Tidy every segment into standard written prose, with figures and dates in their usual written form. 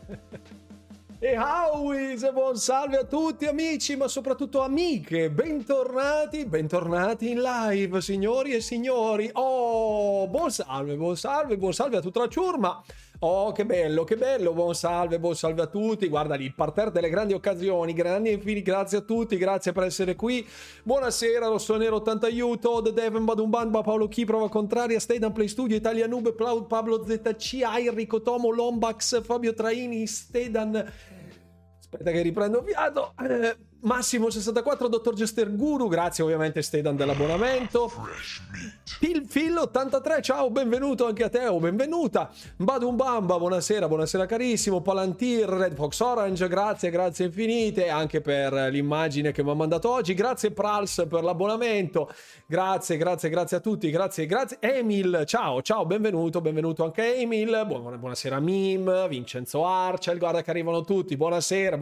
E Howis, buon salve a tutti amici, ma soprattutto amiche, bentornati in live, signori e signori. Oh, buon salve a tutta la ciurma. Oh, che bello, buon salve a tutti. Guarda lì, il parterre delle grandi occasioni, grandi e infini, grazie a tutti, grazie per essere qui. Buonasera, Rossonero 80 Aiuto, The Devon, Badumbamba, Paolo Chi, Prova Contraria, Stay Play Studio, Italia Nube, Pablo ZC, Enrico Tomo, Lombax, Fabio Traini, Stedan. Aspetta che riprendo fiato. Massimo 64, Dottor Gester Guru, grazie ovviamente Stedan dell'abbonamento. Phil 83, ciao, benvenuto anche a te o benvenuta. Badumbamba, buonasera carissimo. Palantir, Red Fox Orange, grazie infinite anche per l'immagine che mi ha mandato oggi. Grazie Prals per l'abbonamento. Grazie a tutti, grazie. Emil, ciao, benvenuto anche Emil. Buonasera Mim, Vincenzo Arcel, guarda che arrivano tutti. Buonasera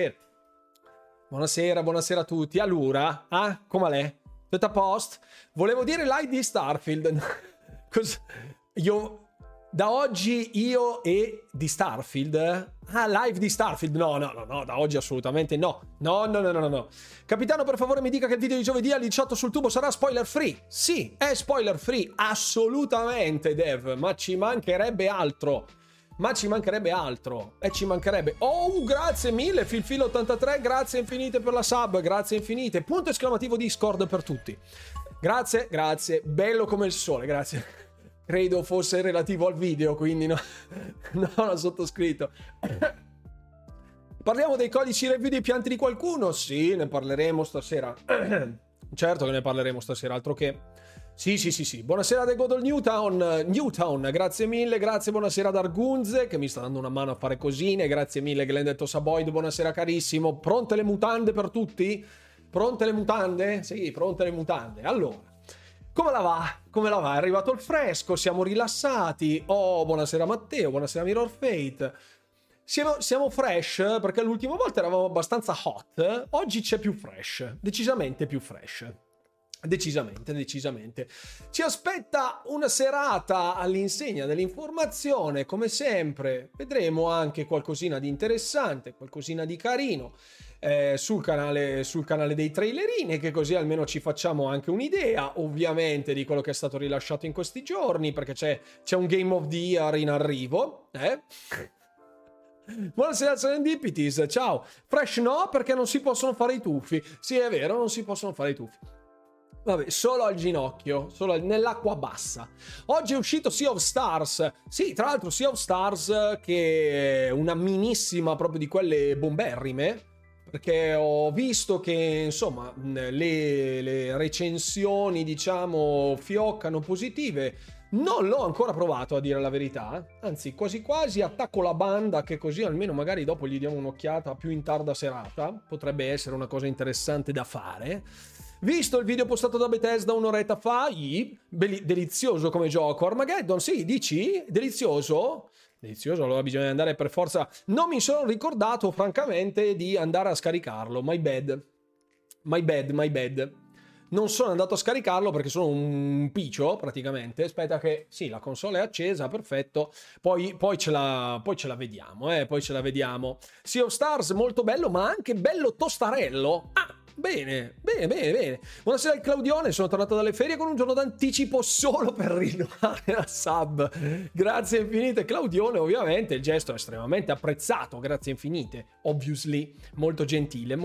a tutti. Allora, come l'è? Tutto a posto? Volevo dire live di Starfield. Da oggi io e di Starfield? Live di Starfield? No, da oggi assolutamente no. No. Capitano, per favore mi dica che il video di giovedì alle 18 sul tubo sarà spoiler free. Sì, è spoiler free, assolutamente, Dev, ma ci mancherebbe altro. Oh, grazie mille Phil83, grazie infinite per la sub, grazie infinite. Punto esclamativo Discord per tutti. Grazie, bello come il sole, grazie. Credo fosse relativo al video, quindi no, l'ho sottoscritto. Parliamo dei codici review dei pianti di qualcuno? Sì, ne parleremo stasera. Certo che ne parleremo stasera, altro che... Sì. Buonasera The Godol Newtown, grazie mille, buonasera ad Argunze che mi sta dando una mano a fare cosine, grazie mille Glendetto Saboid, buonasera carissimo. Pronte le mutande per tutti? Pronte le mutande? Sì, pronte le mutande. Allora, come la va? È arrivato il fresco, siamo rilassati. Oh, buonasera Matteo, buonasera Mirror Fate. Siamo fresh perché l'ultima volta eravamo abbastanza hot, oggi c'è più fresh, decisamente più fresh. Decisamente. Ci aspetta una serata all'insegna dell'informazione, come sempre. Vedremo anche qualcosina di interessante, qualcosina di carino sul canale dei trailerini, che così almeno ci facciamo anche un'idea, ovviamente, di quello che è stato rilasciato in questi giorni, perché c'è un Game of the Year in arrivo, Buonasera Serendipities, ciao. Fresh no, perché non si possono fare i tuffi. Sì, è vero, non si possono fare i tuffi. Vabbè, solo al ginocchio, nell'acqua bassa. Oggi è uscito Sea of Stars. Sì, tra l'altro Sea of Stars, che è una minissima proprio di quelle bomberrime, perché ho visto che, insomma, le recensioni, diciamo, fioccano positive. Non l'ho ancora provato, a dire la verità. Anzi, quasi attacco la banda, che così almeno magari dopo gli diamo un'occhiata più in tarda serata. Potrebbe essere una cosa interessante da fare. Visto il video postato da Bethesda un'oretta fa, delizioso come gioco. Armageddon, sì, dici? Delizioso, allora bisogna andare per forza. Non mi sono ricordato, francamente, di andare a scaricarlo. My bad. Non sono andato a scaricarlo perché sono un piccio, praticamente. Aspetta che... Sì, la console è accesa, perfetto. Poi ce la vediamo, Poi ce la vediamo. Sea of Stars, molto bello, ma anche bello tostarello. Bene. Buonasera Claudione, sono tornato dalle ferie con un giorno d'anticipo solo per rinnovare la sub. Grazie infinite Claudione, ovviamente il gesto è estremamente apprezzato, grazie infinite, obviously, molto gentile.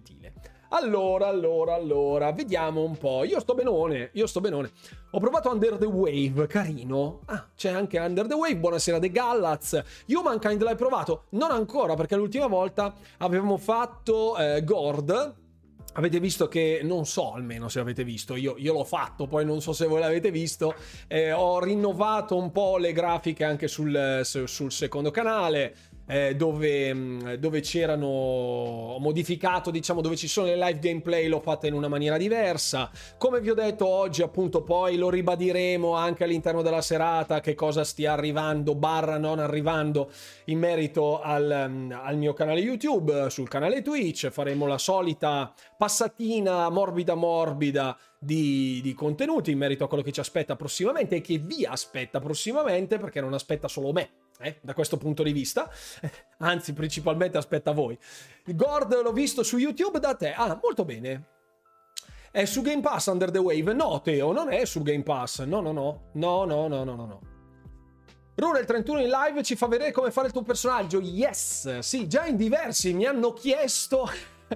Allora, vediamo un po'. Io sto benone. Ho provato Under the Wave, carino. C'è anche Under the Wave, buonasera The Gallaz. Humankind l'hai provato? Non ancora, perché l'ultima volta avevamo fatto Gord. Avete visto che, non so almeno se avete visto, io l'ho fatto, poi non so se voi l'avete visto, ho rinnovato un po' le grafiche anche sul secondo canale, dove c'erano, ho modificato, diciamo, dove ci sono le live gameplay, l'ho fatta in una maniera diversa. Come vi ho detto oggi, appunto, poi lo ribadiremo anche all'interno della serata, che cosa stia arrivando / non arrivando in merito al mio canale YouTube. Sul canale Twitch faremo la solita passatina morbida di contenuti in merito a quello che ci aspetta prossimamente e che vi aspetta prossimamente, perché non aspetta solo me, da questo punto di vista, anzi principalmente aspetta voi. Gord l'ho visto su YouTube da te, molto bene. È su Game Pass Under the Wave? No, Teo, non è su Game Pass, no. Rune, il 31 in live ci fa vedere come fare il tuo personaggio. Yes, sì, già in diversi mi hanno chiesto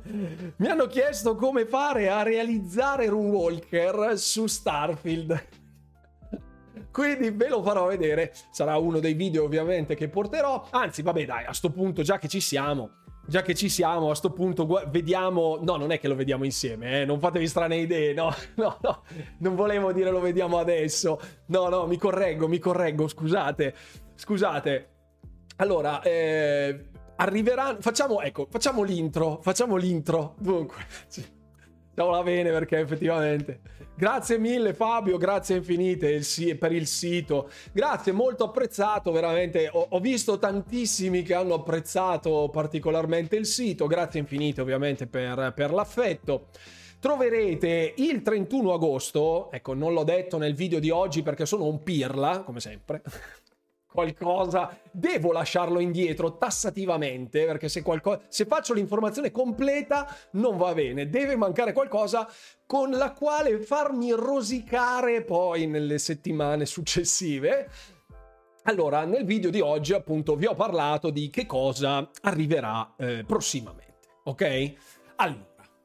come fare a realizzare Runewalker su Starfield. Quindi ve lo farò vedere, sarà uno dei video ovviamente che porterò. Anzi, vabbè, dai, a sto punto, già che ci siamo, a sto punto vediamo. No, non è che lo vediamo insieme, non fatevi strane idee, no, non volevo dire lo vediamo adesso. No, mi correggo, scusate. Allora, arriveranno, facciamo l'intro. Dunque, facciamola bene, perché effettivamente grazie mille Fabio, grazie infinite per il sito, grazie, molto apprezzato, veramente. Ho visto tantissimi che hanno apprezzato particolarmente il sito, grazie infinite ovviamente per l'affetto. Troverete il 31 agosto, ecco, non l'ho detto nel video di oggi perché sono un pirla, come sempre. Qualcosa devo lasciarlo indietro tassativamente, perché se faccio l'informazione completa non va bene, deve mancare qualcosa con la quale farmi rosicare poi nelle settimane successive. Allora, nel video di oggi appunto vi ho parlato di che cosa arriverà prossimamente, ok? Allora,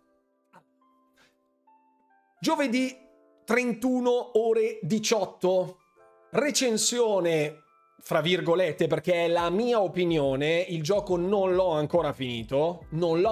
giovedì 31 ore 18, recensione fra virgolette, perché è la mia opinione, il gioco non l'ho ancora finito,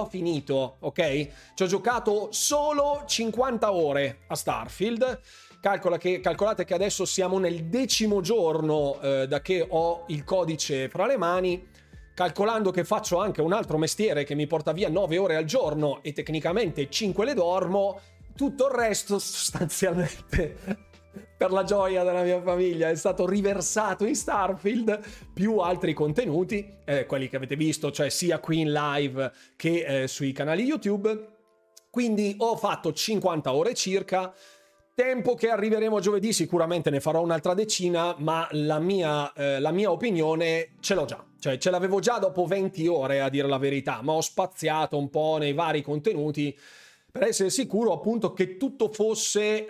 ok? Ci ho giocato solo 50 ore a Starfield. Calcolate che adesso siamo nel 10° giorno da che ho il codice fra le mani, calcolando che faccio anche un altro mestiere che mi porta via 9 ore al giorno e tecnicamente 5 le dormo, tutto il resto sostanzialmente per la gioia della mia famiglia è stato riversato in Starfield, più altri contenuti, quelli che avete visto, cioè sia qui in live che sui canali YouTube. Quindi ho fatto 50 ore circa, tempo che arriveremo giovedì, sicuramente ne farò un'altra decina, ma la mia opinione ce l'ho già, cioè ce l'avevo già dopo 20 ore a dire la verità, ma ho spaziato un po' nei vari contenuti per essere sicuro appunto che tutto fosse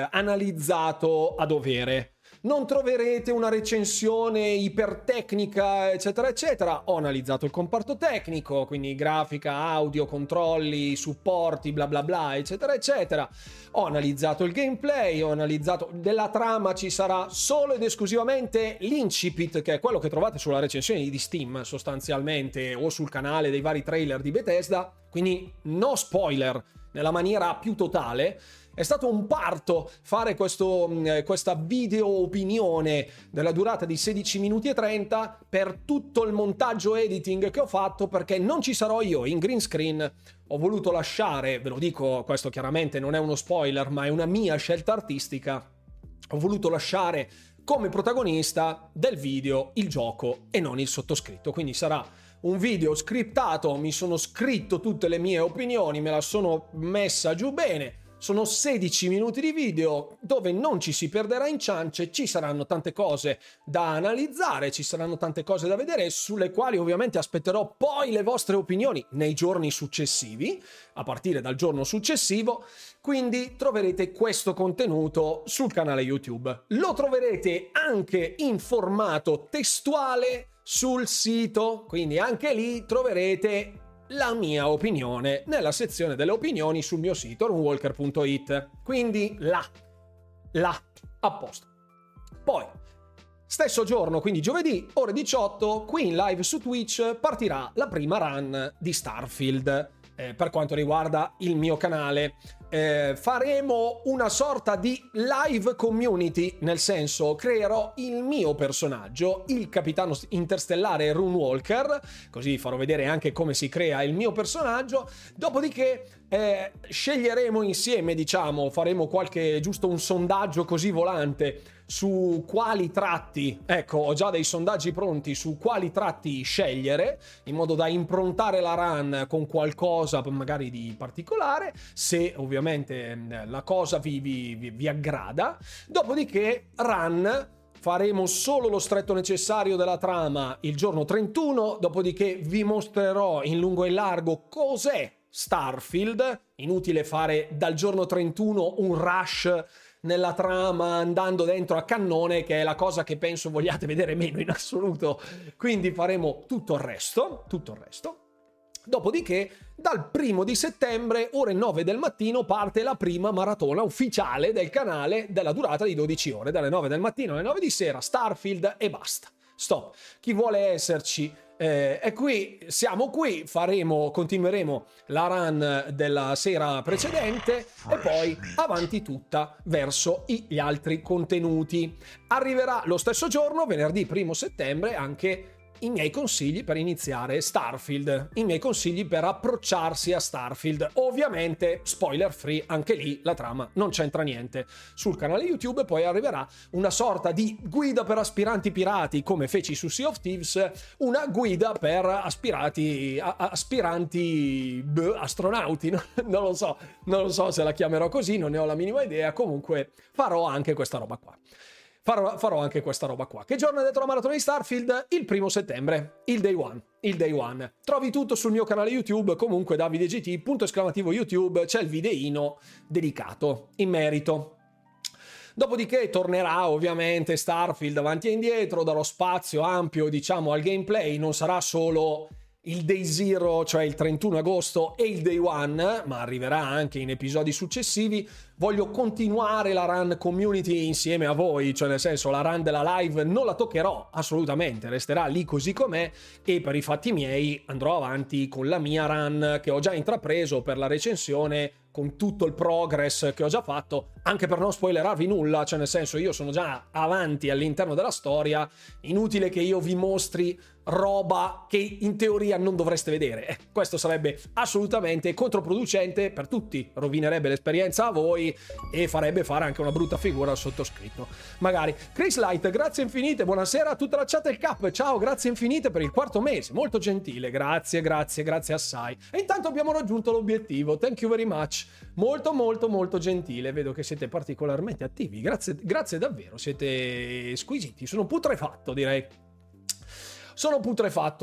analizzato a dovere. Non troverete una recensione ipertecnica, eccetera, eccetera. Ho analizzato il comparto tecnico, quindi grafica, audio, controlli, supporti, bla bla bla, eccetera, eccetera. Ho analizzato il gameplay, ho analizzato della trama, ci sarà solo ed esclusivamente l'incipit, che è quello che trovate sulla recensione di Steam sostanzialmente, o sul canale dei vari trailer di Bethesda, quindi no spoiler nella maniera più totale. È stato un parto fare questa video opinione della durata di 16 minuti e 30 per tutto il montaggio editing che ho fatto, perché non ci sarò io in green screen. Ho voluto lasciare, ve lo dico, questo chiaramente non è uno spoiler, ma è una mia scelta artistica, ho voluto lasciare come protagonista del video il gioco e non il sottoscritto, quindi sarà un video scriptato, mi sono scritto tutte le mie opinioni, me la sono messa giù bene. Sono 16 minuti di video dove non ci si perderà in ciance, ci saranno tante cose da analizzare, ci saranno tante cose da vedere, sulle quali ovviamente aspetterò poi le vostre opinioni nei giorni successivi, a partire dal giorno successivo, quindi troverete questo contenuto sul canale YouTube. Lo troverete anche in formato testuale sul sito, quindi anche lì troverete la mia opinione nella sezione delle opinioni sul mio sito runewalker.it, quindi là a posto. Poi stesso giorno, quindi giovedì ore 18, qui in live su Twitch partirà la prima run di Starfield. Per quanto riguarda il mio canale, faremo una sorta di live community, nel senso creerò il mio personaggio, il capitano interstellare Runewalker, così farò vedere anche come si crea il mio personaggio, dopodiché sceglieremo insieme, diciamo, faremo giusto un sondaggio così volante su quali tratti, ecco, ho già dei sondaggi pronti su quali tratti scegliere, in modo da improntare la run con qualcosa magari di particolare, se ovviamente la cosa vi aggrada. Dopodiché run faremo solo lo stretto necessario della trama il giorno 31, dopodiché vi mostrerò in lungo e in largo cos'è Starfield. Inutile fare dal giorno 31 un rush nella trama andando dentro a cannone, che è la cosa che penso vogliate vedere meno in assoluto, quindi faremo tutto il resto. Dopodiché dal 1 settembre, ore 9 del mattino, parte la prima maratona ufficiale del canale della durata di 12 ore, dalle 9 del mattino alle 9 di sera, Starfield e basta. Stop. Chi vuole esserci è qui, siamo qui, continueremo la run della sera precedente e poi avanti tutta verso gli altri contenuti. Arriverà lo stesso giorno, venerdì 1 settembre, anche i miei consigli per iniziare Starfield, i miei consigli per approcciarsi a Starfield. Ovviamente spoiler free, anche lì la trama non c'entra niente. Sul canale YouTube poi arriverà una sorta di guida per aspiranti pirati, come feci su Sea of Thieves, una guida per aspiranti astronauti, non lo so se la chiamerò così, non ne ho la minima idea. Comunque farò anche questa roba qua. Che giorno è dentro la maratona di Starfield? Il 1 settembre, il day one. Trovi tutto sul mio canale YouTube, comunque DavideGT, !YouTube, c'è il videino dedicato in merito. Dopodiché tornerà ovviamente Starfield avanti e indietro, darò spazio ampio, diciamo, al gameplay, non sarà solo il day zero, cioè il 31 agosto, e il day one, ma arriverà anche in episodi successivi. Voglio continuare la run community insieme a voi, cioè nel senso la run della live non la toccherò assolutamente, resterà lì così com'è, e per i fatti miei andrò avanti con la mia run che ho già intrapreso per la recensione, con tutto il progress che ho già fatto, anche per non spoilerarvi nulla, cioè nel senso io sono già avanti all'interno della storia, inutile che io vi mostri roba che in teoria non dovreste vedere. Questo sarebbe assolutamente controproducente per tutti, rovinerebbe l'esperienza a voi e farebbe fare anche una brutta figura al sottoscritto. Magari. Chris Light, grazie infinite, buonasera a tutta la chat del Cap, ciao, grazie infinite per il 4º mese, molto gentile, grazie assai. E intanto abbiamo raggiunto l'obiettivo, thank you very much, molto gentile, vedo che siete particolarmente attivi, grazie davvero, siete squisiti, sono putrefatto, direi. Sono putrefatto.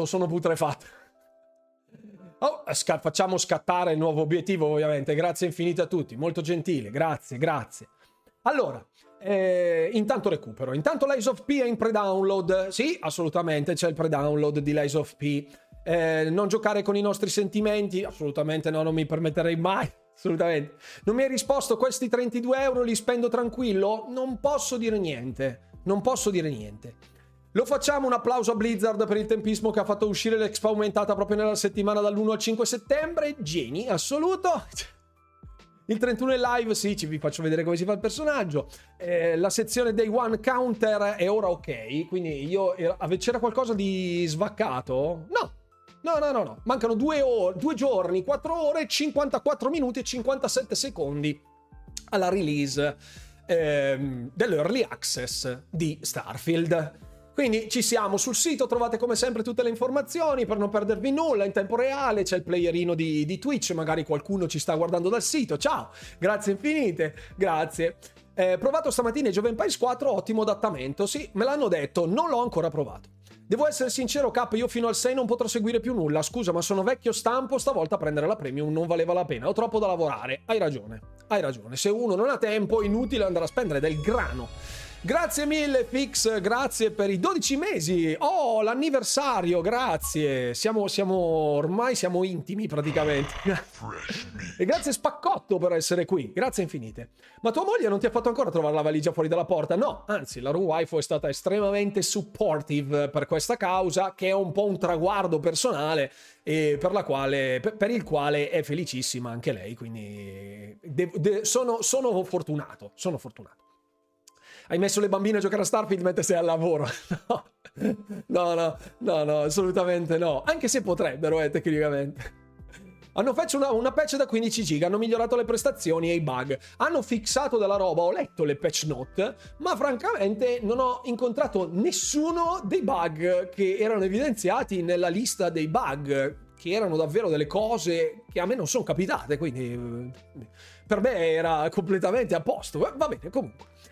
Oh, facciamo scattare il nuovo obiettivo, ovviamente. Grazie infinite a tutti, molto gentile, grazie. Allora, intanto recupero. Intanto Lies of P è in pre-download. Sì, assolutamente, c'è il pre-download di Lies of P. Non giocare con i nostri sentimenti? Assolutamente no, non mi permetterei mai. Assolutamente. Non mi hai risposto, questi 32 euro li spendo tranquillo? Non posso dire niente. Lo facciamo, un applauso a Blizzard per il tempismo che ha fatto uscire l'Expo aumentata proprio nella settimana dall'1 al 5 settembre. Geni, assoluto. Il 31 è live, sì, vi faccio vedere come si fa il personaggio. La sezione Day One Counter è ora ok, quindi c'era qualcosa di svaccato? No. Mancano 2 giorni, 4 ore, 54 minuti e 57 secondi alla release dell'Early Access di Starfield. Quindi ci siamo sul sito, trovate come sempre tutte le informazioni per non perdervi nulla in tempo reale, c'è il playerino di Twitch, magari qualcuno ci sta guardando dal sito, ciao, grazie infinite, grazie. Provato stamattina Age of Empires 4, ottimo adattamento, sì, me l'hanno detto, non l'ho ancora provato. Devo essere sincero, Cap, io fino al 6 non potrò seguire più nulla, scusa, ma sono vecchio stampo, stavolta prendere la premium non valeva la pena, ho troppo da lavorare, hai ragione, se uno non ha tempo è inutile andare a spendere del grano. Grazie mille Fix, grazie per i 12 mesi, oh l'anniversario, grazie, ormai siamo intimi praticamente. E grazie Spaccotto per essere qui, grazie infinite. Ma tua moglie non ti ha fatto ancora trovare la valigia fuori dalla porta? No, anzi la room waifu è stata estremamente supportive per questa causa, che è un po' un traguardo personale e per il quale è felicissima anche lei, quindi sono fortunato. Hai messo le bambine a giocare a Starfield mentre sei al lavoro? No, assolutamente no. Anche se potrebbero, tecnicamente. Hanno fatto una patch da 15 giga, hanno migliorato le prestazioni e i bug. Hanno fissato della roba, ho letto le patch note, ma francamente non ho incontrato nessuno dei bug che erano evidenziati nella lista dei bug, che erano davvero delle cose che a me non sono capitate, quindi per me era completamente a posto. Va bene, comunque.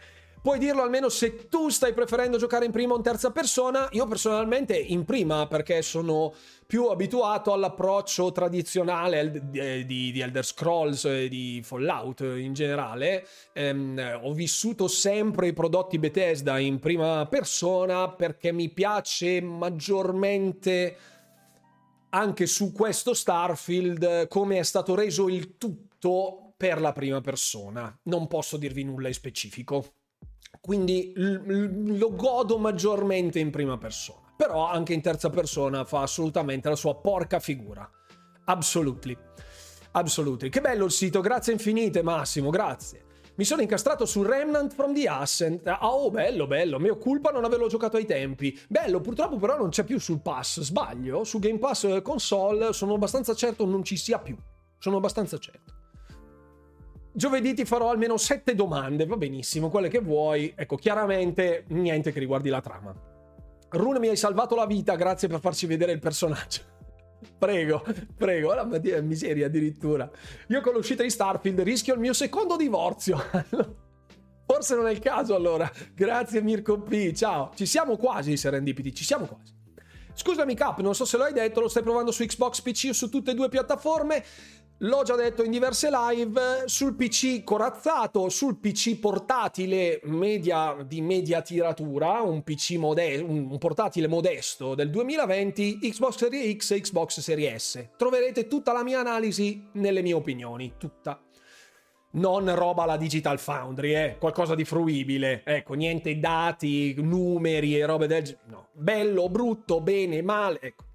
Puoi dirlo almeno se tu stai preferendo giocare in prima o in terza persona. Io personalmente in prima, perché sono più abituato all'approccio tradizionale di Elder Scrolls e di Fallout in generale. Ho vissuto sempre i prodotti Bethesda in prima persona perché mi piace maggiormente anche su questo Starfield come è stato reso il tutto per la prima persona. Non posso dirvi nulla in specifico, quindi lo godo maggiormente in prima persona. Però anche in terza persona fa assolutamente la sua porca figura. Absolutely. Che bello il sito, grazie infinite Massimo, grazie. Mi sono incastrato su Remnant from the Ascent. Oh, bello, mio colpa non averlo giocato ai tempi. Bello, purtroppo però non c'è più sul Pass, sbaglio? Su Game Pass console sono abbastanza certo non ci sia più. Sono abbastanza certo. Giovedì ti farò almeno 7 domande, va benissimo, quelle che vuoi. Ecco, chiaramente niente che riguardi la trama. Rune, mi hai salvato la vita, grazie per farci vedere il personaggio. Prego, la miseria addirittura. Io con l'uscita di Starfield rischio il mio secondo divorzio. Forse non è il caso allora. Grazie Mirko P, ciao. Ci siamo quasi, Serendipity, ci siamo quasi. Scusami Cap, non so se lo hai detto, lo stai provando su Xbox PC o su tutte e due piattaforme? L'ho già detto in diverse live, sul PC corazzato, sul PC portatile di media tiratura, un PC un portatile modesto del 2020, Xbox Series X e Xbox Series S. Troverete tutta la mia analisi nelle mie opinioni, tutta. Non roba alla Digital Foundry, qualcosa di fruibile, ecco, niente dati, numeri e robe del genere, no. Bello, brutto, bene, male, ecco.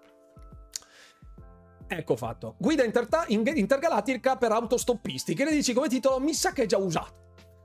Ecco fatto. Guida intergalattica per autostoppisti. Che ne dici come titolo? Mi sa che è già usato.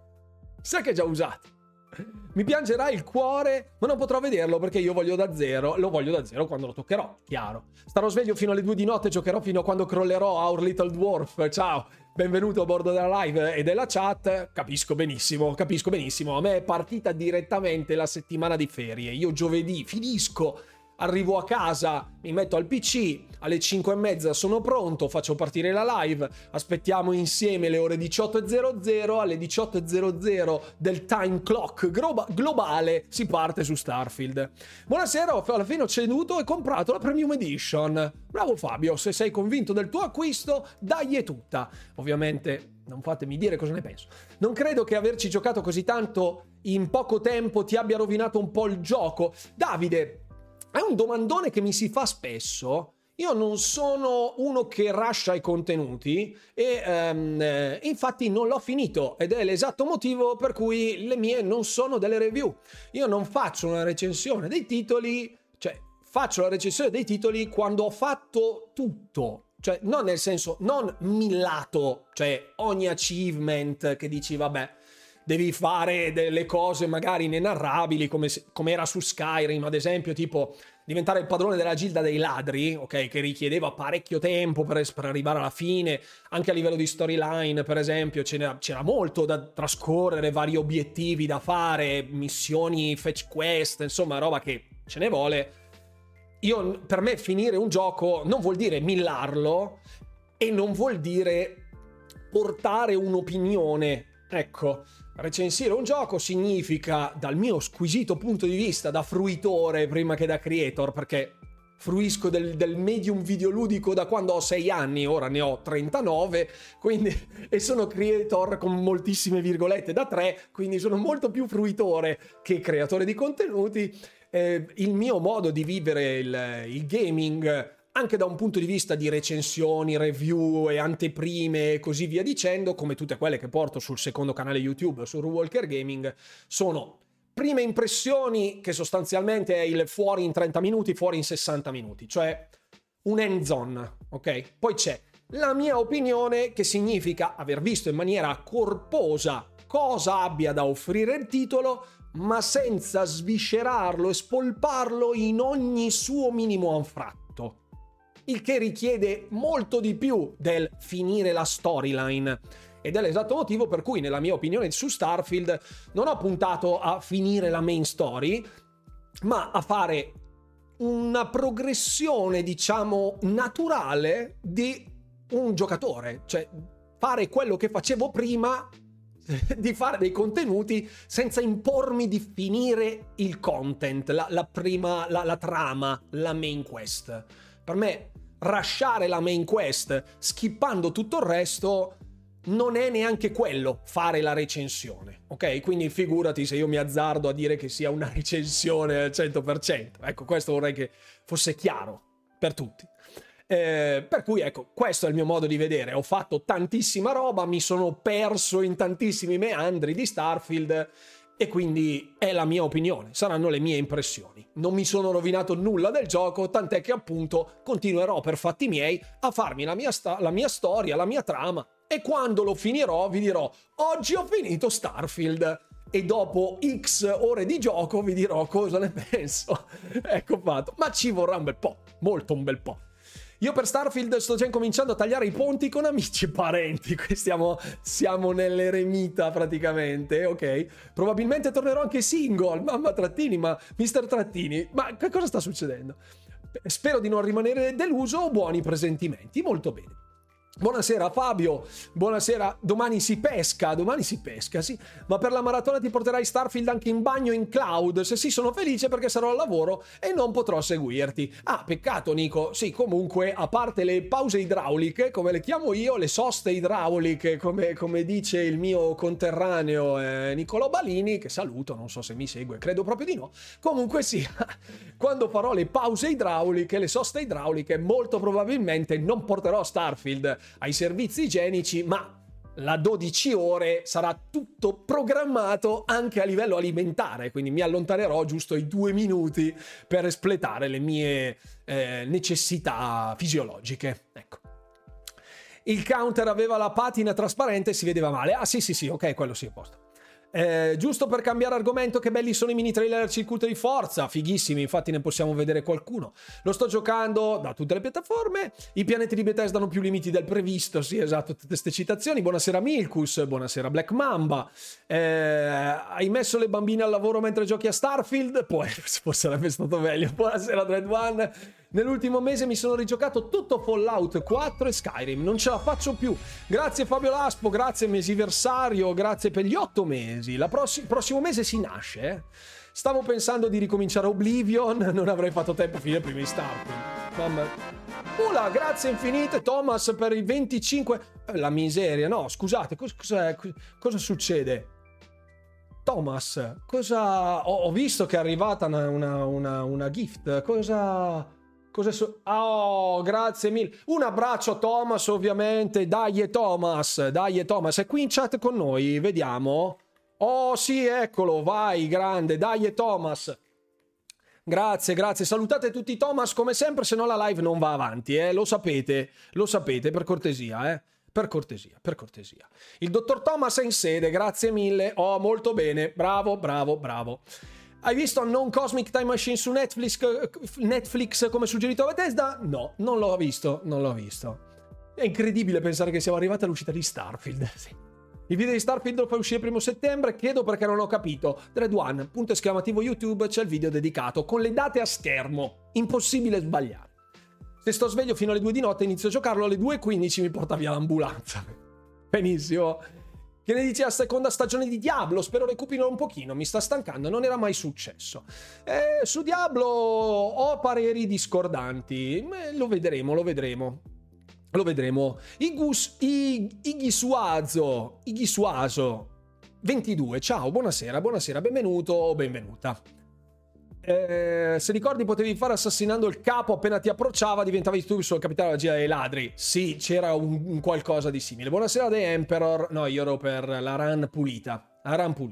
Mi piangerà il cuore, ma non potrò vederlo perché io voglio da zero. Lo voglio da zero quando lo toccherò, chiaro. Starò sveglio fino alle 2 di notte, giocherò fino a quando crollerò Our Little Dwarf. Ciao, benvenuto a bordo della live e della chat. Capisco benissimo. A me è partita direttamente la settimana di ferie. Io giovedì finisco, arrivo a casa, mi metto al PC, alle 5:30 sono pronto, faccio partire la live, aspettiamo insieme le ore 18:00, alle 18:00 del time clock globale si parte su Starfield. Buonasera, alla fine ho ceduto e comprato la Premium Edition. Bravo Fabio, se sei convinto del tuo acquisto, dai è tutta. Ovviamente non fatemi dire cosa ne penso. Non credo che averci giocato così tanto in poco tempo ti abbia rovinato un po' il gioco. Davide, è un domandone che mi si fa spesso. Io non sono uno che rusha i contenuti e infatti non l'ho finito ed è l'esatto motivo per cui le mie non sono delle review. Io non faccio una recensione dei titoli, cioè faccio la recensione dei titoli quando ho fatto tutto. Cioè non nel senso, non millato, cioè ogni achievement che dici vabbè, devi fare delle cose magari inenarrabili come era su Skyrim, ad esempio, tipo diventare il padrone della gilda dei ladri, ok, che richiedeva parecchio tempo per arrivare alla fine. Anche a livello di storyline, per esempio, c'era molto da trascorrere, vari obiettivi da fare, missioni, fetch quest, insomma, roba che ce ne vuole. Per me finire un gioco non vuol dire millarlo e non vuol dire portare un'opinione. Ecco, recensire un gioco significa, dal mio squisito punto di vista da fruitore prima che da creator, perché fruisco del medium videoludico da quando ho 6 anni, ora ne ho 39, quindi, e sono creator con moltissime virgolette da 3, quindi sono molto più fruitore che creatore di contenuti. Il mio modo di vivere il gaming, anche da un punto di vista di recensioni, review e anteprime e così via dicendo, come tutte quelle che porto sul secondo canale YouTube, su Walker Gaming, sono prime impressioni che sostanzialmente è il fuori in 30 minuti, fuori in 60 minuti, cioè un hands-on, ok? Poi c'è la mia opinione, che significa aver visto in maniera corposa cosa abbia da offrire il titolo, ma senza sviscerarlo e spolparlo in ogni suo minimo anfratto. Il che richiede molto di più del finire la storyline. Ed è l'esatto motivo per cui, nella mia opinione, su Starfield non ho puntato a finire la main story, ma a fare una progressione, diciamo, naturale di un giocatore. Cioè, fare quello che facevo prima di fare dei contenuti senza impormi di finire il content, la trama, la main quest. Per me rushare la main quest skippando tutto il resto non è neanche quello fare la recensione, ok? Quindi figurati se io mi azzardo a dire che sia una recensione al 100%. Ecco, questo vorrei che fosse chiaro per tutti. Per cui ecco, questo è il mio modo di vedere. Ho fatto tantissima roba, mi sono perso in tantissimi meandri di Starfield e quindi è la mia opinione, saranno le mie impressioni. Non mi sono rovinato nulla del gioco, tant'è che appunto continuerò per fatti miei a farmi la mia storia, la mia trama, e quando lo finirò vi dirò oggi ho finito Starfield e dopo X ore di gioco vi dirò cosa ne penso. Ecco fatto, ma ci vorrà un bel po', molto un bel po'. Io per Starfield sto già incominciando a tagliare i ponti con amici e parenti. Qui siamo nell'eremita praticamente, ok? Probabilmente tornerò anche single, mamma Trattini, ma Mister Trattini, ma che cosa sta succedendo? Spero di non rimanere deluso o buoni presentimenti, molto bene. Buonasera Fabio, buonasera, domani si pesca, sì, ma per la maratona ti porterai Starfield anche in bagno in cloud? Se sì sono felice perché sarò al lavoro e non potrò seguirti. Ah, peccato Nico, sì, comunque a parte le pause idrauliche, come le chiamo io, le soste idrauliche, come dice il mio conterraneo Niccolò Balini, che saluto, non so se mi segue, credo proprio di no, comunque sì, quando farò le pause idrauliche, le soste idrauliche, molto probabilmente non porterò Starfield ai servizi igienici, ma la 12 ore sarà tutto programmato anche a livello alimentare, quindi mi allontanerò giusto i 2 minuti per espletare le mie necessità fisiologiche. Ecco. Il counter aveva la patina trasparente e si vedeva male. Ah sì, ok, quello sì, a posto. Giusto per cambiare argomento, che belli sono i mini trailer al circuito di Forza, fighissimi, infatti ne possiamo vedere qualcuno. Lo sto giocando da tutte le piattaforme, i pianeti di Bethesda hanno più limiti del previsto, sì esatto, tutte queste citazioni. Buonasera Milkus, buonasera Black Mamba. Hai messo le bambine al lavoro mentre giochi a Starfield? Poi sarebbe stato meglio. Buonasera Dread One. Nell'ultimo mese mi sono rigiocato tutto Fallout 4 e Skyrim, non ce la faccio più. Grazie Fabio Laspo, grazie mesiversario, grazie per gli 8 mesi. Prossimo mese si nasce, eh? Stavo pensando di ricominciare Oblivion, non avrei fatto tempo a finire prima di Starfield. Mamma. Ula, grazie infinite Thomas per i 25. La miseria, no, scusate, cosa succede? Thomas, cosa... Ho visto che è arrivata una gift, oh, grazie mille. Un abbraccio a Thomas, ovviamente. Dai Thomas, è qui in chat con noi, vediamo. Oh sì, eccolo, vai, grande, dai Thomas. Grazie, salutate tutti Thomas come sempre, se no la live non va avanti, lo sapete, per cortesia, per cortesia. Il dottor Thomas è in sede, grazie mille. Oh, molto bene, bravo. Hai visto Non Cosmic Time Machine su Netflix come suggerito a Bethesda? No, non l'ho visto. È incredibile pensare che siamo arrivati all'uscita di Starfield. Sì. Il video di Starfield lo fa uscire il 1 settembre, chiedo perché non ho capito. Dread One, punto esclamativo YouTube, c'è il video dedicato, con le date a schermo. Impossibile sbagliare. Se sto sveglio fino alle 2 di notte inizio a giocarlo, alle 2:15 mi porta via l'ambulanza. Benissimo. Che ne dici la seconda stagione di Diablo? Spero recupino un pochino, mi sta stancando, non era mai successo. Su Diablo ho pareri discordanti, lo vedremo. Igisuazo 22, ciao, buonasera, benvenuto o benvenuta. Se ricordi potevi fare assassinando il capo appena ti approcciava, diventavi tu il suo capitano della gira dei ladri. Sì, c'era un qualcosa di simile. Buonasera The Emperor. No, io ero per la run pulita.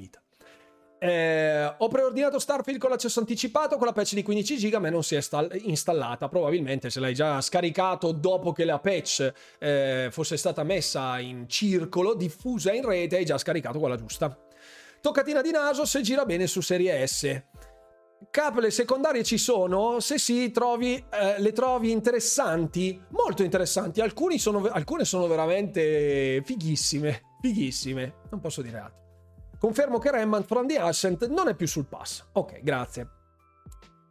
Ho preordinato Starfield con l'accesso anticipato con la patch di 15 giga, ma non si è installata. Probabilmente se l'hai già scaricato dopo che la patch fosse stata messa in circolo, diffusa in rete, hai già scaricato quella giusta. Toccatina di naso se gira bene su Serie S. Le secondarie ci sono? Se sì, le trovi interessanti? Molto interessanti. Alcune sono veramente fighissime. Non posso dire altro. Confermo che Remnant from the Ascent non è più sul pass. Ok, grazie.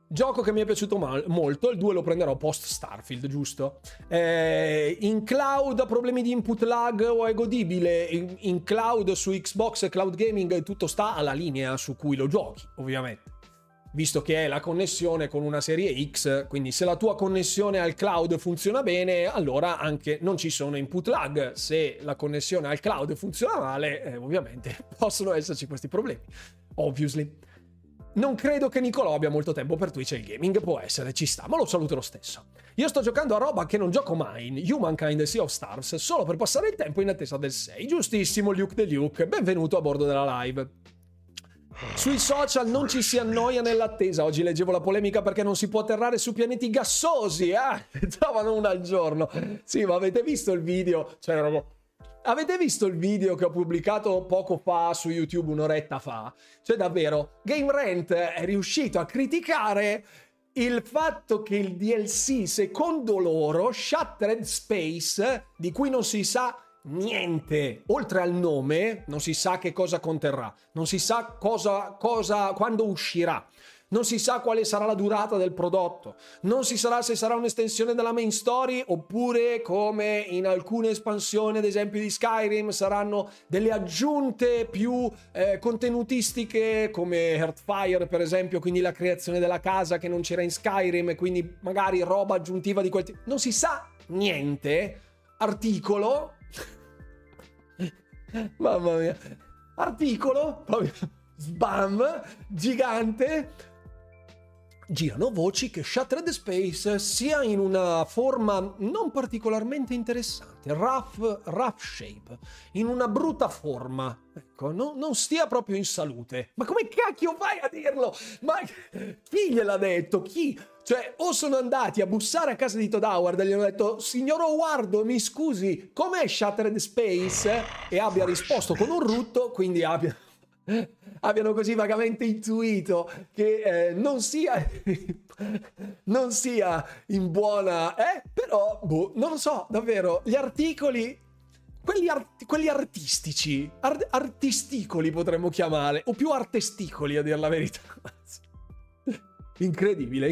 Gioco che mi è piaciuto molto, il 2 lo prenderò post Starfield, giusto? In cloud ha problemi di input lag o è godibile? In cloud su Xbox e cloud gaming tutto sta alla linea su cui lo giochi, ovviamente. Visto che è la connessione con una serie X, quindi se la tua connessione al cloud funziona bene, allora anche non ci sono input lag. Se la connessione al cloud funziona male, ovviamente possono esserci questi problemi. Obviously. Non credo che Nicolò abbia molto tempo per Twitch e il gaming, può essere, ci sta, ma lo saluto lo stesso. Io sto giocando a roba che non gioco mai, in Humankind Sea of Stars, solo per passare il tempo in attesa del 6. Giustissimo, Luke the Luke, benvenuto a bordo della live. Sui social non ci si annoia nell'attesa. Oggi leggevo la polemica perché non si può atterrare su pianeti gassosi. Trovano una al giorno. Sì, ma avete visto il video? Avete visto il video che ho pubblicato poco fa su YouTube, un'oretta fa? Cioè davvero, Game Rant è riuscito a criticare il fatto che il DLC, secondo loro, Shattered Space, di cui non si sa niente, oltre al nome, non si sa che cosa conterrà, non si sa quando uscirà, non si sa quale sarà la durata del prodotto, non si sa se sarà un'estensione della main story oppure, come in alcune espansioni ad esempio di Skyrim, saranno delle aggiunte più contenutistiche come Hearthfire per esempio, quindi la creazione della casa che non c'era in Skyrim e quindi magari roba aggiuntiva di quel tipo. Non si sa niente. Articolo mamma mia, articolo proprio sbam gigante. Girano voci che Shattered Space sia in una forma non particolarmente interessante, rough shape, in una brutta forma, ecco, non stia proprio in salute. Ma come cacchio fai a dirlo? Ma chi gliel'ha detto? Chi? Cioè, o sono andati a bussare a casa di Todd Howard e gli hanno detto: signor Howard, mi scusi, com'è Shattered Space? E abbia risposto con un rutto, quindi abbiano così vagamente intuito che non sia in buona, però non lo so, davvero, gli articoli, quelli artistici, artisticoli potremmo chiamare, o più artesticoli a dire la verità. Incredibile.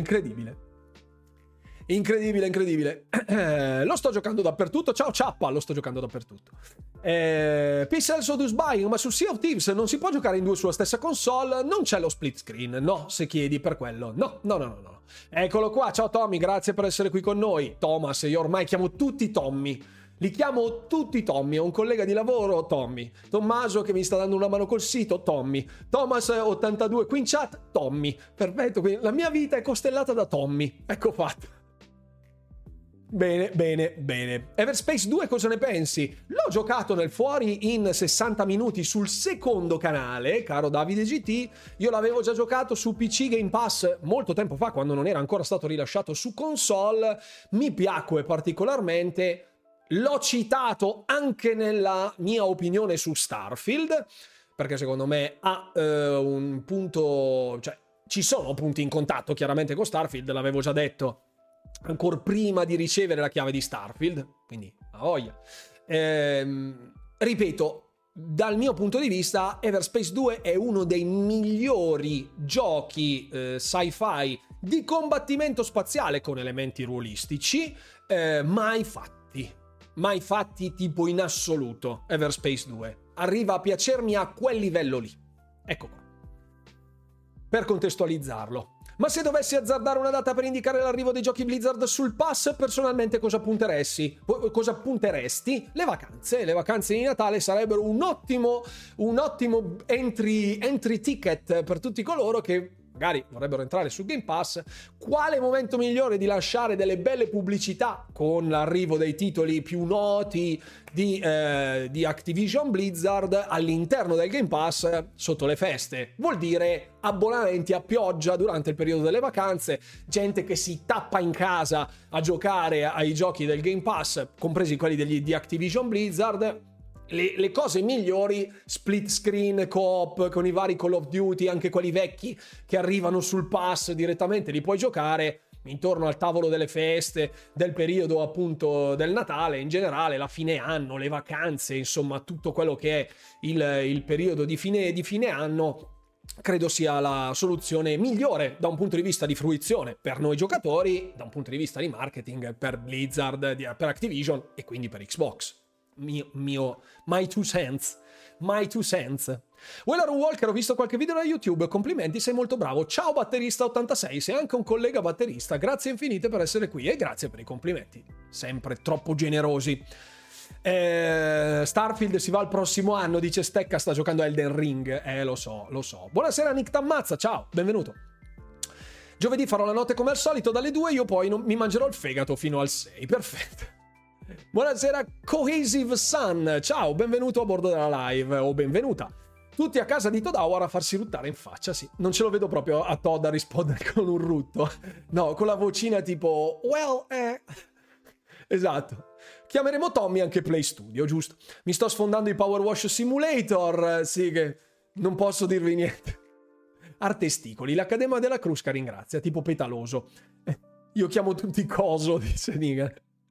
Lo sto giocando dappertutto. Ciao Ciappa, lo sto giocando dappertutto. Pixels Odus Buying, ma su Sea of Thieves non si può giocare in due sulla stessa console. Non c'è lo split screen. No, se chiedi per quello. No. Eccolo qua. Ciao Tommy, grazie per essere qui con noi. Thomas, io ormai chiamo tutti Tommy. Li chiamo tutti Tommy. Ho un collega di lavoro, Tommy. Tommaso che mi sta dando una mano col sito, Tommy. Thomas82 qui in chat, Tommy. Perfetto, quindi la mia vita è costellata da Tommy. Ecco fatto. Bene. Everspace 2 cosa ne pensi? L'ho giocato nel fuori in 60 minuti sul secondo canale, caro Davide GT. Io l'avevo già giocato su PC Game Pass molto tempo fa, quando non era ancora stato rilasciato su console. Mi piacque particolarmente. L'ho citato anche nella mia opinione su Starfield, perché secondo me ha un punto, cioè ci sono punti in contatto chiaramente con Starfield, l'avevo già detto ancora prima di ricevere la chiave di Starfield, quindi a voglia. Ripeto, dal mio punto di vista Everspace 2 è uno dei migliori giochi sci-fi di combattimento spaziale con elementi ruolistici mai fatti tipo in assoluto. Everspace 2 arriva a piacermi a quel livello lì, ecco qua, per contestualizzarlo. Ma se dovessi azzardare una data per indicare l'arrivo dei giochi Blizzard sul pass, personalmente cosa punteresti? Le vacanze di Natale sarebbero un ottimo entry ticket per tutti coloro che magari vorrebbero entrare su Game Pass. Quale momento migliore di lasciare delle belle pubblicità con l'arrivo dei titoli più noti di Activision Blizzard all'interno del Game Pass sotto le feste? Vuol dire abbonamenti a pioggia durante il periodo delle vacanze, gente che si tappa in casa a giocare ai giochi del Game Pass, compresi quelli di Activision Blizzard. Le cose migliori, split screen, co-op con i vari Call of Duty, anche quelli vecchi che arrivano sul pass direttamente, li puoi giocare intorno al tavolo delle feste, del periodo appunto del Natale, in generale la fine anno, le vacanze, insomma tutto quello che è il periodo di fine anno. credo sia la soluzione migliore da un punto di vista di fruizione per noi giocatori, da un punto di vista di marketing per Blizzard, per Activision e quindi per Xbox. My two cents. Wheeler Walker, ho visto qualche video da YouTube, complimenti, sei molto bravo. Ciao batterista 86, sei anche un collega batterista, grazie infinite per essere qui e grazie per i complimenti, sempre troppo generosi. Starfield si va al prossimo anno, dice Stecca, sta giocando a Elden Ring. Lo so. Buonasera Nick Tammazza, ciao, benvenuto. Giovedì farò la notte come al solito dalle 2, io poi mi mangerò il fegato fino al 6, perfetto. Buonasera Cohesive Sun, ciao, benvenuto a bordo della live, o benvenuta. Tutti a casa di Todawar a farsi ruttare in faccia, sì. Non ce lo vedo proprio a Todd a rispondere con un rutto. No, con la vocina tipo, Esatto. Chiameremo Tommy anche Play Studio, giusto? Mi sto sfondando i Power Wash Simulator, sì che non posso dirvi niente. Artesticoli, l'Accademia della Crusca ringrazia, tipo petaloso. Io chiamo tutti coso, dice Niga.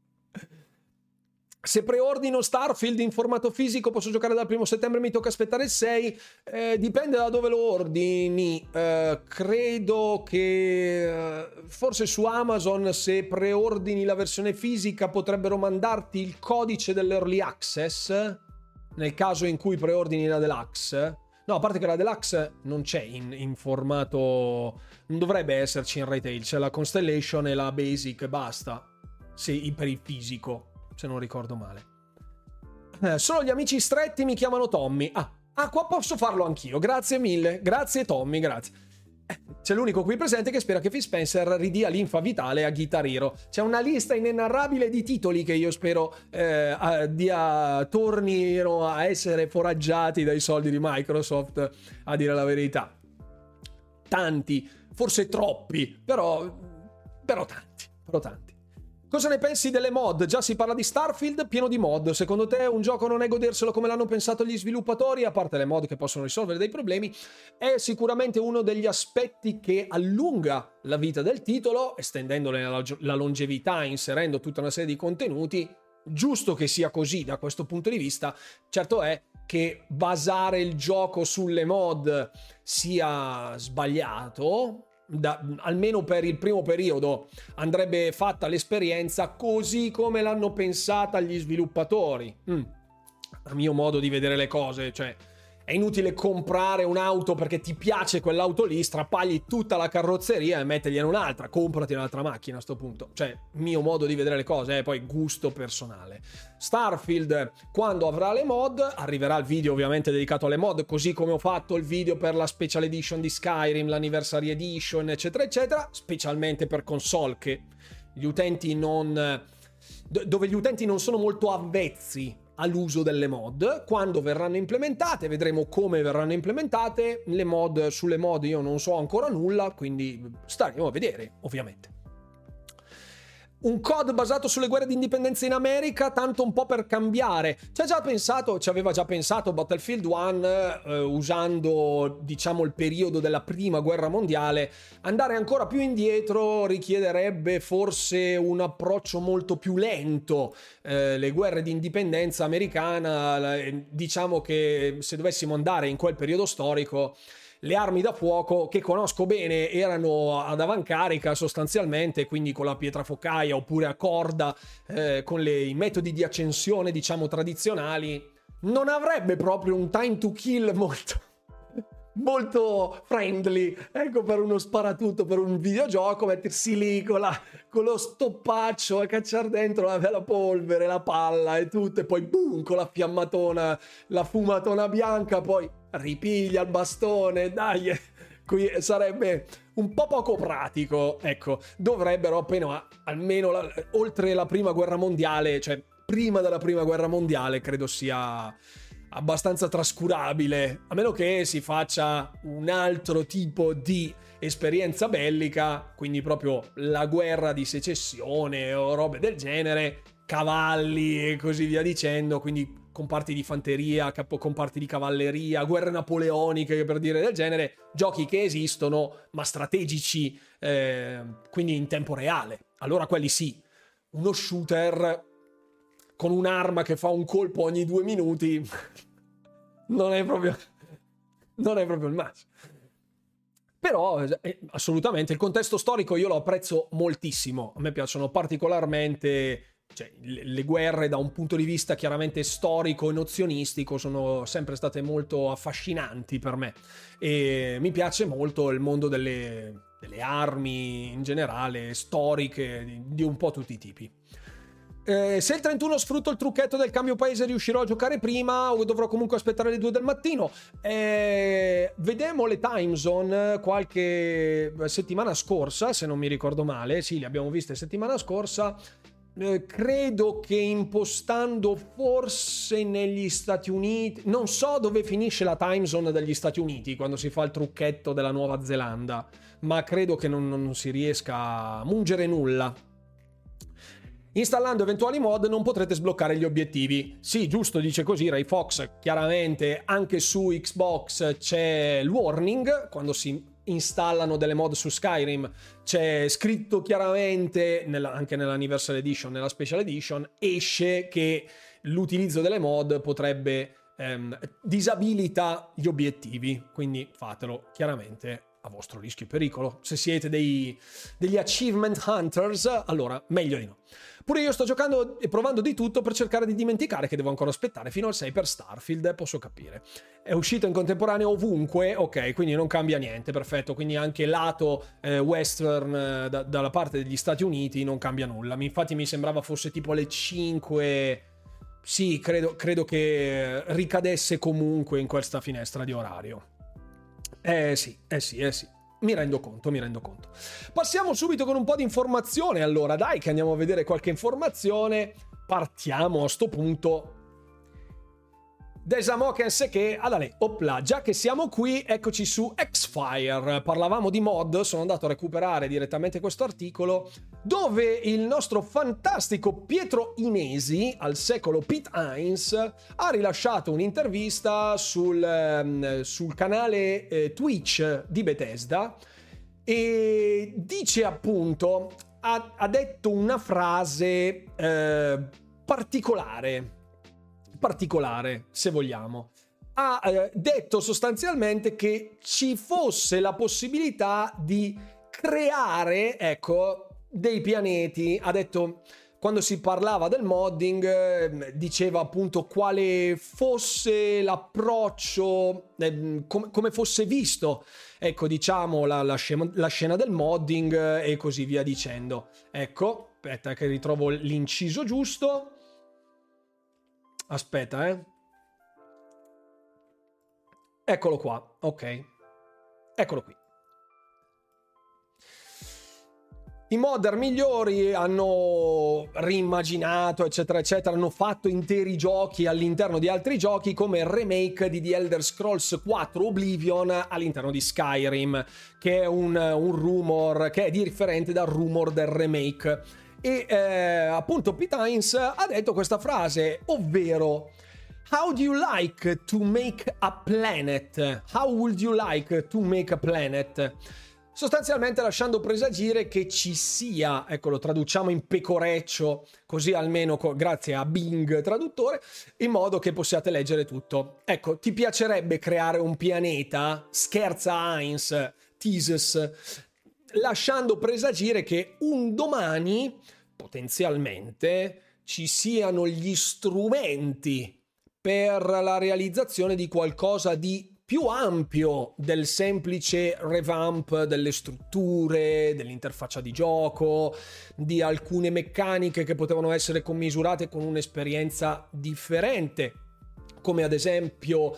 Se preordino Starfield in formato fisico posso giocare dal 1 settembre, mi tocca aspettare il 6, dipende da dove lo ordini. Credo che forse su Amazon, se preordini la versione fisica, potrebbero mandarti il codice dell'Early Access nel caso in cui preordini la Deluxe. No, a parte che la Deluxe non c'è in formato, non dovrebbe esserci in retail, c'è la Constellation e la Basic, basta. Sì, per il fisico, se non ricordo male. Solo gli amici stretti mi chiamano Tommy. Qua posso farlo anch'io, grazie mille, grazie Tommy, grazie. C'è l'unico qui presente che spera che Phil Spencer ridia l'infa vitale a Guitar Hero. C'è una lista inenarrabile di titoli che io spero tornino a essere foraggiati dai soldi di Microsoft, a dire la verità. Tanti, forse troppi, però tanti. Cosa ne pensi delle mod? Già si parla di Starfield pieno di mod. Secondo te un gioco non è goderselo come l'hanno pensato gli sviluppatori, a parte le mod che possono risolvere dei problemi? È sicuramente uno degli aspetti che allunga la vita del titolo, estendendone la longevità, inserendo tutta una serie di contenuti. Giusto che sia così da questo punto di vista. Certo è che basare il gioco sulle mod sia sbagliato. Almeno per il primo periodo andrebbe fatta l'esperienza così come l'hanno pensata gli sviluppatori, a mio modo di vedere le cose. Cioè, è inutile comprare un'auto perché ti piace quell'auto lì, strappagli tutta la carrozzeria e mettergliene un'altra, comprati un'altra macchina a sto punto. Cioè, mio modo di vedere le cose è poi gusto personale. Starfield, quando avrà le mod, arriverà il video ovviamente dedicato alle mod, così come ho fatto il video per la Special Edition di Skyrim, l'Anniversary Edition, eccetera eccetera, specialmente per console che gli utenti dove gli utenti non sono molto avvezzi all'uso delle mod. Quando verranno implementate vedremo come verranno implementate le mod. Sulle mod io non so ancora nulla, quindi staremo a vedere ovviamente. Un COD basato sulle guerre di indipendenza in America, tanto un po' per cambiare. Ci aveva già pensato Battlefield 1, usando, diciamo, il periodo della prima guerra mondiale. Andare ancora più indietro richiederebbe forse un approccio molto più lento. Le guerre di indipendenza americana, diciamo che se dovessimo andare in quel periodo storico, le armi da fuoco che conosco bene erano ad avancarica sostanzialmente, quindi con la pietra focaia oppure a corda, con i metodi di accensione diciamo tradizionali. Non avrebbe proprio un time to kill molto friendly, ecco, per uno sparatutto, per un videogioco, mettersi lì con lo stoppaccio a cacciare dentro la polvere, la palla e tutto, e poi boom, con la fiammatona, la fumatona bianca, poi ripiglia il bastone, dai, qui sarebbe un po' poco pratico, ecco. Dovrebbero appena, almeno oltre la prima guerra mondiale, cioè prima della prima guerra mondiale, credo sia abbastanza trascurabile, a meno che si faccia un altro tipo di esperienza bellica, quindi proprio la guerra di secessione o robe del genere, cavalli e così via dicendo, quindi comparti di fanteria, comparti di cavalleria, guerre napoleoniche, per dire del genere, giochi che esistono ma strategici, quindi in tempo reale. Allora quelli sì. Uno shooter con un'arma che fa un colpo ogni 2 minuti non è proprio il massimo. Però assolutamente il contesto storico io lo apprezzo moltissimo, a me piacciono particolarmente, cioè, le guerre da un punto di vista chiaramente storico e nozionistico sono sempre state molto affascinanti per me, e mi piace molto il mondo delle armi in generale, storiche, di un po' tutti i tipi. Se il 31 sfrutto il trucchetto del cambio paese riuscirò a giocare prima o dovrò comunque aspettare le 2 del mattino? Vedemmo le time zone qualche settimana scorsa, se non mi ricordo male, sì, le abbiamo viste settimana scorsa. Credo che impostando forse negli Stati Uniti, non so dove finisce la time zone degli Stati Uniti quando si fa il trucchetto della Nuova Zelanda, ma credo che non si riesca a mungere nulla. Installando eventuali mod non potrete sbloccare gli obiettivi. Sì, giusto, dice così Ray Fox. Chiaramente anche su Xbox c'è il warning quando si installano delle mod su Skyrim, c'è scritto chiaramente anche nell'Anniversary Edition, nella Special Edition esce che l'utilizzo delle mod potrebbe disabilita gli obiettivi, quindi fatelo chiaramente a vostro rischio e pericolo. Se siete degli achievement hunters, allora meglio di no. Pure io sto giocando e provando di tutto per cercare di dimenticare che devo ancora aspettare fino al 6 per Starfield, posso capire. È uscito in contemporanea ovunque, ok, quindi non cambia niente, perfetto, quindi anche lato western dalla parte degli Stati Uniti non cambia nulla. Infatti mi sembrava fosse tipo alle 5, sì, credo che ricadesse comunque in questa finestra di orario. Sì. Mi rendo conto. Passiamo subito con un po' di informazione. Allora, dai, che andiamo a vedere qualche informazione. Partiamo a sto punto. Desamokens che, allora, opla, già che siamo qui, eccoci su Xfire. Parlavamo di mod, sono andato a recuperare direttamente questo articolo, dove il nostro fantastico Pietro Inesi, al secolo Pete Hines, ha rilasciato un'intervista sul canale Twitch di Bethesda e dice appunto, ha detto una frase particolare, se vogliamo. Ha detto sostanzialmente che ci fosse la possibilità di creare, ecco, dei pianeti. Ha detto, quando si parlava del modding, diceva appunto quale fosse l'approccio, come fosse visto, ecco, diciamo la scena del modding e così via dicendo. Ecco, aspetta che ritrovo l'inciso giusto. Aspetta, Eccolo qua, ok. Eccolo qui. I modder migliori hanno reimmaginato, eccetera, eccetera, hanno fatto interi giochi all'interno di altri giochi, come il remake di The Elder Scrolls 4 Oblivion all'interno di Skyrim, che è un rumor, che è differente dal rumor del remake. E appunto Pete Hines ha detto questa frase, ovvero: How do you like to make a planet? How would you like to make a planet? Sostanzialmente lasciando presagire che ci sia, ecco, lo traduciamo in pecoreccio, così almeno grazie a Bing traduttore, in modo che possiate leggere tutto. Ecco, ti piacerebbe creare un pianeta? Scherza Hines, teases, lasciando presagire che un domani potenzialmente ci siano gli strumenti per la realizzazione di qualcosa di più ampio del semplice revamp delle strutture, dell'interfaccia di gioco, di alcune meccaniche che potevano essere commisurate con un'esperienza differente, come ad esempio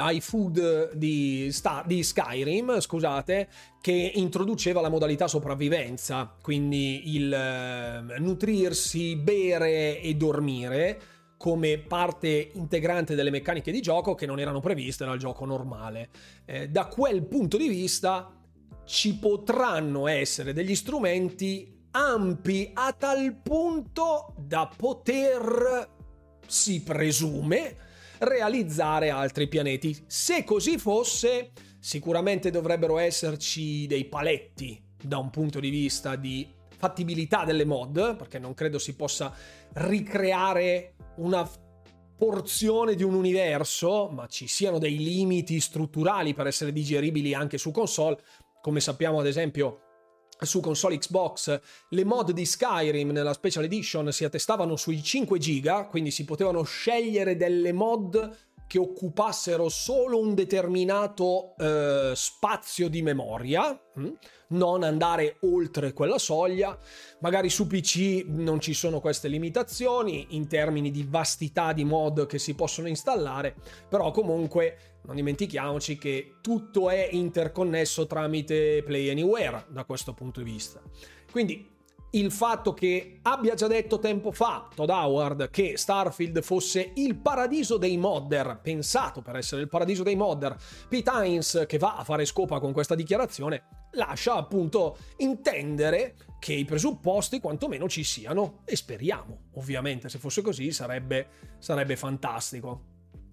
iFood di Skyrim, scusate, che introduceva la modalità sopravvivenza, quindi il nutrirsi, bere e dormire come parte integrante delle meccaniche di gioco che non erano previste dal gioco normale. Da quel punto di vista ci potranno essere degli strumenti ampi a tal punto da poter, si presume, realizzare altri pianeti. Se così fosse, sicuramente dovrebbero esserci dei paletti da un punto di vista di fattibilità delle mod, perché non credo si possa ricreare una porzione di un universo, ma ci siano dei limiti strutturali per essere digeribili anche su console. come sappiamo ad esempio su console Xbox le mod di Skyrim nella Special Edition si attestavano sui 5 giga, quindi si potevano scegliere delle mod che occupassero solo un determinato spazio di memoria, non andare oltre quella soglia. Magari su PC non ci sono queste limitazioni in termini di vastità di mod che si possono installare, però comunque non dimentichiamoci che tutto è interconnesso tramite Play Anywhere da questo punto di vista. Quindi il fatto che abbia già detto tempo fa Todd Howard che Starfield fosse il paradiso dei modder, pensato per essere il paradiso dei modder, Pete Hines che va a fare scopa con questa dichiarazione, lascia appunto intendere che i presupposti quantomeno ci siano, e speriamo, ovviamente, se fosse così sarebbe fantastico.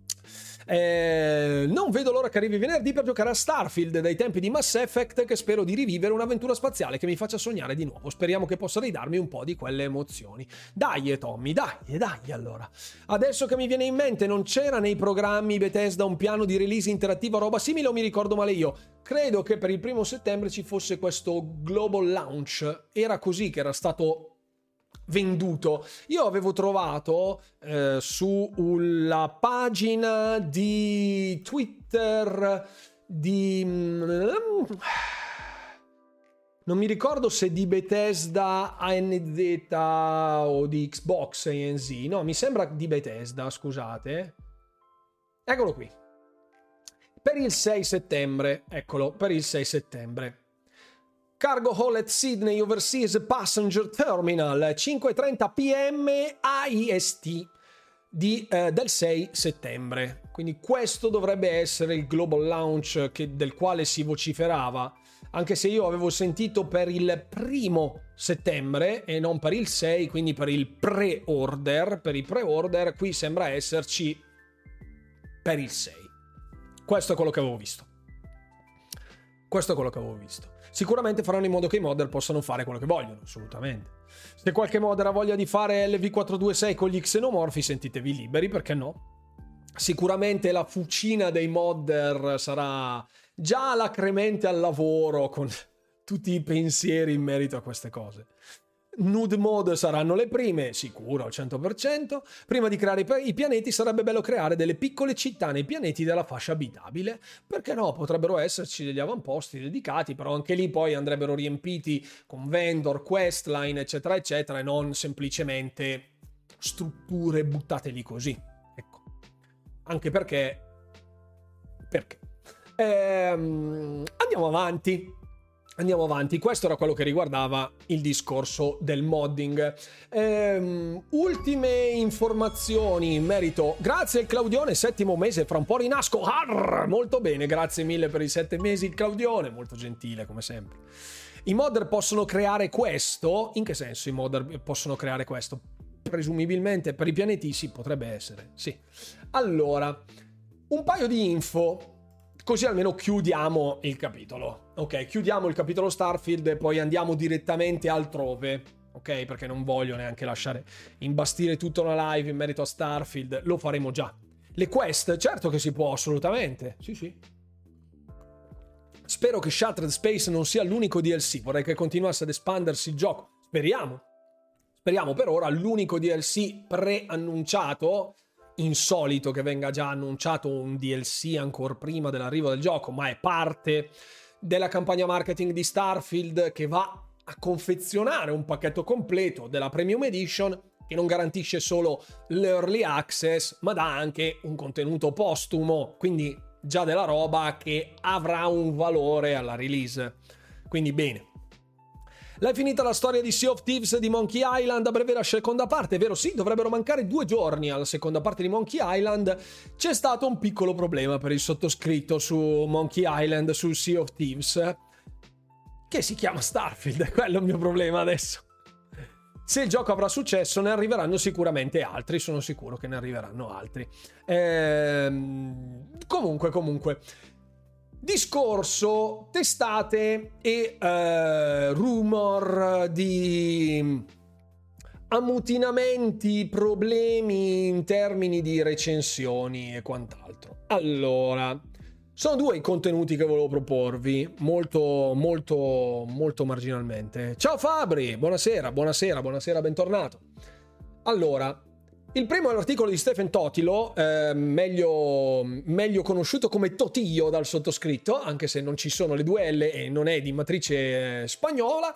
Non vedo l'ora che arrivi venerdì per giocare a Starfield dai tempi di Mass Effect, che spero di rivivere un'avventura spaziale che mi faccia sognare di nuovo. Speriamo che possa ridarmi un po' di quelle emozioni. Dai Tommy, dai allora. Adesso che mi viene in mente, non c'era nei programmi Bethesda un piano di release interattiva o roba simile, o mi ricordo male io? Credo che per il 1° settembre ci fosse questo global launch, era così che era stato venduto. Io avevo trovato sulla pagina di Twitter di non mi ricordo se di Bethesda ANZ o di Xbox ANZ, no, mi sembra di Bethesda, scusate, eccolo qui, per il 6 settembre, eccolo, per il 6 settembre. Cargo Hall at Sydney Overseas Passenger Terminal, 5:30 PM AIST del 6 settembre. Quindi questo dovrebbe essere il global launch del quale si vociferava, anche se io avevo sentito per il 1° settembre e non per il 6, quindi per il pre-order. Per il pre-order qui sembra esserci per il 6. Questo è quello che avevo visto. Sicuramente faranno in modo che i modder possano fare quello che vogliono, assolutamente. Se qualche modder ha voglia di fare LV426 con gli xenomorfi, sentitevi liberi, perché no? Sicuramente la fucina dei modder sarà già alacremente al lavoro con tutti i pensieri in merito a queste cose. Nude mode saranno le prime, sicuro al 100%. Prima di creare i pianeti sarebbe bello creare delle piccole città nei pianeti della fascia abitabile. Perché no? Potrebbero esserci degli avamposti dedicati, però anche lì poi andrebbero riempiti con vendor, questline, eccetera, eccetera, e non semplicemente strutture buttate lì così. Ecco. Anche perché... Andiamo avanti, questo era quello che riguardava il discorso del modding. Ultime informazioni in merito. Grazie al Claudione, 7° mese, fra un po' rinasco. Molto bene, grazie mille per i 7 mesi, Claudione, molto gentile come sempre. I modder possono creare questo? In che senso i modder possono creare questo? Presumibilmente per i pianeti sì, potrebbe essere, sì. Allora, un paio di info, così almeno chiudiamo il capitolo. Ok, chiudiamo il capitolo Starfield e poi andiamo direttamente altrove. Ok, perché non voglio neanche lasciare imbastire tutta una live in merito a Starfield. Lo faremo già. Le quest, certo che si può, assolutamente. Sì. Spero che Shattered Space non sia l'unico DLC. Vorrei che continuasse ad espandersi il gioco. Speriamo. Per ora l'unico DLC preannunciato... Insolito che venga già annunciato un DLC ancora prima dell'arrivo del gioco, ma è parte della campagna marketing di Starfield, che va a confezionare un pacchetto completo della Premium Edition, che non garantisce solo l'Early Access, ma dà anche un contenuto postumo, quindi già della roba che avrà un valore alla release. Quindi bene. L'hai finita la storia di Sea of Thieves di Monkey Island? A breve la seconda parte, è vero? Sì, dovrebbero mancare 2 giorni alla seconda parte di Monkey Island. C'è stato un piccolo problema per il sottoscritto su Monkey Island, su Sea of Thieves, che si chiama Starfield. Quello è il mio problema adesso. Se il gioco avrà successo, ne arriveranno sicuramente altri, sono sicuro che ne arriveranno altri. Comunque. Discorso, testate e rumor di ammutinamenti, problemi in termini di recensioni e quant'altro. Allora, Sono due i contenuti che volevo proporvi, molto marginalmente. Ciao Fabri, buonasera, bentornato. Allora, il primo è l'articolo di Stephen Totilo, meglio conosciuto come Totillo dal sottoscritto, anche se non ci sono le due L e non è di matrice spagnola.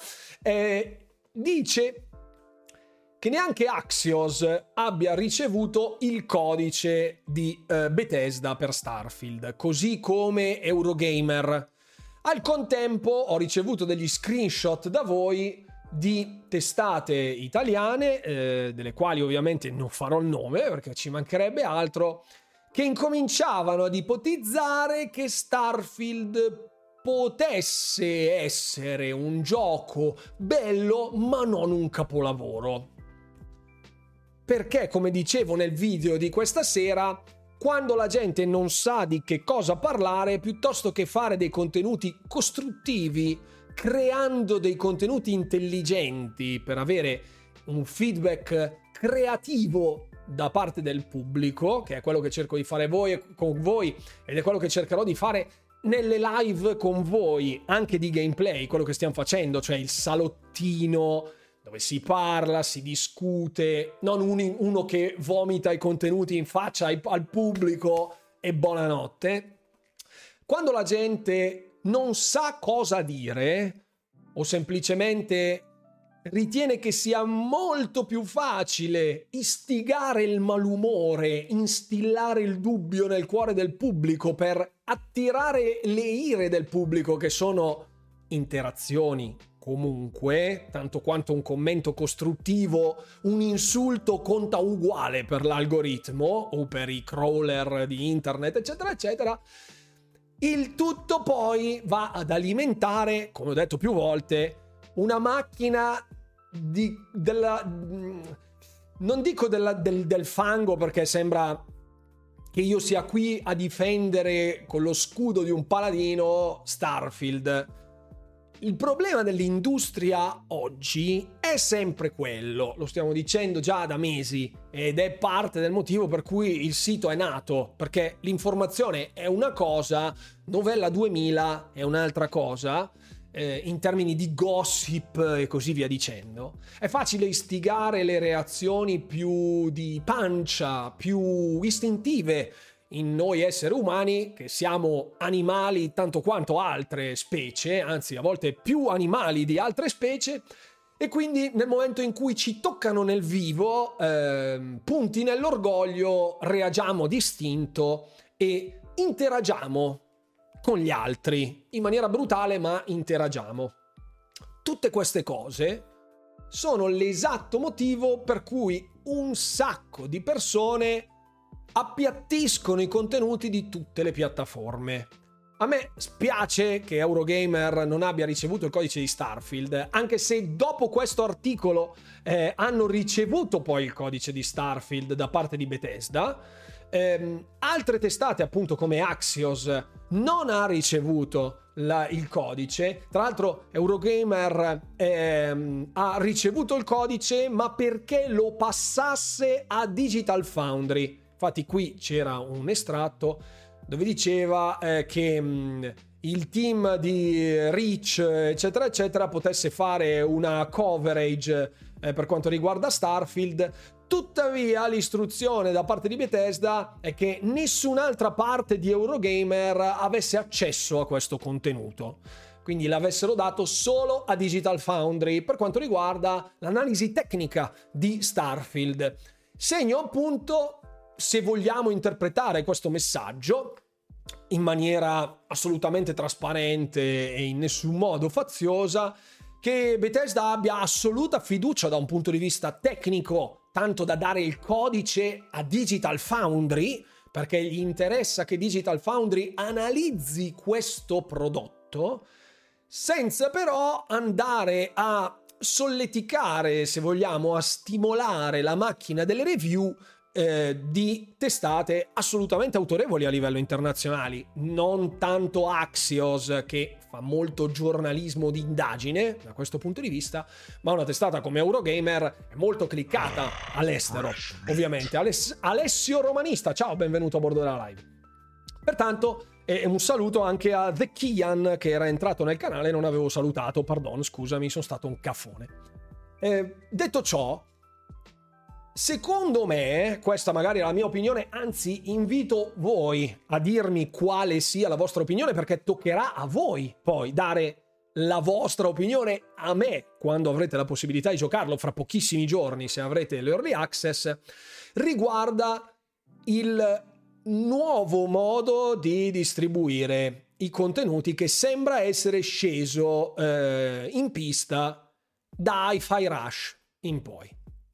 Dice che neanche Axios abbia ricevuto il codice di Bethesda per Starfield, così come Eurogamer. Al contempo ho ricevuto degli screenshot da voi di testate italiane, delle quali ovviamente non farò il nome perché ci mancherebbe altro, che incominciavano ad ipotizzare che Starfield potesse essere un gioco bello ma non un capolavoro. Perché, come dicevo nel video di questa sera, quando la gente non sa di che cosa parlare, piuttosto che fare dei contenuti costruttivi, creando dei contenuti intelligenti per avere un feedback creativo da parte del pubblico, che è quello che cerco di fare con voi ed è quello che cercherò di fare nelle live con voi, anche di gameplay, quello che stiamo facendo, cioè il salottino dove si parla, si discute, non uno che vomita i contenuti in faccia al pubblico e buonanotte. Quando la gente non sa cosa dire o semplicemente ritiene che sia molto più facile istigare il malumore, instillare il dubbio nel cuore del pubblico per attirare le ire del pubblico, che sono interazioni comunque, tanto quanto un commento costruttivo, un insulto conta uguale per l'algoritmo o per i crawler di internet, eccetera eccetera. Il tutto poi va ad alimentare, come ho detto più volte, una macchina non dico del fango, perché sembra che io sia qui a difendere con lo scudo di un paladino Starfield. Il problema dell'industria oggi è sempre quello, lo stiamo dicendo già da mesi, ed è parte del motivo per cui il sito è nato, perché l'informazione è una cosa, Novella 2000 è un'altra cosa, in termini di gossip e così via dicendo. È facile istigare le reazioni più di pancia, più istintive in noi esseri umani, che siamo animali tanto quanto altre specie, anzi a volte più animali di altre specie, e quindi nel momento in cui ci toccano nel vivo, punti nell'orgoglio, reagiamo d'istinto e interagiamo con gli altri in maniera brutale, ma interagiamo. Tutte queste cose sono l'esatto motivo per cui un sacco di persone appiattiscono i contenuti di tutte le piattaforme. A me spiace che Eurogamer non abbia ricevuto il codice di Starfield, anche se dopo questo articolo hanno ricevuto poi il codice di Starfield da parte di Bethesda. Altre testate, appunto come Axios, non ha ricevuto il codice. Tra l'altro Eurogamer ha ricevuto il codice, ma perché lo passasse a Digital Foundry. Infatti qui c'era un estratto dove diceva che il team di Reach, eccetera eccetera, potesse fare una coverage per quanto riguarda Starfield. Tuttavia l'istruzione da parte di Bethesda è che nessun'altra parte di Eurogamer avesse accesso a questo contenuto, quindi l'avessero dato solo a Digital Foundry per quanto riguarda l'analisi tecnica di Starfield. Segno appunto, se vogliamo interpretare questo messaggio in maniera assolutamente trasparente e in nessun modo faziosa, che Bethesda abbia assoluta fiducia da un punto di vista tecnico, tanto da dare il codice a Digital Foundry, perché gli interessa che Digital Foundry analizzi questo prodotto, senza però andare a solleticare, se vogliamo, a stimolare la macchina delle review di testate assolutamente autorevoli a livello internazionale. Non tanto Axios, che fa molto giornalismo di indagine da questo punto di vista, ma una testata come Eurogamer è molto cliccata all'estero, ovviamente. Alessio Romanista, ciao, benvenuto a bordo della live. Pertanto E un saluto anche a The Kian che era entrato nel canale e non avevo salutato, pardon, scusami, sono stato un caffone. Detto ciò, secondo me, questa magari è la mia opinione, anzi invito voi a dirmi quale sia la vostra opinione, perché toccherà a voi poi dare la vostra opinione a me quando avrete la possibilità di giocarlo fra pochissimi giorni, se avrete l'early access, riguarda il nuovo modo di distribuire i contenuti che sembra essere sceso in pista da Hi-Fi Rush in poi.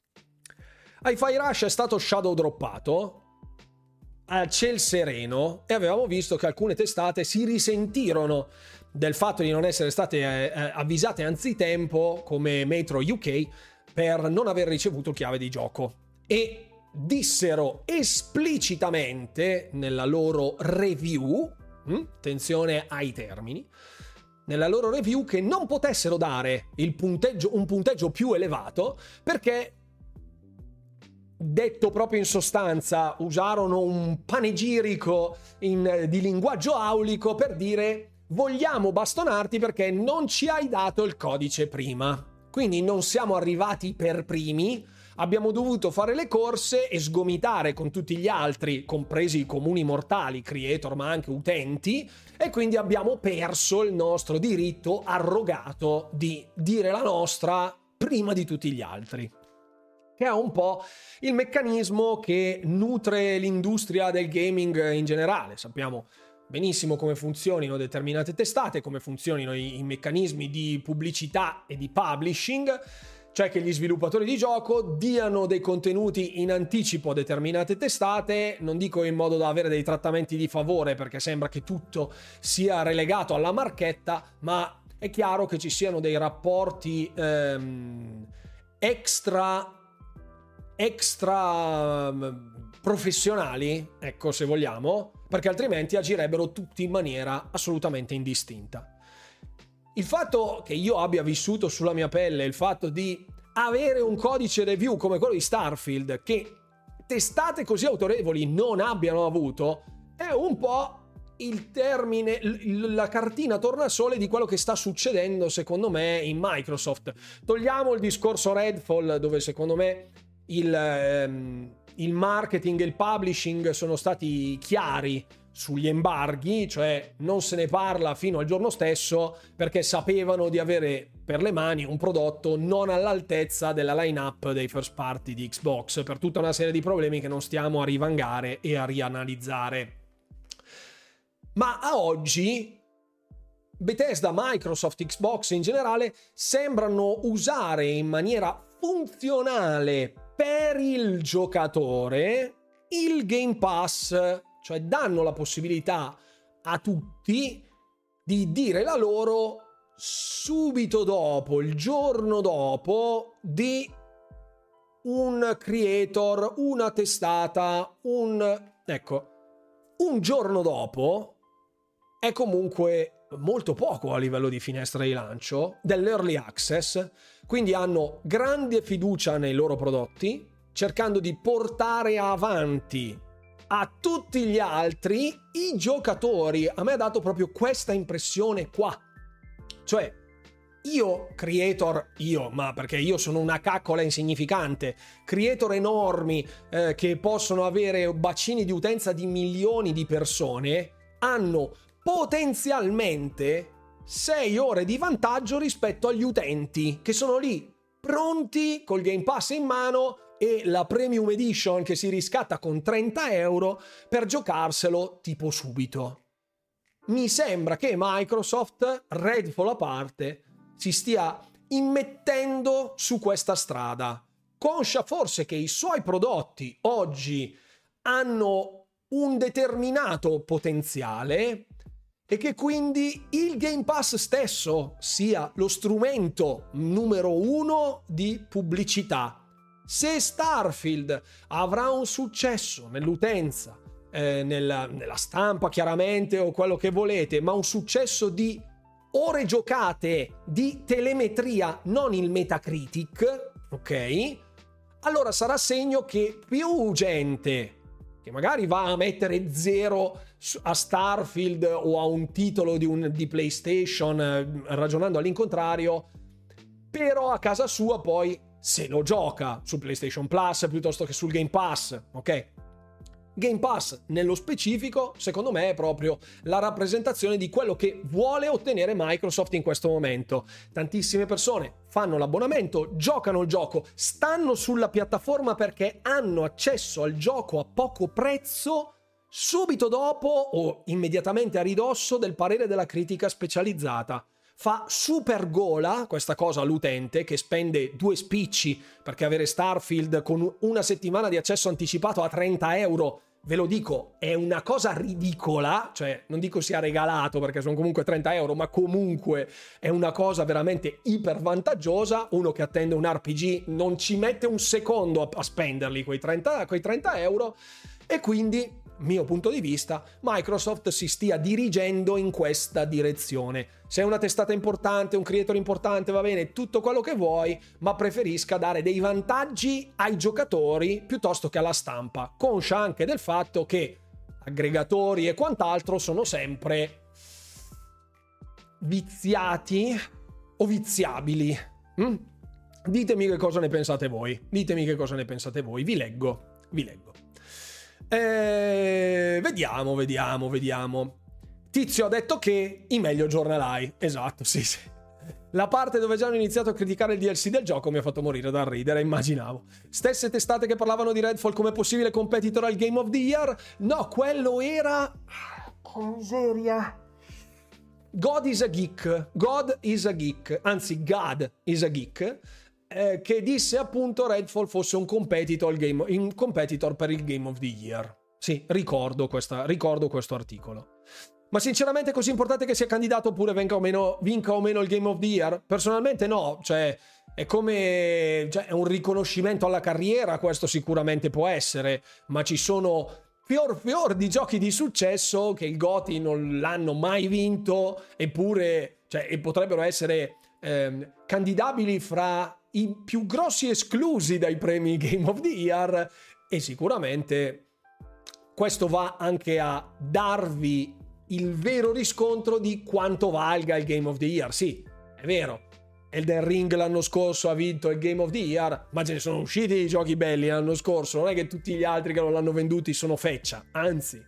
Hi-Fi Rush è stato shadow droppato a ciel sereno e avevamo visto che alcune testate si risentirono del fatto di non essere state avvisate anzitempo, come Metro UK, per non aver ricevuto chiave di gioco, e dissero esplicitamente nella loro review, attenzione ai termini, nella loro review, che non potessero dare un punteggio più elevato perché, detto proprio in sostanza, usarono un panegirico di linguaggio aulico per dire: vogliamo bastonarti perché non ci hai dato il codice prima. Quindi non siamo arrivati per primi, abbiamo dovuto fare le corse e sgomitare con tutti gli altri, compresi i comuni mortali, creator ma anche utenti, e quindi abbiamo perso il nostro diritto arrogato di dire la nostra prima di tutti gli altri. Che è un po' il meccanismo che nutre l'industria del gaming in generale. Sappiamo benissimo come funzionino determinate testate, come funzionino i meccanismi di pubblicità e di publishing, cioè che gli sviluppatori di gioco diano dei contenuti in anticipo a determinate testate, non dico in modo da avere dei trattamenti di favore, perché sembra che tutto sia relegato alla marchetta, ma è chiaro che ci siano dei rapporti extra professionali, ecco, se vogliamo, perché altrimenti agirebbero tutti in maniera assolutamente indistinta. Il fatto che io abbia vissuto sulla mia pelle il fatto di avere un codice review come quello di Starfield che testate così autorevoli non abbiano avuto è un po' il termine, la cartina tornasole di quello che sta succedendo secondo me in Microsoft. Togliamo il discorso Redfall, dove secondo me il marketing e il publishing sono stati chiari sugli embarghi, cioè non se ne parla fino al giorno stesso perché sapevano di avere per le mani un prodotto non all'altezza della line-up dei first party di Xbox, per tutta una serie di problemi che non stiamo a rivangare e a rianalizzare. Ma a oggi Bethesda, Microsoft, Xbox in generale sembrano usare in maniera funzionale per il giocatore il Game Pass, cioè danno la possibilità a tutti di dire la loro subito dopo, il giorno dopo di un creator, una testata, un giorno dopo è comunque molto poco a livello di finestra di lancio dell'early access, quindi hanno grande fiducia nei loro prodotti, cercando di portare avanti a tutti gli altri i giocatori. A me ha dato proprio questa impressione qua, cioè ma perché io sono una caccola insignificante, creator enormi che possono avere bacini di utenza di milioni di persone, hanno potenzialmente 6 ore di vantaggio rispetto agli utenti che sono lì pronti col Game Pass in mano e la Premium Edition che si riscatta con 30 euro per giocarselo tipo subito. Mi sembra che Microsoft, Redfall a parte, si stia immettendo su questa strada, conscia forse che i suoi prodotti oggi hanno un determinato potenziale e che quindi il Game Pass stesso sia lo strumento numero 1 di pubblicità. Se Starfield avrà un successo nell'utenza, nella stampa chiaramente o quello che volete, ma un successo di ore giocate, di telemetria, non il Metacritic, ok? Allora sarà segno che più gente che magari va a mettere 0 a Starfield o a un titolo di PlayStation, ragionando all'incontrario, però a casa sua poi se lo gioca su PlayStation Plus piuttosto che sul Game Pass, ok? Game Pass nello specifico, secondo me, è proprio la rappresentazione di quello che vuole ottenere Microsoft in questo momento. Tantissime persone fanno l'abbonamento, giocano il gioco, stanno sulla piattaforma perché hanno accesso al gioco a poco prezzo subito dopo o immediatamente a ridosso del parere della critica specializzata. Fa super gola questa cosa all'utente che spende 2 spicci perché avere Starfield con una settimana di accesso anticipato a 30 euro, ve lo dico, è una cosa ridicola, cioè non dico sia regalato perché sono comunque 30 euro, ma comunque è una cosa veramente iper vantaggiosa. Uno che attende un RPG non ci mette un secondo a spenderli quei 30 euro, e quindi, mio punto di vista, Microsoft si stia dirigendo in questa direzione. Se è una testata importante, un creator importante, va bene, tutto quello che vuoi, ma preferisca dare dei vantaggi ai giocatori piuttosto che alla stampa, conscia anche del fatto che aggregatori e quant'altro sono sempre viziati o viziabili. Ditemi che cosa ne pensate voi. Vi leggo. Vediamo. Tizio ha detto che i meglio giornalai. Esatto, sì. La parte dove già hanno iniziato a criticare il DLC del gioco mi ha fatto morire dal ridere, immaginavo. Stesse testate che parlavano di Redfall come possibile competitor al Game of the Year? No, quello era... Che miseria. God is a geek, che disse appunto Redfall fosse un competitor per il Game of the Year. Sì, ricordo questo articolo. Ma sinceramente è così importante che sia candidato oppure vinca o meno il Game of the Year? Personalmente no, cioè è come... Cioè, è un riconoscimento alla carriera, questo sicuramente può essere, ma ci sono fior di giochi di successo che il GOTY non l'hanno mai vinto, eppure e potrebbero essere candidabili fra i più grossi esclusi dai premi Game of the Year, e sicuramente questo va anche a darvi il vero riscontro di quanto valga il Game of the Year. Sì, è vero, Elden Ring l'anno scorso ha vinto il Game of the Year, ma ce ne sono usciti di giochi belli l'anno scorso, non è che tutti gli altri che non l'hanno venduti sono feccia, anzi.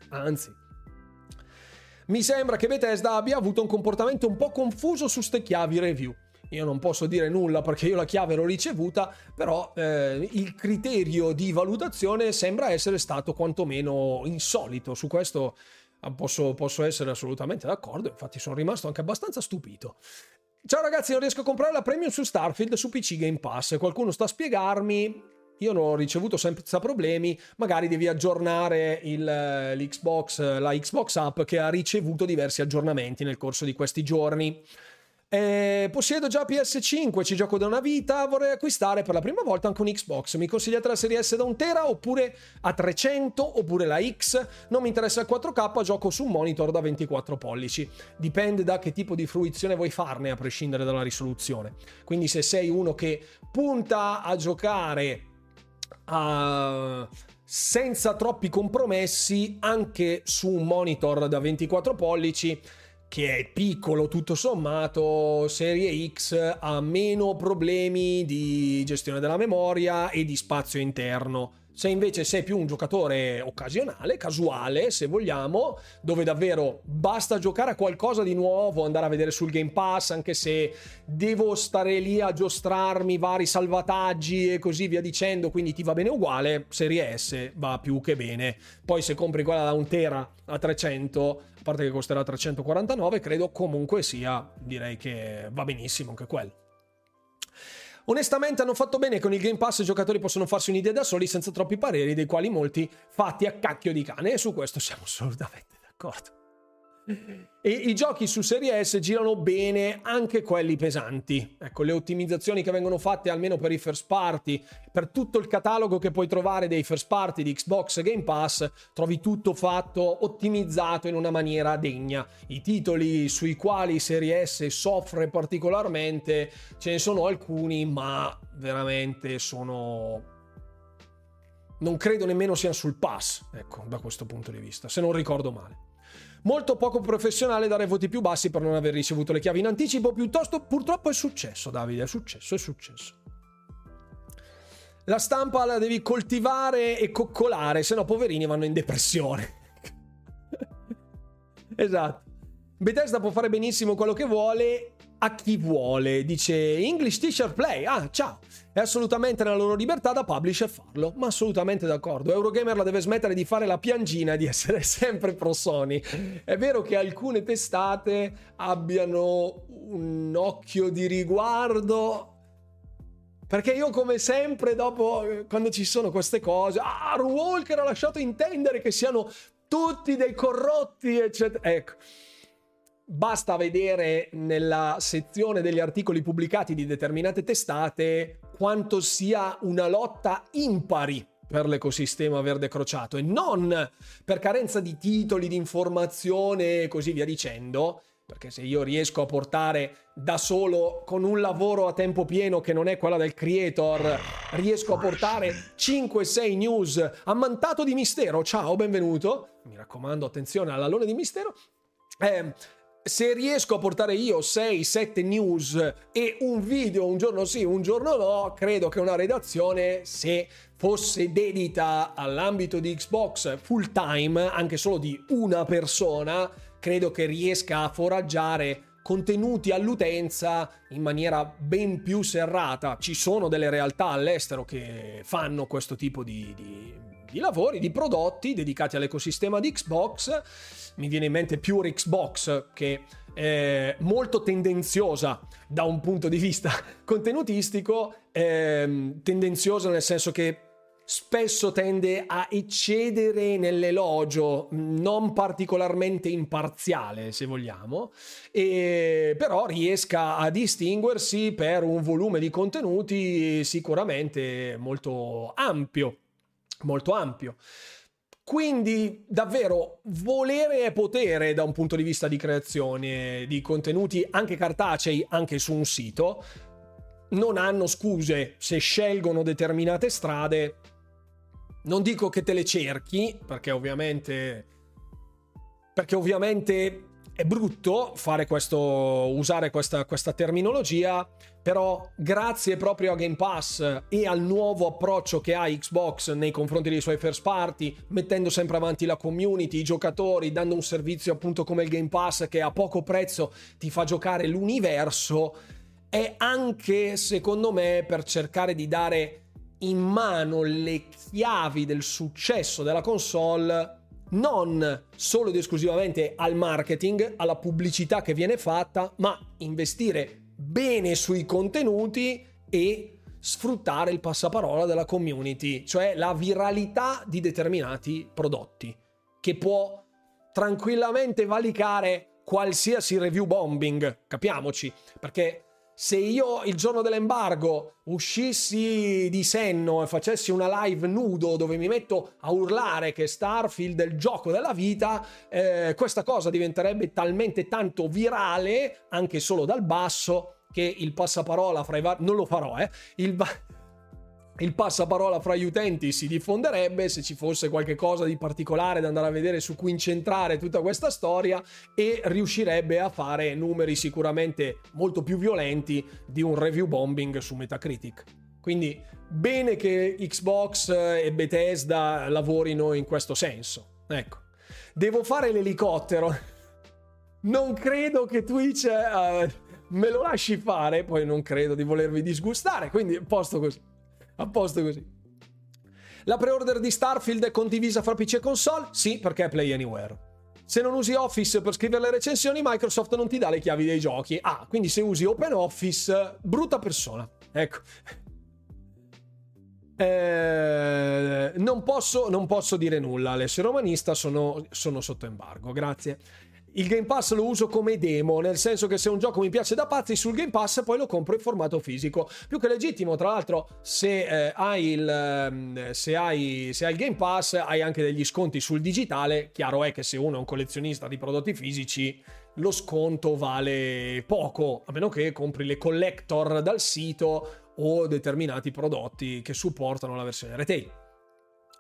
Mi sembra che Bethesda abbia avuto un comportamento un po' confuso su ste chiavi review. Io non posso dire nulla perché io la chiave l'ho ricevuta, però il criterio di valutazione sembra essere stato quantomeno insolito. Su questo posso essere assolutamente d'accordo, infatti sono rimasto anche abbastanza stupito. Ciao ragazzi, non riesco a comprare la Premium su Starfield su PC Game Pass. Qualcuno sta a spiegarmi? Io l'ho ricevuto senza problemi. Magari devi aggiornare la Xbox app, che ha ricevuto diversi aggiornamenti nel corso di questi giorni. Possiedo già PS5, ci gioco da una vita, vorrei acquistare per la prima volta anche un Xbox. Mi consigliate la serie S da 1 tera oppure a 300 oppure la X? Non mi interessa il 4K, gioco su un monitor da 24 pollici. Dipende da che tipo di fruizione vuoi farne, a prescindere dalla risoluzione. Quindi se sei uno che punta a giocare senza troppi compromessi, anche su un monitor da 24 pollici che è piccolo tutto sommato, Serie X ha meno problemi di gestione della memoria e di spazio interno. Se invece sei più un giocatore occasionale, casuale se vogliamo, dove davvero basta giocare a qualcosa di nuovo, andare a vedere sul Game Pass, anche se devo stare lì a giostrarmi vari salvataggi e così via dicendo, quindi ti va bene uguale, Serie S va più che bene. Poi se compri quella da 1 tera a 300, a parte che costerà 349, credo comunque sia, direi che va benissimo anche quello. Onestamente hanno fatto bene con il Game Pass, i giocatori possono farsi un'idea da soli senza troppi pareri, dei quali molti fatti a cacchio di cane, e su questo siamo assolutamente d'accordo. E i giochi su Serie S girano bene, anche quelli pesanti. Ecco, le ottimizzazioni che vengono fatte almeno per i first party, per tutto il catalogo che puoi trovare dei first party di Xbox Game Pass, trovi tutto fatto, ottimizzato in una maniera degna. I titoli sui quali Serie S soffre particolarmente, ce ne sono alcuni, ma veramente sono Non credo nemmeno siano sul pass, ecco, da questo punto di vista, se non ricordo male. Molto poco professionale dare voti più bassi per non aver ricevuto le chiavi in anticipo, piuttosto purtroppo è successo, Davide, è successo. La stampa la devi coltivare e coccolare, se no poverini vanno in depressione. Esatto. Bethesda può fare benissimo quello che vuole a chi vuole, dice English Teacher Play. Ah, ciao. È assolutamente nella loro libertà da publisher farlo, ma assolutamente d'accordo. Eurogamer la deve smettere di fare la piangina e di essere sempre pro Sony. È vero che alcune testate abbiano un occhio di riguardo, perché io come sempre dopo, quando ci sono queste cose, Walker ha lasciato intendere che siano tutti dei corrotti, eccetera. Ecco. Basta vedere nella sezione degli articoli pubblicati di determinate testate quanto sia una lotta impari per l'ecosistema verde crociato, e non per carenza di titoli, di informazione e così via dicendo, perché se io riesco a portare da solo, con un lavoro a tempo pieno che non è quella del creator, riesco a portare 5-6 news ammantato di mistero, ciao, benvenuto, mi raccomando, attenzione all'alone di mistero, se riesco a portare io 6-7 news e un video un giorno sì, un giorno no, credo che una redazione, se fosse dedita all'ambito di Xbox full time, anche solo di una persona, credo che riesca a foraggiare contenuti all'utenza in maniera ben più serrata. Ci sono delle realtà all'estero che fanno questo tipo di lavori, di prodotti dedicati all'ecosistema di Xbox. Mi viene in mente Pure Xbox, che è molto tendenziosa da un punto di vista contenutistico, tendenziosa nel senso che spesso tende a eccedere nell'elogio, non particolarmente imparziale, se vogliamo, e però riesca a distinguersi per un volume di contenuti sicuramente molto ampio. Quindi davvero volere è potere da un punto di vista di creazione di contenuti anche cartacei, anche su un sito. Non hanno scuse se scelgono determinate strade. Non dico che te le cerchi, perché ovviamente è brutto fare usare questa terminologia, però grazie proprio a Game Pass e al nuovo approccio che ha Xbox nei confronti dei suoi first party, mettendo sempre avanti la community, i giocatori, dando un servizio appunto come il Game Pass che a poco prezzo ti fa giocare l'universo, è anche secondo me per cercare di dare in mano le chiavi del successo della console non solo ed esclusivamente al marketing, alla pubblicità che viene fatta, ma investire bene sui contenuti e sfruttare il passaparola della community, cioè la viralità di determinati prodotti, che può tranquillamente valicare qualsiasi review bombing, capiamoci, perché se io il giorno dell'embargo uscissi di senno e facessi una live nudo dove mi metto a urlare che Starfield è il gioco della vita, questa cosa diventerebbe talmente tanto virale, anche solo dal basso, che il passaparola fra i vari... Non lo farò, il passaparola fra gli utenti si diffonderebbe se ci fosse qualche cosa di particolare da andare a vedere su cui incentrare tutta questa storia, e riuscirebbe a fare numeri sicuramente molto più violenti di un review bombing su Metacritic. Quindi bene che Xbox e Bethesda lavorino in questo senso. Ecco, devo fare l'elicottero. Non credo che Twitch me lo lasci fare, poi non credo di volervi disgustare, quindi a posto così. La pre-order di Starfield è condivisa fra PC e console? Sì, perché è Play Anywhere. Se non usi Office per scrivere le recensioni, Microsoft non ti dà le chiavi dei giochi. Ah, quindi se usi OpenOffice, brutta persona. Ecco. Non posso dire nulla. L'essere romanista sono sotto embargo. Grazie. Il Game Pass lo uso come demo, nel senso che se un gioco mi piace da pazzi sul Game Pass poi lo compro in formato fisico, più che legittimo. Tra l'altro se hai il Game Pass hai anche degli sconti sul digitale. Chiaro è che se uno è un collezionista di prodotti fisici lo sconto vale poco, a meno che compri le collector dal sito o determinati prodotti che supportano la versione retail.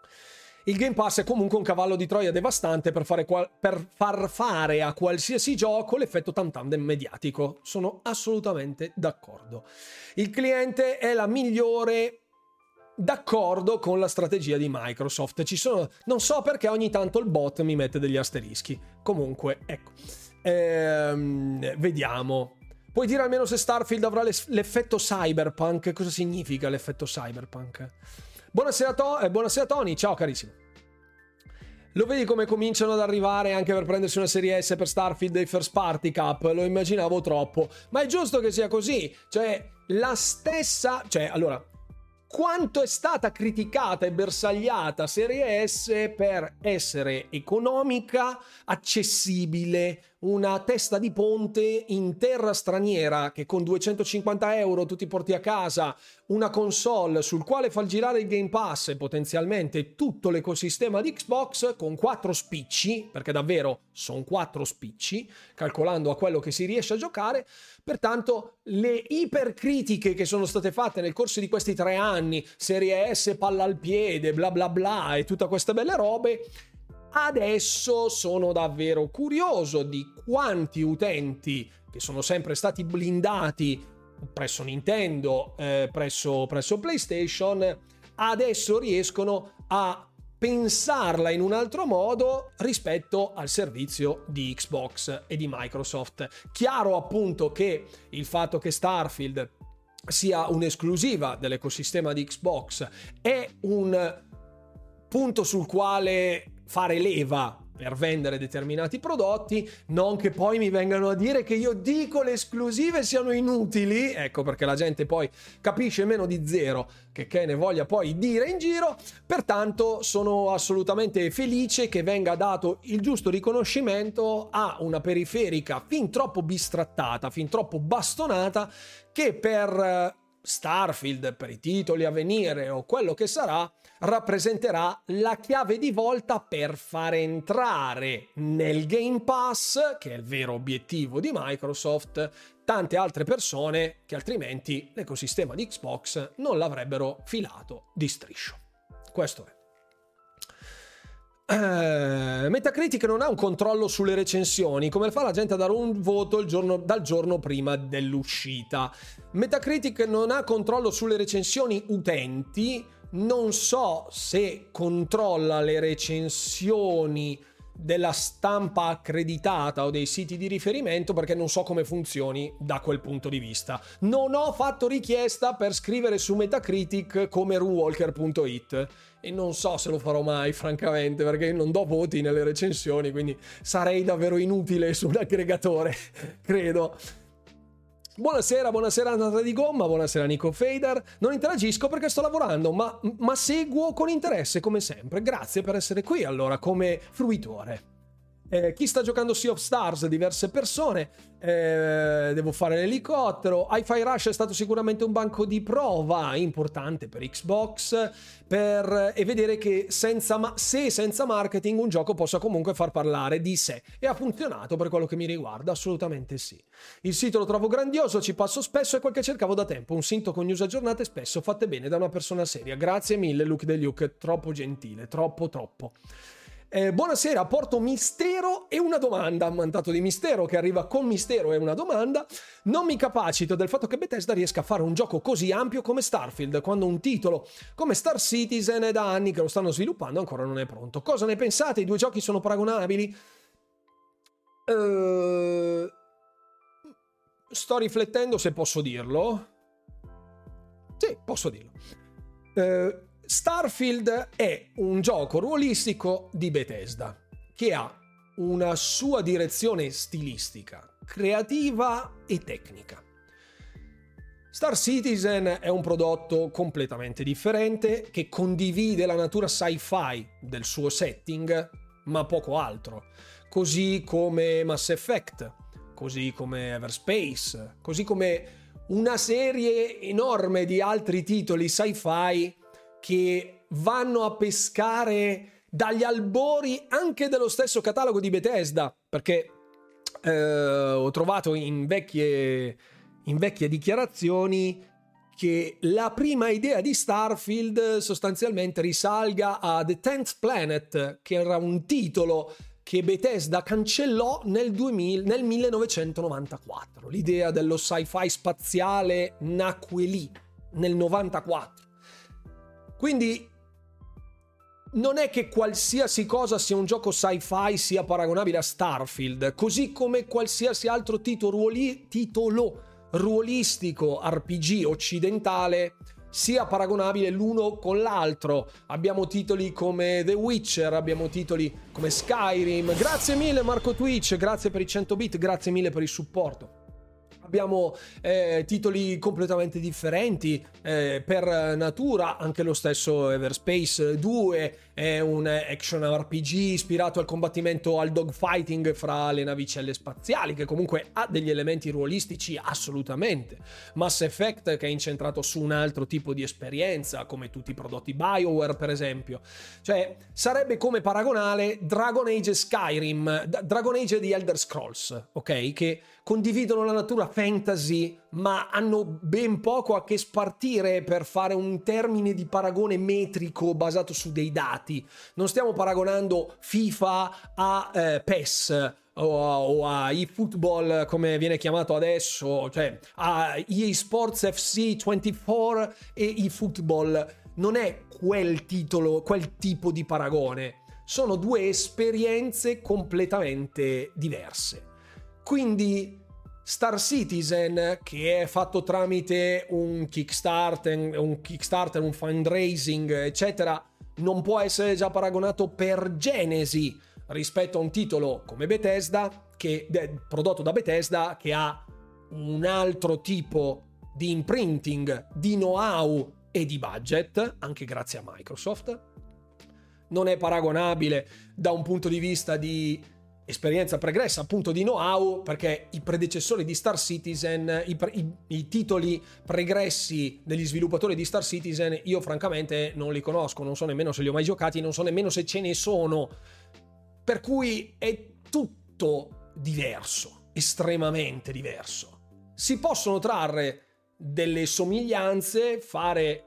il Game Pass è comunque un cavallo di Troia devastante per far fare a qualsiasi gioco l'effetto tam tam mediatico. Sono assolutamente d'accordo. Il cliente è la migliore, d'accordo con la strategia di Microsoft. Non so perché ogni tanto il bot mi mette degli asterischi. Comunque, ecco. Vediamo. Puoi dire almeno se Starfield avrà l'effetto cyberpunk? Cosa significa l'effetto cyberpunk? Buonasera Tony, ciao carissimo. Lo vedi come cominciano ad arrivare anche per prendersi una serie S per Starfield e First Party Cup? Lo immaginavo troppo, ma è giusto che sia così. Cioè, la stessa... Cioè, allora, quanto è stata criticata e bersagliata Serie S per essere economica, accessibile, una testa di ponte in terra straniera che con 250 euro tu ti porti a casa una console sul quale far girare il Game Pass e potenzialmente tutto l'ecosistema di Xbox con 4 spicci, perché davvero sono 4 spicci, calcolando a quello che si riesce a giocare. Pertanto le ipercritiche che sono state fatte nel corso di questi 3 anni, Serie S palla al piede, bla bla bla e tutte queste belle robe, adesso sono davvero curioso di quanti utenti che sono sempre stati blindati presso Nintendo, presso PlayStation, adesso riescono a pensarla in un altro modo rispetto al servizio di Xbox e di Microsoft. Chiaro appunto che il fatto che Starfield sia un'esclusiva dell'ecosistema di Xbox è un punto sul quale fare leva per vendere determinati prodotti, non che poi mi vengano a dire che io dico le esclusive siano inutili, ecco perché la gente poi capisce meno di zero che ne voglia poi dire in giro. Pertanto sono assolutamente felice che venga dato il giusto riconoscimento a una periferica fin troppo bistrattata, fin troppo bastonata, che per Starfield, per i titoli a venire o quello che sarà, rappresenterà la chiave di volta per far entrare nel Game Pass, che è il vero obiettivo di Microsoft, tante altre persone che altrimenti l'ecosistema di Xbox non l'avrebbero filato di striscio. Questo è. Metacritic non ha un controllo sulle recensioni. Come fa la gente a dare un voto dal giorno prima dell'uscita? Metacritic non ha controllo sulle recensioni utenti. Non so se controlla le recensioni della stampa accreditata o dei siti di riferimento, perché non so come funzioni da quel punto di vista. Non ho fatto richiesta per scrivere su Metacritic come runewalker.it e non so se lo farò mai, francamente, perché non do voti nelle recensioni, quindi sarei davvero inutile su un aggregatore, credo. Buonasera Nata di Gomma, buonasera Nico Fader. Non interagisco perché sto lavorando, ma seguo con interesse come sempre. Grazie per essere qui allora come fruitore. Chi sta giocando Sea of Stars? Diverse persone. Devo fare l'elicottero. Hi-Fi Rush è stato sicuramente un banco di prova importante per Xbox e vedere che senza marketing un gioco possa comunque far parlare di sé, e ha funzionato per quello che mi riguarda, assolutamente sì. Il sito lo trovo grandioso, ci passo spesso, è quel che cercavo da tempo, un sito con news aggiornate spesso fatte bene da una persona seria. Grazie mille Luke De Luke, troppo gentile, troppo. Buonasera, porto mistero e una domanda, mandato di mistero che arriva con mistero e una domanda. Non mi capacito del fatto che Bethesda riesca a fare un gioco così ampio come Starfield, quando un titolo come Star Citizen è da anni che lo stanno sviluppando, ancora non è pronto. Cosa ne pensate? I due giochi sono paragonabili? Sto riflettendo se posso dirlo. Sì, posso dirlo. Starfield è un gioco ruolistico di Bethesda che ha una sua direzione stilistica, creativa e tecnica. Star Citizen è un prodotto completamente differente che condivide la natura sci-fi del suo setting, ma poco altro. Così come Mass Effect, così come Everspace, così come una serie enorme di altri titoli sci-fi che vanno a pescare dagli albori anche dello stesso catalogo di Bethesda, perché ho trovato in vecchie dichiarazioni che la prima idea di Starfield sostanzialmente risalga a The Tenth Planet, che era un titolo che Bethesda cancellò nel 1994. L'idea dello sci-fi spaziale nacque lì, nel 94. Quindi non è che qualsiasi cosa sia un gioco sci-fi sia paragonabile a Starfield, così come qualsiasi altro titolo ruolistico RPG occidentale sia paragonabile l'uno con l'altro. Abbiamo titoli come The Witcher, abbiamo titoli come Skyrim. Grazie mille Marco Twitch, grazie per i 100 bit, grazie mille per il supporto. Abbiamo titoli completamente differenti per natura. Anche lo stesso Everspace 2 è un action RPG ispirato al combattimento, al dogfighting fra le navicelle spaziali, che comunque ha degli elementi ruolistici assolutamente. Mass Effect, che è incentrato su un altro tipo di esperienza, come tutti i prodotti BioWare per esempio. Cioè sarebbe come paragonare Dragon Age e Skyrim, Dragon Age e The Elder Scrolls, ok? Che condividono la natura fantasy, ma hanno ben poco a che spartire per fare un termine di paragone metrico basato su dei dati. Non stiamo paragonando FIFA a PES o a eFootball, come viene chiamato adesso, cioè a EA Sports FC 24 e eFootball. Non è quel titolo, quel tipo di paragone. Sono due esperienze completamente diverse. Quindi Star Citizen, che è fatto tramite un Kickstarter, un fundraising, eccetera, non può essere già paragonato per genesi rispetto a un titolo come Bethesda, prodotto da Bethesda, che ha un altro tipo di imprinting, di know-how e di budget, anche grazie a Microsoft. Non è paragonabile da un punto di vista di esperienza pregressa, appunto di know-how, perché i predecessori di Star Citizen, i titoli pregressi degli sviluppatori di Star Citizen, io francamente non li conosco, non so nemmeno se li ho mai giocati, non so nemmeno se ce ne sono, per cui è tutto diverso, estremamente diverso. Si possono trarre delle somiglianze, fare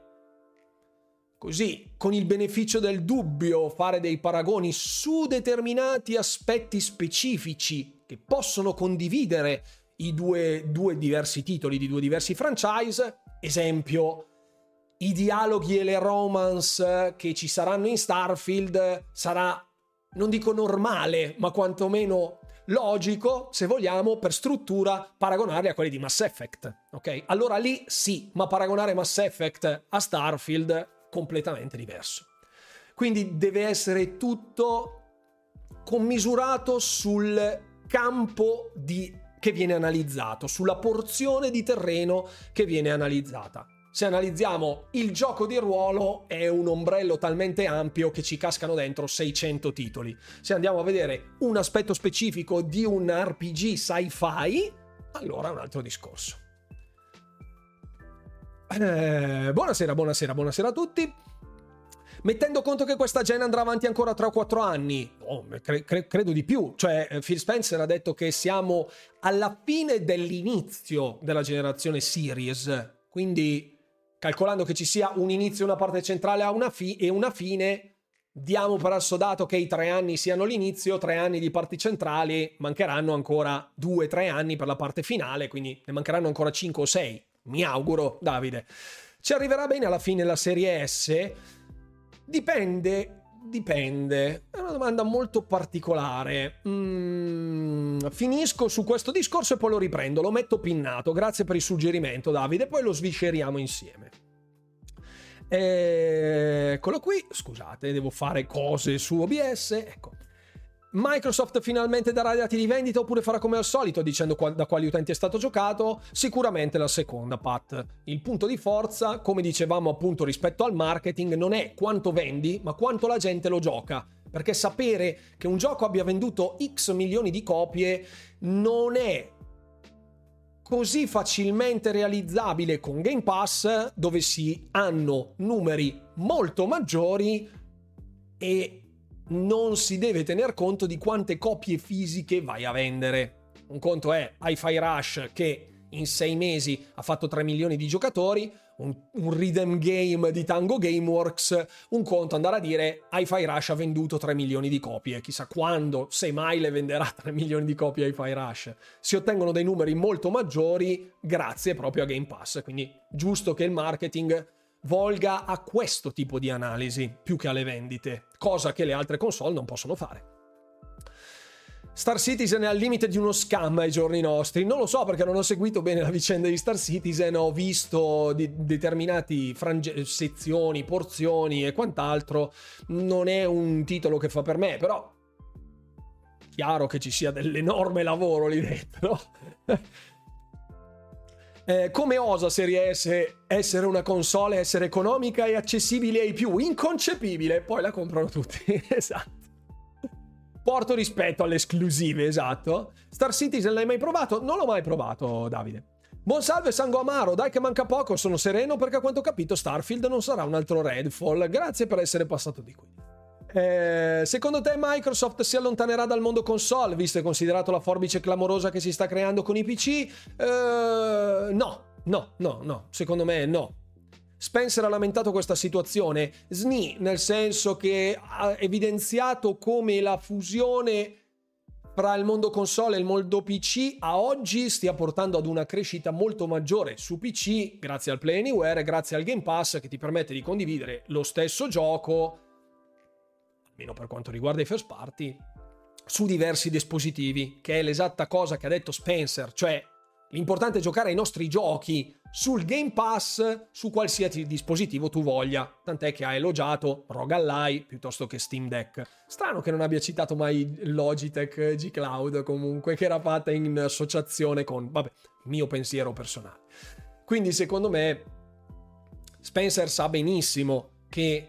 così, con il beneficio del dubbio, fare dei paragoni su determinati aspetti specifici che possono condividere i due diversi titoli di due diversi franchise. Esempio, i dialoghi e le romance che ci saranno in Starfield sarà, non dico normale, ma quantomeno logico, se vogliamo, per struttura, paragonarli a quelli di Mass Effect, ok? Allora lì sì, ma paragonare Mass Effect a Starfield completamente diverso. Quindi deve essere tutto commisurato sul campo che viene analizzato, sulla porzione di terreno che viene analizzata. Se analizziamo il gioco di ruolo, è un ombrello talmente ampio che ci cascano dentro 600 titoli. Se andiamo a vedere un aspetto specifico di un RPG sci-fi, allora è un altro discorso. Buonasera a tutti. Mettendo conto che questa gen andrà avanti ancora 3 o 4 anni, credo di più. Cioè Phil Spencer ha detto che siamo alla fine dell'inizio della generazione Series, quindi calcolando che ci sia un inizio, una parte centrale e una fine, diamo per assodato che i 3 anni siano l'inizio, 3 anni di parti centrali, mancheranno ancora 2-3 anni per la parte finale, quindi ne mancheranno ancora 5 o 6. Mi auguro, Davide. Ci arriverà bene alla fine la serie S? Dipende. È una domanda molto particolare. Finisco su questo discorso e poi lo riprendo. Lo metto pinnato. Grazie per il suggerimento, Davide. Poi lo svisceriamo insieme. Eccolo qui. Scusate, devo fare cose su OBS. Ecco. Microsoft finalmente darà i dati di vendita oppure farà come al solito dicendo da quali utenti è stato giocato? Sicuramente la seconda, Pat. Il punto di forza, come dicevamo appunto rispetto al marketing, non è quanto vendi, ma quanto la gente lo gioca. Perché sapere che un gioco abbia venduto X milioni di copie non è così facilmente realizzabile con Game Pass, dove si hanno numeri molto maggiori e non si deve tener conto di quante copie fisiche vai a vendere. Un conto è Hi-Fi Rush, che in 6 mesi ha fatto 3 milioni di giocatori, un rhythm game di Tango Gameworks, un conto andare a dire Hi-Fi Rush ha venduto 3 milioni di copie, chissà quando, se mai le venderà 3 milioni di copie Hi-Fi Rush. Si ottengono dei numeri molto maggiori grazie proprio a Game Pass, quindi giusto che il marketing volga a questo tipo di analisi più che alle vendite, cosa che le altre console non possono fare. Star Citizen è al limite di uno scam ai giorni nostri. Non lo so, perché non ho seguito bene la vicenda di Star Citizen, ho visto determinati sezioni, porzioni e quant'altro. Non è un titolo che fa per me, però chiaro che ci sia dell'enorme lavoro lì dentro. Come osa Serie S essere una console, essere economica e accessibile ai più? Inconcepibile, poi la comprano tutti. Esatto. Porto rispetto alle esclusive, esatto. Star Citizen l'hai mai provato? Non l'ho mai provato, Davide. Buon salve Sango Amaro, dai che manca poco, sono sereno perché a quanto ho capito Starfield non sarà un altro Redfall. Grazie per essere passato di qui. Secondo te Microsoft si allontanerà dal mondo console, visto e considerato la forbice clamorosa che si sta creando con i PC? No, secondo me no. Spencer ha lamentato questa situazione, nel senso che ha evidenziato come la fusione fra il mondo console e il mondo PC a oggi stia portando ad una crescita molto maggiore su PC, grazie al Play Anywhere e grazie al Game Pass, che ti permette di condividere lo stesso gioco, almeno per quanto riguarda i first party, su diversi dispositivi, che è l'esatta cosa che ha detto Spencer, cioè l'importante è giocare ai nostri giochi sul Game Pass su qualsiasi dispositivo tu voglia, tant'è che ha elogiato ROG Ally piuttosto che Steam Deck. Strano che non abbia citato mai Logitech G Cloud, comunque, che era fatta in associazione con, vabbè, il mio pensiero personale. Quindi secondo me Spencer sa benissimo che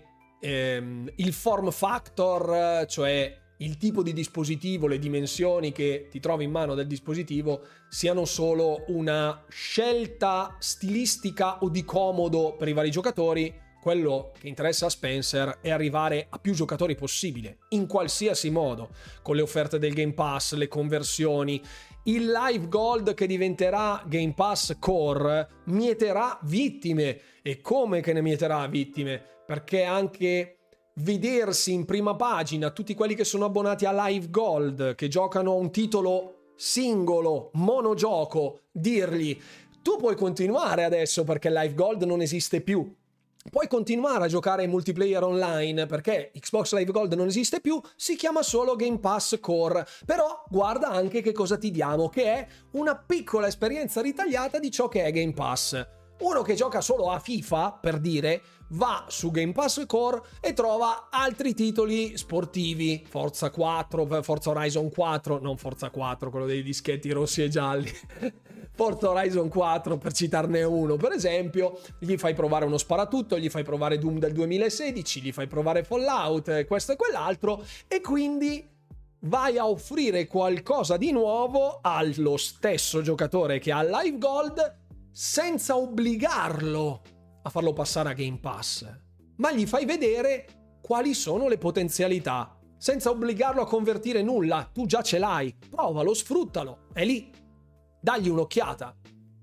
il form factor, cioè il tipo di dispositivo, le dimensioni che ti trovi in mano del dispositivo, siano solo una scelta stilistica o di comodo per i vari giocatori. Quello che interessa a Spencer è arrivare a più giocatori possibile, in qualsiasi modo, con le offerte del Game Pass, le conversioni. Il Live Gold che diventerà Game Pass Core mieterà vittime. E come che ne mieterà vittime? Perché anche vedersi in prima pagina tutti quelli che sono abbonati a Live Gold, che giocano a un titolo singolo, monogioco, dirgli tu puoi continuare adesso perché Live Gold non esiste più, puoi continuare a giocare in multiplayer online perché Xbox Live Gold non esiste più, si chiama solo Game Pass Core, però guarda anche che cosa ti diamo, che è una piccola esperienza ritagliata di ciò che è Game Pass. Uno che gioca solo a FIFA, per dire, va su Game Pass Core e trova altri titoli sportivi, Forza 4, Forza Horizon 4, non Forza 4, quello dei dischetti rossi e gialli, Forza Horizon 4 per citarne uno, per esempio. Gli fai provare uno sparatutto, gli fai provare Doom del 2016, gli fai provare Fallout, questo e quell'altro, e quindi vai a offrire qualcosa di nuovo allo stesso giocatore che ha Live Gold, senza obbligarlo a farlo passare a Game Pass, ma gli fai vedere quali sono le potenzialità, senza obbligarlo a convertire nulla. Tu già ce l'hai, provalo, sfruttalo, è lì, dagli un'occhiata.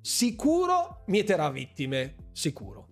Sicuro mieterà vittime, sicuro.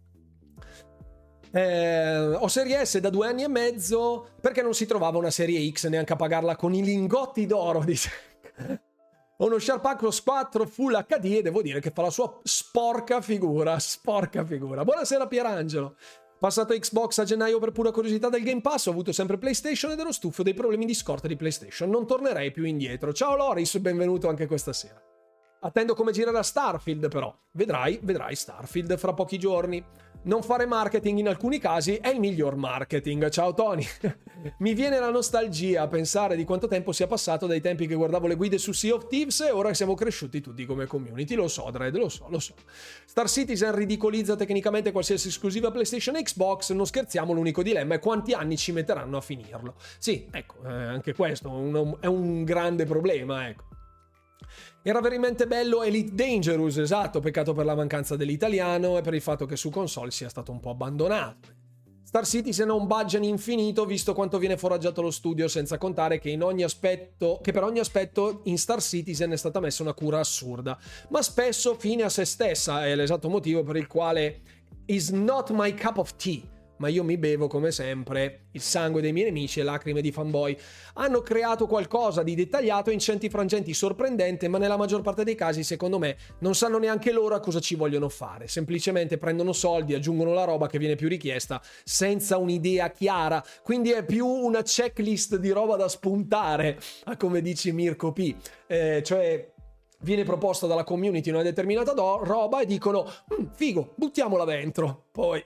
Ho Serie S da 2 anni e mezzo perché non si trovava una Serie X neanche a pagarla con i lingotti d'oro, dice. Ho uno Sharp 4 Full HD e devo dire che fa la sua sporca figura. Buonasera Pierangelo. Passato Xbox a gennaio per pura curiosità del Game Pass, ho avuto sempre PlayStation ed ero stufo dei problemi di scorta di PlayStation. Non tornerei più indietro. Ciao Loris, benvenuto anche questa sera. Attendo come girerà Starfield però. Vedrai Starfield fra pochi giorni. Non fare marketing in alcuni casi è il miglior marketing. Ciao Tony. Mi viene la nostalgia a pensare di quanto tempo sia passato dai tempi che guardavo le guide su Sea of Thieves e ora siamo cresciuti tutti come community. Lo so Dredd, lo so. Star Citizen ridicolizza tecnicamente qualsiasi esclusiva PlayStation e Xbox. Non scherziamo, l'unico dilemma è quanti anni ci metteranno a finirlo. Sì, ecco, anche questo è un grande problema, ecco. Era veramente bello Elite Dangerous, esatto, peccato per la mancanza dell'italiano e per il fatto che su console sia stato un po' abbandonato. Star Citizen ha un budget infinito visto quanto viene foraggiato lo studio, senza contare che per ogni aspetto in Star Citizen è stata messa una cura assurda, ma spesso fine a se stessa, è l'esatto motivo per il quale is not my cup of tea, ma io mi bevo come sempre il sangue dei miei nemici e lacrime di fanboy. Hanno creato qualcosa di dettagliato in certi frangenti sorprendente, ma nella maggior parte dei casi secondo me non sanno neanche loro a cosa ci vogliono fare, semplicemente prendono soldi, aggiungono la roba che viene più richiesta senza un'idea chiara, quindi è più una checklist di roba da spuntare, come dice Mirko P, cioè viene proposta dalla community una determinata roba e dicono figo, buttiamola dentro, poi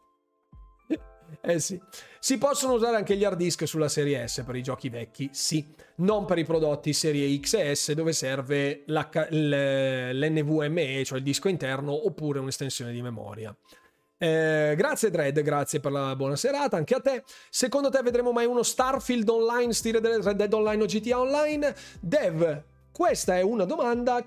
sì. Si possono usare anche gli hard disk sulla serie S per i giochi vecchi, sì, non per i prodotti serie X e S dove serve l'NVMe, cioè il disco interno, oppure un'estensione di memoria. Grazie Dredd, grazie per la buona serata, anche a te. Secondo te vedremo mai uno Starfield online stile del Red Dead Online o GTA Online? Dev, questa è una domanda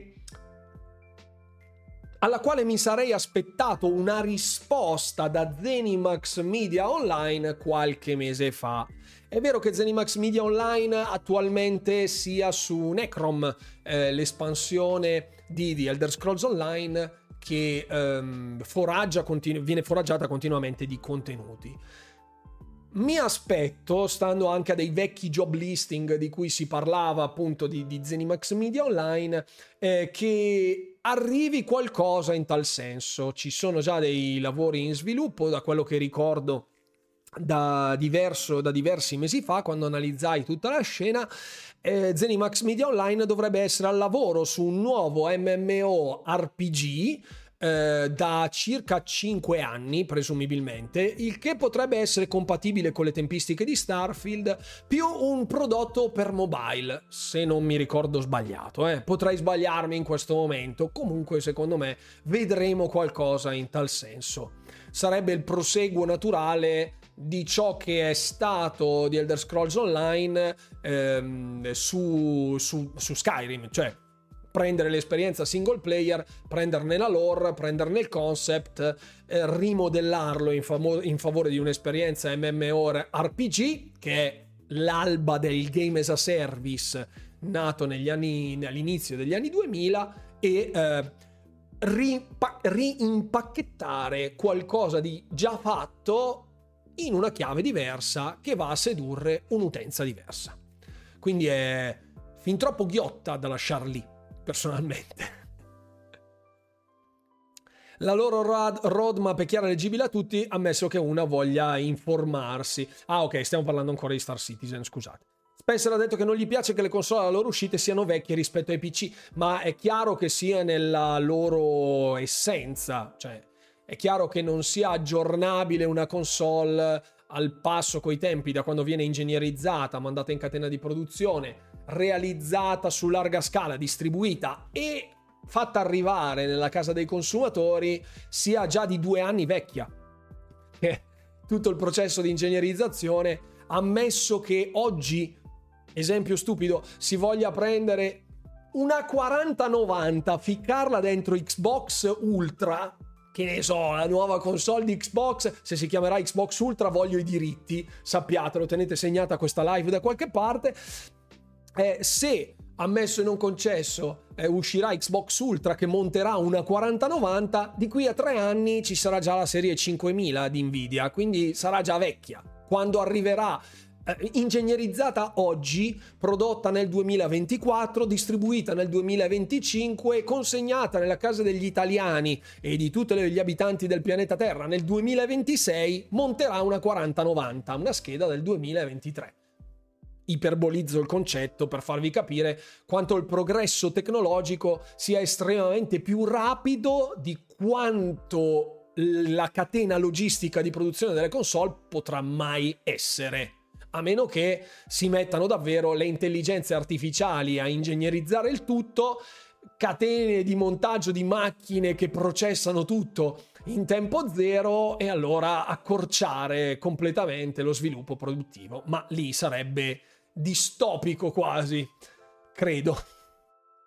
alla quale mi sarei aspettato una risposta da ZeniMax Media Online qualche mese fa. È vero che ZeniMax Media Online attualmente sia su Necrom, l'espansione di The Elder Scrolls Online, che viene foraggiata continuamente di contenuti. Mi aspetto, stando anche a dei vecchi job listing di cui si parlava appunto di ZeniMax Media Online, che arrivi qualcosa in tal senso. Ci sono già dei lavori in sviluppo, da quello che ricordo da diversi mesi fa, quando analizzai tutta la scena. ZeniMax Media Online dovrebbe essere al lavoro su un nuovo MMORPG da circa 5 anni presumibilmente, il che potrebbe essere compatibile con le tempistiche di Starfield, più un prodotto per mobile, se non mi ricordo sbagliato, potrei sbagliarmi in questo momento. Comunque secondo me vedremo qualcosa in tal senso. Sarebbe il proseguo naturale di ciò che è stato di Elder Scrolls Online su Skyrim, cioè prendere l'esperienza single player, prenderne la lore, prenderne il concept, rimodellarlo in favore di un'esperienza MMORPG, che è l'alba del game as a service nato all'inizio degli anni 2000, e rimpacchettare qualcosa di già fatto in una chiave diversa che va a sedurre un'utenza diversa. Quindi è fin troppo ghiotta da lasciar lì, personalmente. La loro roadmap è chiara e leggibile a tutti, ammesso che una voglia informarsi. Ok, stiamo parlando ancora di Star Citizen, scusate. Spencer ha detto che non gli piace che le console alla loro uscite siano vecchie rispetto ai PC, ma è chiaro che sia nella loro essenza, cioè è chiaro che non sia aggiornabile una console al passo coi tempi da quando viene ingegnerizzata, mandata in catena di produzione, realizzata su larga scala, distribuita e fatta arrivare nella casa dei consumatori, sia già di 2 anni vecchia. Tutto il processo di ingegnerizzazione, ammesso che oggi, esempio stupido, si voglia prendere una 4090, ficcarla dentro Xbox Ultra, che ne so, la nuova console di Xbox, se si chiamerà Xbox Ultra voglio i diritti, sappiatelo, tenete segnata questa live da qualche parte. Se, ammesso e non concesso, uscirà Xbox Ultra che monterà una 4090, di qui a 3 anni ci sarà già la serie 5000 di Nvidia, quindi sarà già vecchia. Quando arriverà ingegnerizzata oggi, prodotta nel 2024, distribuita nel 2025 e consegnata nella casa degli italiani e di tutti gli abitanti del pianeta Terra nel 2026, monterà una 4090, una scheda del 2023. Iperbolizzo il concetto per farvi capire quanto il progresso tecnologico sia estremamente più rapido di quanto la catena logistica di produzione delle console potrà mai essere, a meno che si mettano davvero le intelligenze artificiali a ingegnerizzare il tutto, catene di montaggio di macchine che processano tutto in tempo zero, e allora accorciare completamente lo sviluppo produttivo. Ma lì sarebbe distopico quasi, credo.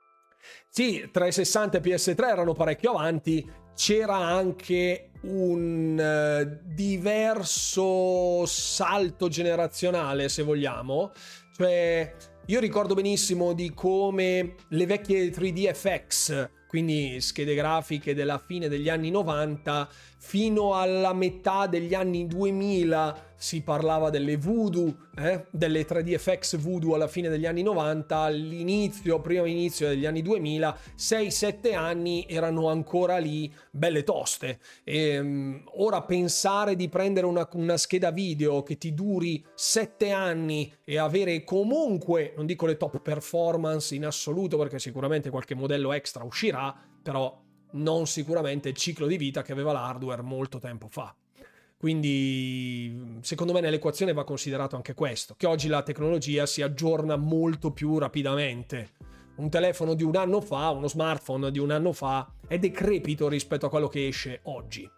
Sì, 360 e PS3 erano parecchio avanti, c'era anche un diverso salto generazionale, se vogliamo. Cioè, io ricordo benissimo di come le vecchie 3D FX, quindi schede grafiche della fine degli anni 90, fino alla metà degli anni 2000 si parlava delle Voodoo, delle 3D FX Voodoo alla fine degli anni 90, primo inizio degli anni 2000, 6-7 anni erano ancora lì, belle toste. E ora pensare di prendere una scheda video che ti duri 7 anni e avere comunque, non dico le top performance in assoluto, perché sicuramente qualche modello extra uscirà, però non sicuramente il ciclo di vita che aveva l'hardware molto tempo fa. Quindi secondo me nell'equazione va considerato anche questo, che oggi la tecnologia si aggiorna molto più rapidamente. Un telefono di un anno fa, uno smartphone di un anno fa è decrepito rispetto a quello che esce oggi.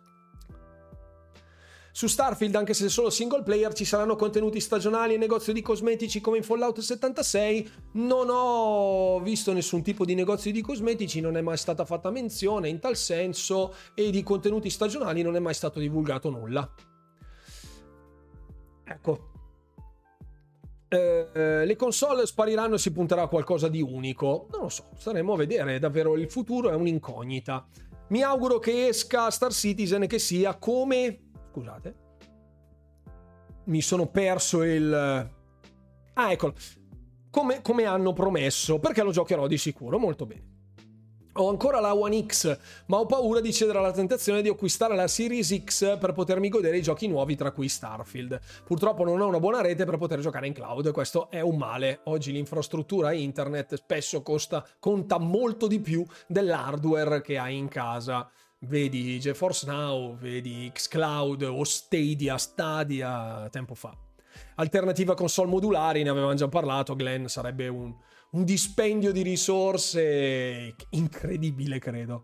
Su Starfield, anche se solo single player, ci saranno contenuti stagionali e negozio di cosmetici come in Fallout 76. Non ho visto nessun tipo di negozio di cosmetici, non è mai stata fatta menzione in tal senso, e di contenuti stagionali non è mai stato divulgato nulla. Ecco. Le console spariranno e si punterà a qualcosa di unico? Non lo so, staremo a vedere. Davvero il futuro è un'incognita. Mi auguro che esca Star Citizen e che sia come... Scusate, mi sono perso il... Ah, eccolo. Come hanno promesso, perché lo giocherò di sicuro, molto bene. Ho ancora la One X, ma ho paura di cedere alla tentazione di acquistare la Series X per potermi godere i giochi nuovi, tra cui Starfield. Purtroppo non ho una buona rete per poter giocare in cloud, e questo è un male. Oggi l'infrastruttura internet spesso conta molto di più dell'hardware che hai in casa. Vedi GeForce Now, vedi xCloud o Stadia tempo fa. Alternativa console modulari, ne avevamo già parlato, Glenn, sarebbe un dispendio di risorse incredibile, credo.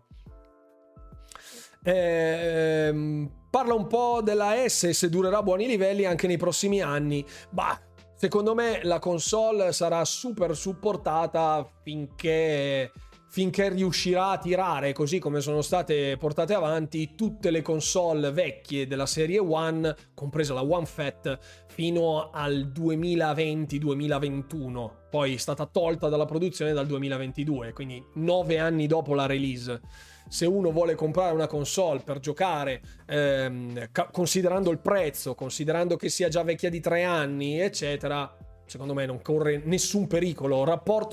Parla un po' della S, se durerà a buoni livelli anche nei prossimi anni. Bah, secondo me la console sarà super supportata finché riuscirà a tirare, così come sono state portate avanti tutte le console vecchie della serie One, compresa la One Fat, fino al 2020-2021. Poi è stata tolta dalla produzione dal 2022, quindi 9 anni dopo la release. Se uno vuole comprare una console per giocare, considerando il prezzo, considerando che sia già vecchia di 3 anni, eccetera, secondo me non corre nessun pericolo. Rapporto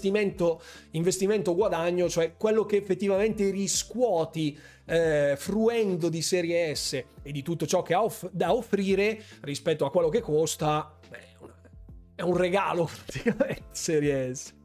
investimento-guadagno, cioè quello che effettivamente riscuoti fruendo di serie S e di tutto ciò che ha da offrire rispetto a quello che costa, è un regalo praticamente serie S.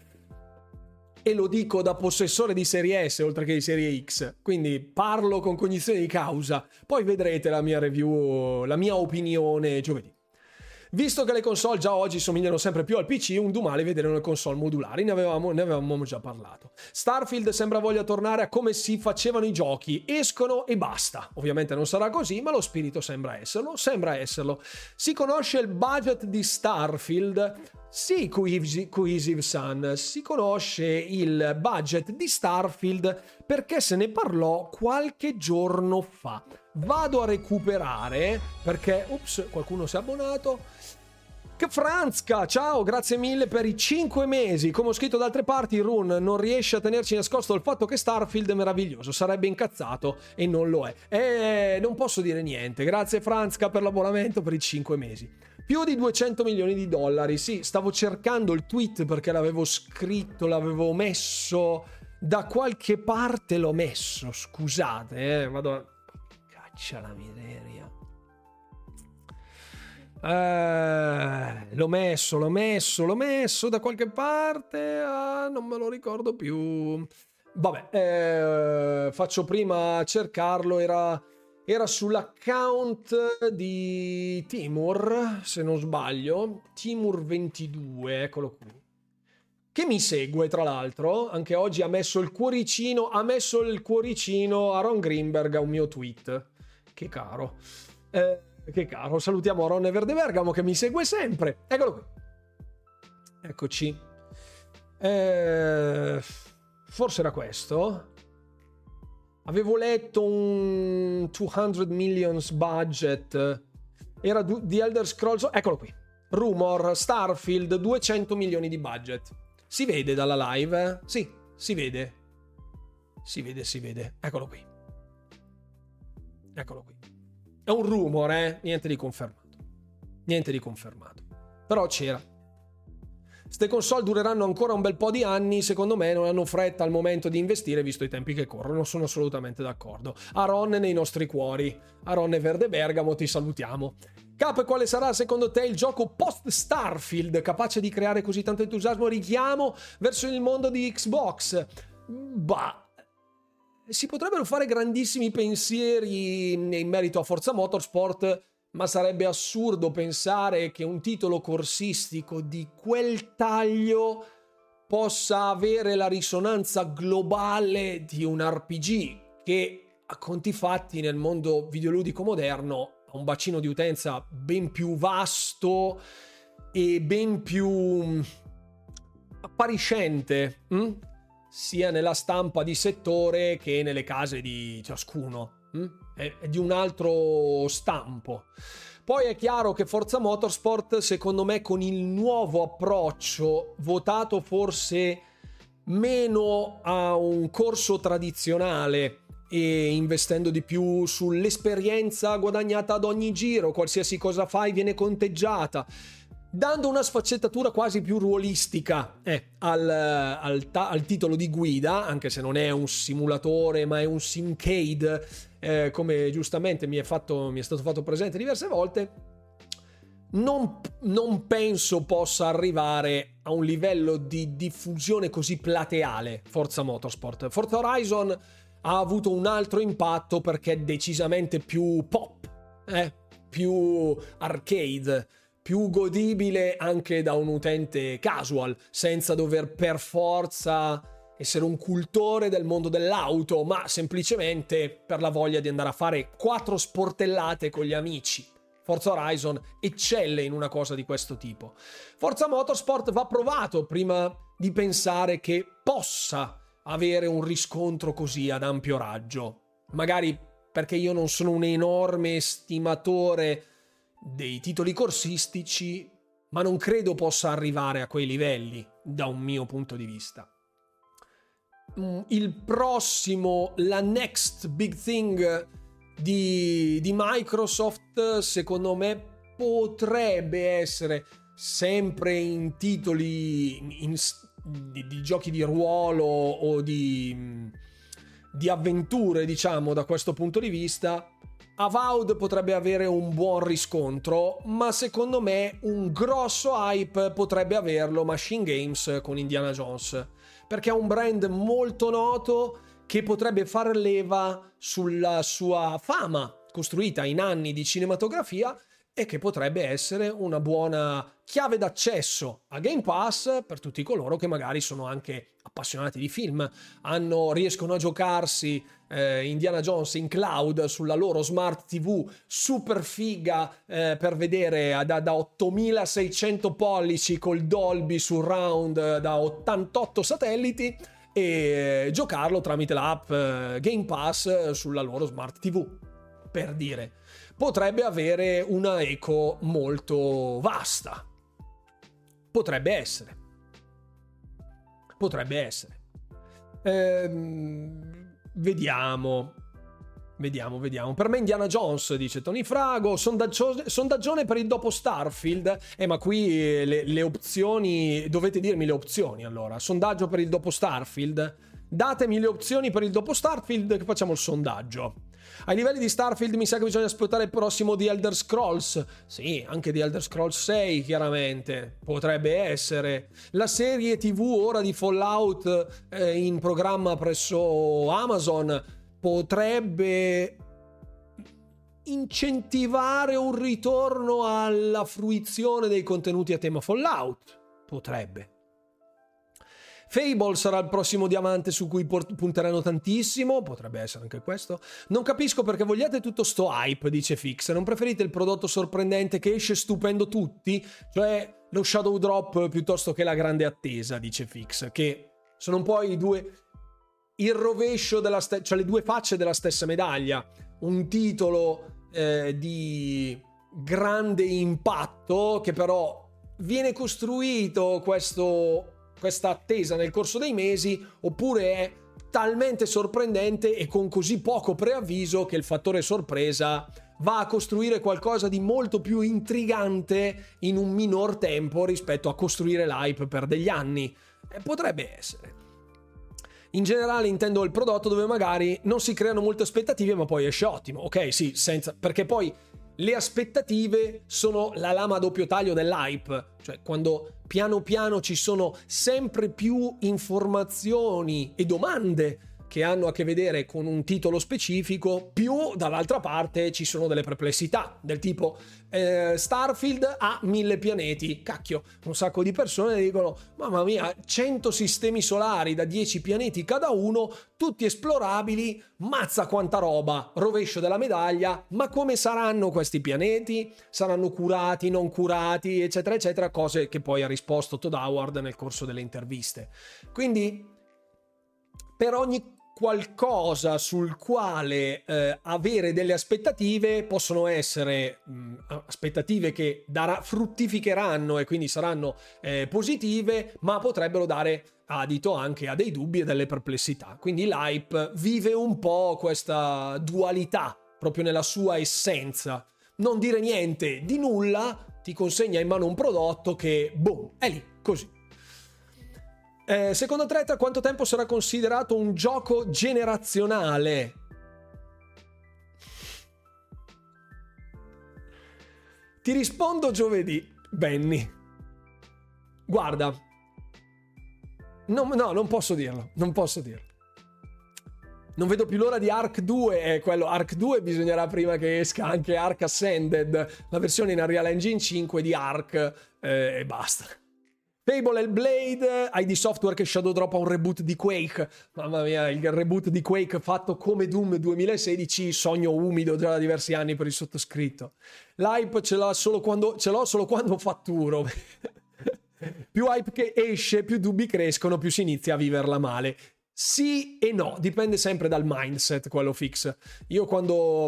E lo dico da possessore di serie S oltre che di serie X, quindi parlo con cognizione di causa. Poi vedrete la mia review, la mia opinione giovedì. Visto che le console già oggi somigliano sempre più al PC, un domani vedere una console modulari, ne avevamo già parlato. Starfield sembra voglia tornare a come si facevano i giochi, escono e basta. Ovviamente non sarà così, ma lo spirito sembra esserlo. Si conosce il budget di Starfield? Sì, Cohesive Sun, si conosce il budget di Starfield perché se ne parlò qualche giorno fa. Vado a recuperare perché, qualcuno si è abbonato. Che Franzka, ciao, grazie mille per i 5 mesi. Come ho scritto da altre parti, Run non riesce a tenerci nascosto il fatto che Starfield è meraviglioso, sarebbe incazzato e non lo è. Non posso dire niente. Grazie Franzka per l'abbonamento per i 5 mesi. Più di 200 milioni di dollari. Sì, stavo cercando il tweet perché l'avevo scritto, l'avevo messo da qualche parte, l'ho messo, scusate, vado. Caccia la miseria. L'ho messo da qualche parte, non me lo ricordo più. Vabbè, faccio prima a cercarlo. Era sull'account di Timur, se non sbaglio, Timur22, eccolo qui, che mi segue tra l'altro. Anche oggi ha messo il cuoricino a Ron Greenberg a un mio tweet. Che caro. Salutiamo Ron Everdebergamo che mi segue sempre. Eccolo qui. Eccoci. Forse era questo. Avevo letto un 200 millions budget. Era The Elder Scrolls. Eccolo qui. Rumor, Starfield, 200 milioni di budget. Si vede dalla live? Sì, si vede. Si vede. Eccolo qui. È un rumor, niente di confermato. Però c'era. Ste console dureranno ancora un bel po' di anni, secondo me non hanno fretta al momento di investire visto i tempi che corrono, sono assolutamente d'accordo. Aaron nei nostri cuori. Aaron e Verde Bergamo, ti salutiamo. Cap, quale sarà secondo te il gioco post Starfield capace di creare così tanto entusiasmo e richiamo verso il mondo di Xbox? Bah, si potrebbero fare grandissimi pensieri in merito a Forza Motorsport, ma sarebbe assurdo pensare che un titolo corsistico di quel taglio possa avere la risonanza globale di un RPG che, a conti fatti, nel mondo videoludico moderno ha un bacino di utenza ben più vasto e ben più appariscente, sia nella stampa di settore che nelle case di ciascuno. È di un altro stampo. Poi è chiaro che Forza Motorsport, secondo me, con il nuovo approccio, votato forse meno a un corso tradizionale e investendo di più sull'esperienza guadagnata ad ogni giro, qualsiasi cosa fai viene conteggiata, dando una sfaccettatura quasi più ruolistica al titolo di guida, anche se non è un simulatore ma è un simcade, come giustamente mi è stato fatto presente diverse volte. Non penso possa arrivare a un livello di diffusione così plateale Forza Motorsport. Forza Horizon ha avuto un altro impatto perché è decisamente più pop, più arcade, più godibile anche da un utente casual, senza dover per forza essere un cultore del mondo dell'auto, ma semplicemente per la voglia di andare a fare 4 sportellate con gli amici. Forza Horizon eccelle in una cosa di questo tipo. Forza Motorsport va provato prima di pensare che possa avere un riscontro così ad ampio raggio. Magari perché io non sono un enorme estimatore dei titoli corsistici, ma non credo possa arrivare a quei livelli da un mio punto di vista. Il prossimo, la next big thing di Microsoft, secondo me potrebbe essere sempre in titoli di giochi di ruolo o di avventure, diciamo, da questo punto di vista. Avowed potrebbe avere un buon riscontro, ma secondo me un grosso hype potrebbe averlo Machine Games con Indiana Jones, perché è un brand molto noto che potrebbe far leva sulla sua fama costruita in anni di cinematografia e che potrebbe essere una buona chiave d'accesso a Game Pass per tutti coloro che magari sono anche appassionati di film, riescono a giocarsi Indiana Jones in cloud sulla loro smart TV super figa per vedere da 8600 pollici col Dolby Surround da 88 satelliti e giocarlo tramite l'app Game Pass sulla loro smart TV, per dire. Potrebbe avere una eco molto vasta. Potrebbe essere. Vediamo. Per me Indiana Jones, dice Tony Frago. Sondaggione per il dopo Starfield. Ma qui le opzioni, dovete dirmi le opzioni allora. Sondaggio per il dopo Starfield. Datemi le opzioni per il dopo Starfield che facciamo il sondaggio. Ai livelli di Starfield mi sa che bisogna aspettare il prossimo The Elder Scrolls. Sì, anche The Elder Scrolls 6 chiaramente. Potrebbe essere. La serie TV ora di Fallout in programma presso Amazon potrebbe incentivare un ritorno alla fruizione dei contenuti a tema Fallout. Potrebbe. Fable sarà il prossimo diamante su cui punteranno tantissimo, potrebbe essere anche questo. Non capisco perché vogliate tutto sto hype, dice Fix. Non preferite il prodotto sorprendente che esce stupendo tutti? Cioè lo shadow drop piuttosto che la grande attesa, dice Fix, che sono un po' il rovescio cioè le due facce della stessa medaglia. Un titolo di grande impatto che però viene costruito questa attesa nel corso dei mesi, oppure è talmente sorprendente e con così poco preavviso che il fattore sorpresa va a costruire qualcosa di molto più intrigante in un minor tempo rispetto a costruire l'hype per degli anni. Potrebbe essere. In generale intendo il prodotto dove magari non si creano molte aspettative ma poi esce ottimo. Ok, sì, perché poi le aspettative sono la lama a doppio taglio dell'hype, cioè quando piano piano ci sono sempre più informazioni e domande che hanno a che vedere con un titolo specifico, più dall'altra parte ci sono delle perplessità del tipo Starfield ha 1000 pianeti, cacchio, un sacco di persone dicono mamma mia, 100 sistemi solari da 10 pianeti cada uno, tutti esplorabili, mazza quanta roba, rovescio della medaglia, ma come saranno questi pianeti? Saranno curati, non curati, eccetera eccetera, cose che poi ha risposto Todd Howard nel corso delle interviste. Quindi per ogni qualcosa sul quale avere delle aspettative, possono essere aspettative che fruttificheranno e quindi saranno positive, ma potrebbero dare adito anche a dei dubbi e delle perplessità. Quindi l'hype vive un po' questa dualità proprio nella sua essenza. Non dire niente di nulla ti consegna in mano un prodotto che boom, è lì, così. Secondo te, tra quanto tempo sarà considerato un gioco generazionale? Ti rispondo giovedì, Benny. Guarda, no, non posso dirlo. Non vedo più l'ora di Ark 2, quello Ark 2 bisognerà prima che esca anche Ark Ascended, la versione in Unreal Engine 5 di Ark, e basta. Fable Hellblade, ID Software che shadow droppa un reboot di Quake. Mamma mia, il reboot di Quake fatto come Doom 2016, sogno umido già da diversi anni per il sottoscritto. L'hype ce l'ho solo quando fatturo. Più hype che esce, più dubbi crescono, più si inizia a viverla male. Sì e no, dipende sempre dal mindset, quello Fix. Io quando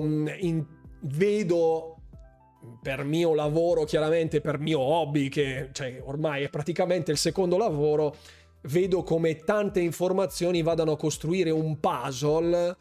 vedo, per mio lavoro, chiaramente per mio hobby, che cioè, ormai è praticamente il secondo lavoro, vedo come tante informazioni vadano a costruire un puzzle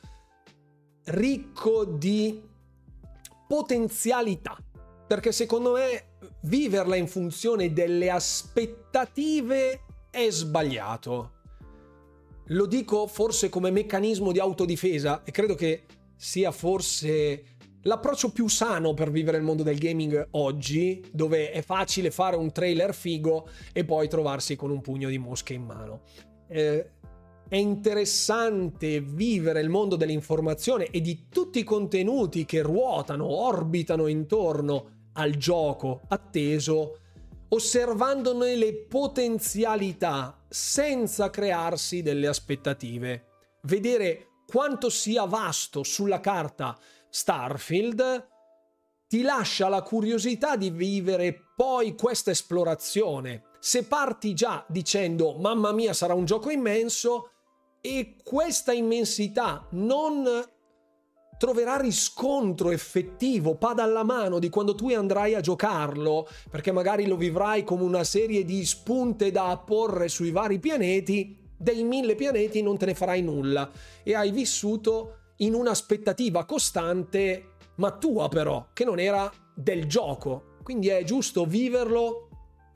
ricco di potenzialità, perché secondo me viverla in funzione delle aspettative è sbagliato. Lo dico forse come meccanismo di autodifesa e credo che sia forse l'approccio più sano per vivere il mondo del gaming oggi, dove è facile fare un trailer figo e poi trovarsi con un pugno di mosche in mano. È interessante vivere il mondo dell'informazione e di tutti i contenuti che ruotano, orbitano intorno al gioco atteso, osservandone le potenzialità senza crearsi delle aspettative. Vedere quanto sia vasto sulla carta Starfield ti lascia la curiosità di vivere poi questa esplorazione. Se parti già dicendo mamma mia sarà un gioco immenso e questa immensità non troverà riscontro effettivo, pada alla mano di quando tu andrai a giocarlo, perché magari lo vivrai come una serie di spunte da apporre sui vari pianeti, dei 1000 pianeti non te ne farai nulla e hai vissuto in un'aspettativa costante, ma tua però, che non era del gioco. Quindi è giusto viverlo,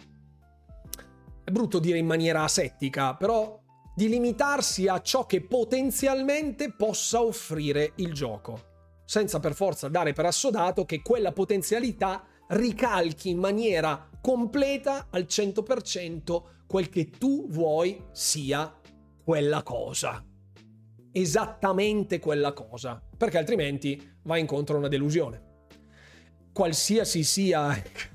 è brutto dire in maniera asettica, però di limitarsi a ciò che potenzialmente possa offrire il gioco, senza per forza dare per assodato che quella potenzialità ricalchi in maniera completa al 100% quel che tu vuoi sia quella cosa. Esattamente quella cosa, perché altrimenti va incontro a una delusione, qualsiasi sia.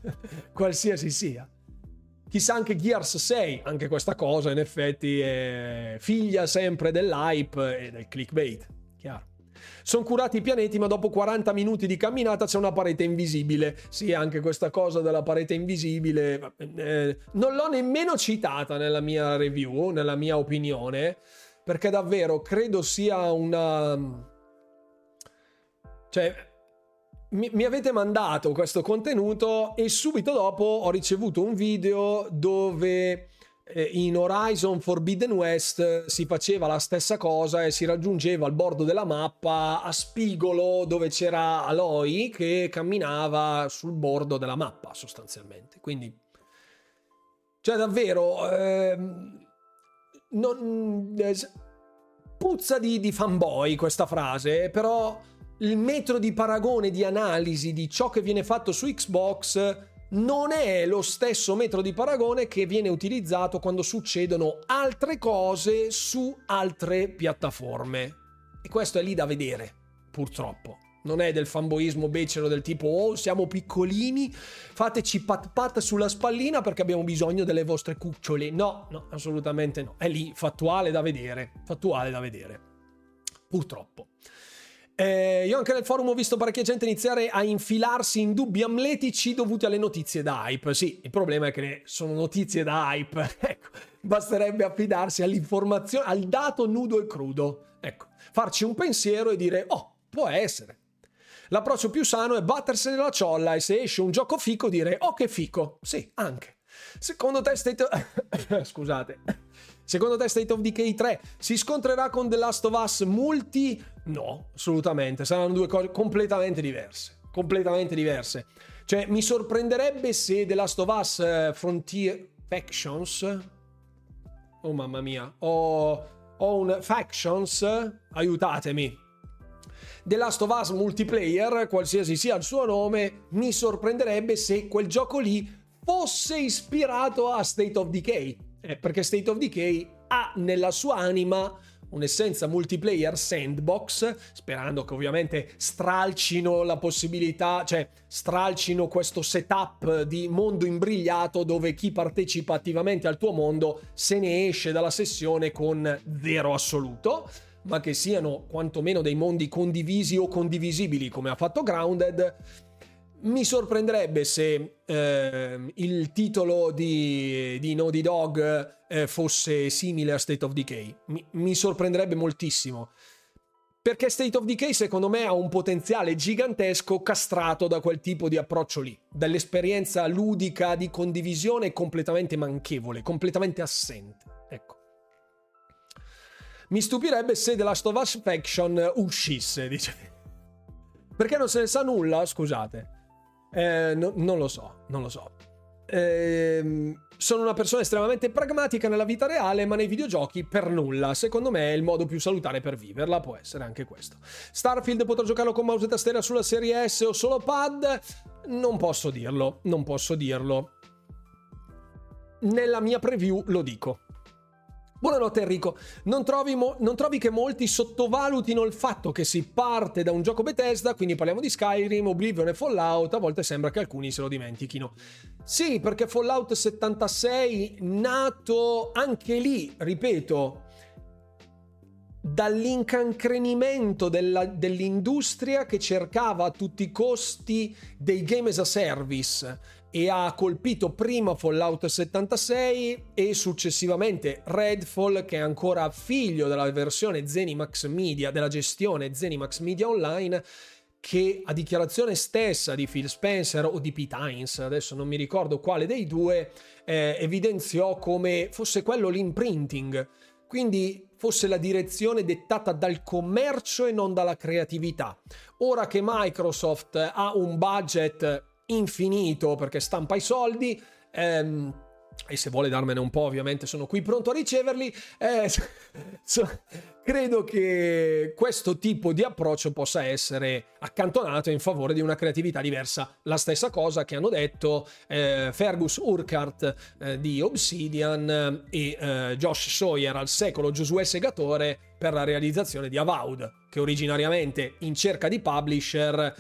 Chissà, anche Gears 6, anche questa cosa in effetti è figlia sempre dell'hype e del clickbait, chiaro. Sono curati i pianeti, ma dopo 40 minuti di camminata c'è una parete invisibile. Sì, anche questa cosa della parete invisibile non l'ho nemmeno citata nella mia review, nella mia opinione, perché davvero credo sia una... Cioè, mi avete mandato questo contenuto e subito dopo ho ricevuto un video dove in Horizon Forbidden West si faceva la stessa cosa e si raggiungeva al bordo della mappa a spigolo, dove c'era Aloy che camminava sul bordo della mappa sostanzialmente. Quindi, cioè davvero puzza di fanboy questa frase, però il metro di paragone, di analisi di ciò che viene fatto su Xbox non è lo stesso metro di paragone che viene utilizzato quando succedono altre cose su altre piattaforme. E questo è lì da vedere, purtroppo. Non è del fanboismo becero del tipo oh, siamo piccolini, fateci pat pat sulla spallina perché abbiamo bisogno delle vostre cucciole. No, assolutamente no. È lì fattuale da vedere, purtroppo. Io anche nel forum ho visto parecchia gente iniziare a infilarsi in dubbi amletici dovuti alle notizie da hype. Sì, il problema è che sono notizie da hype. Ecco, basterebbe affidarsi all'informazione, al dato nudo e crudo. Ecco, farci un pensiero e dire oh, può essere. L'approccio più sano è battersene la ciolla e se esce un gioco fico dire oh che fico. Sì, anche. Secondo te State of Decay 3 si scontrerà con The Last of Us multi? No, assolutamente, saranno due cose completamente diverse. Cioè, mi sorprenderebbe se The Last of Us Frontier Factions, oh mamma mia, ho un Factions, aiutatemi, The Last of Us multiplayer, qualsiasi sia il suo nome, mi sorprenderebbe se quel gioco lì fosse ispirato a State of Decay, perché State of Decay ha nella sua anima un'essenza multiplayer sandbox, sperando che ovviamente stralcino la possibilità, cioè stralcino questo setup di mondo imbrigliato dove chi partecipa attivamente al tuo mondo se ne esce dalla sessione con 0 assoluto, ma che siano quantomeno dei mondi condivisi o condivisibili come ha fatto Grounded. Mi sorprenderebbe se il titolo di Naughty Dog fosse simile a State of Decay. Mi sorprenderebbe moltissimo. Perché State of Decay secondo me ha un potenziale gigantesco castrato da quel tipo di approccio lì. Dall'esperienza ludica di condivisione completamente manchevole, completamente assente. Ecco. Mi stupirebbe se The Last of Us Faction uscisse, dice. Perché non se ne sa nulla? Scusate. Non lo so. Sono una persona estremamente pragmatica nella vita reale, ma nei videogiochi per nulla. Secondo me è il modo più salutare per viverla, può essere anche questo. Starfield potrò giocarlo con mouse e tastiera sulla serie S o solo pad? Non posso dirlo. Nella mia preview lo dico. Buonanotte Enrico, non trovi che molti sottovalutino il fatto che si parte da un gioco Bethesda, quindi parliamo di Skyrim, Oblivion e Fallout, a volte sembra che alcuni se lo dimentichino. Sì, perché Fallout 76, nato anche lì, ripeto, dall'incancrenimento dell'industria che cercava a tutti i costi dei game as a service, e ha colpito prima Fallout 76 e successivamente Redfall, che è ancora figlio della versione ZeniMax Media, della gestione ZeniMax Media Online, che a dichiarazione stessa di Phil Spencer o di Pete Hines, adesso non mi ricordo quale dei due, evidenziò come fosse quello l'imprinting, quindi fosse la direzione dettata dal commercio e non dalla creatività. Ora che Microsoft ha un budget infinito perché stampa i soldi e se vuole darmene un po' ovviamente sono qui pronto a riceverli, credo che questo tipo di approccio possa essere accantonato in favore di una creatività diversa. La stessa cosa che hanno detto Fergus Urquhart di Obsidian e Josh Sawyer al secolo Giosuè Segatore per la realizzazione di Avowed, che originariamente in cerca di publisher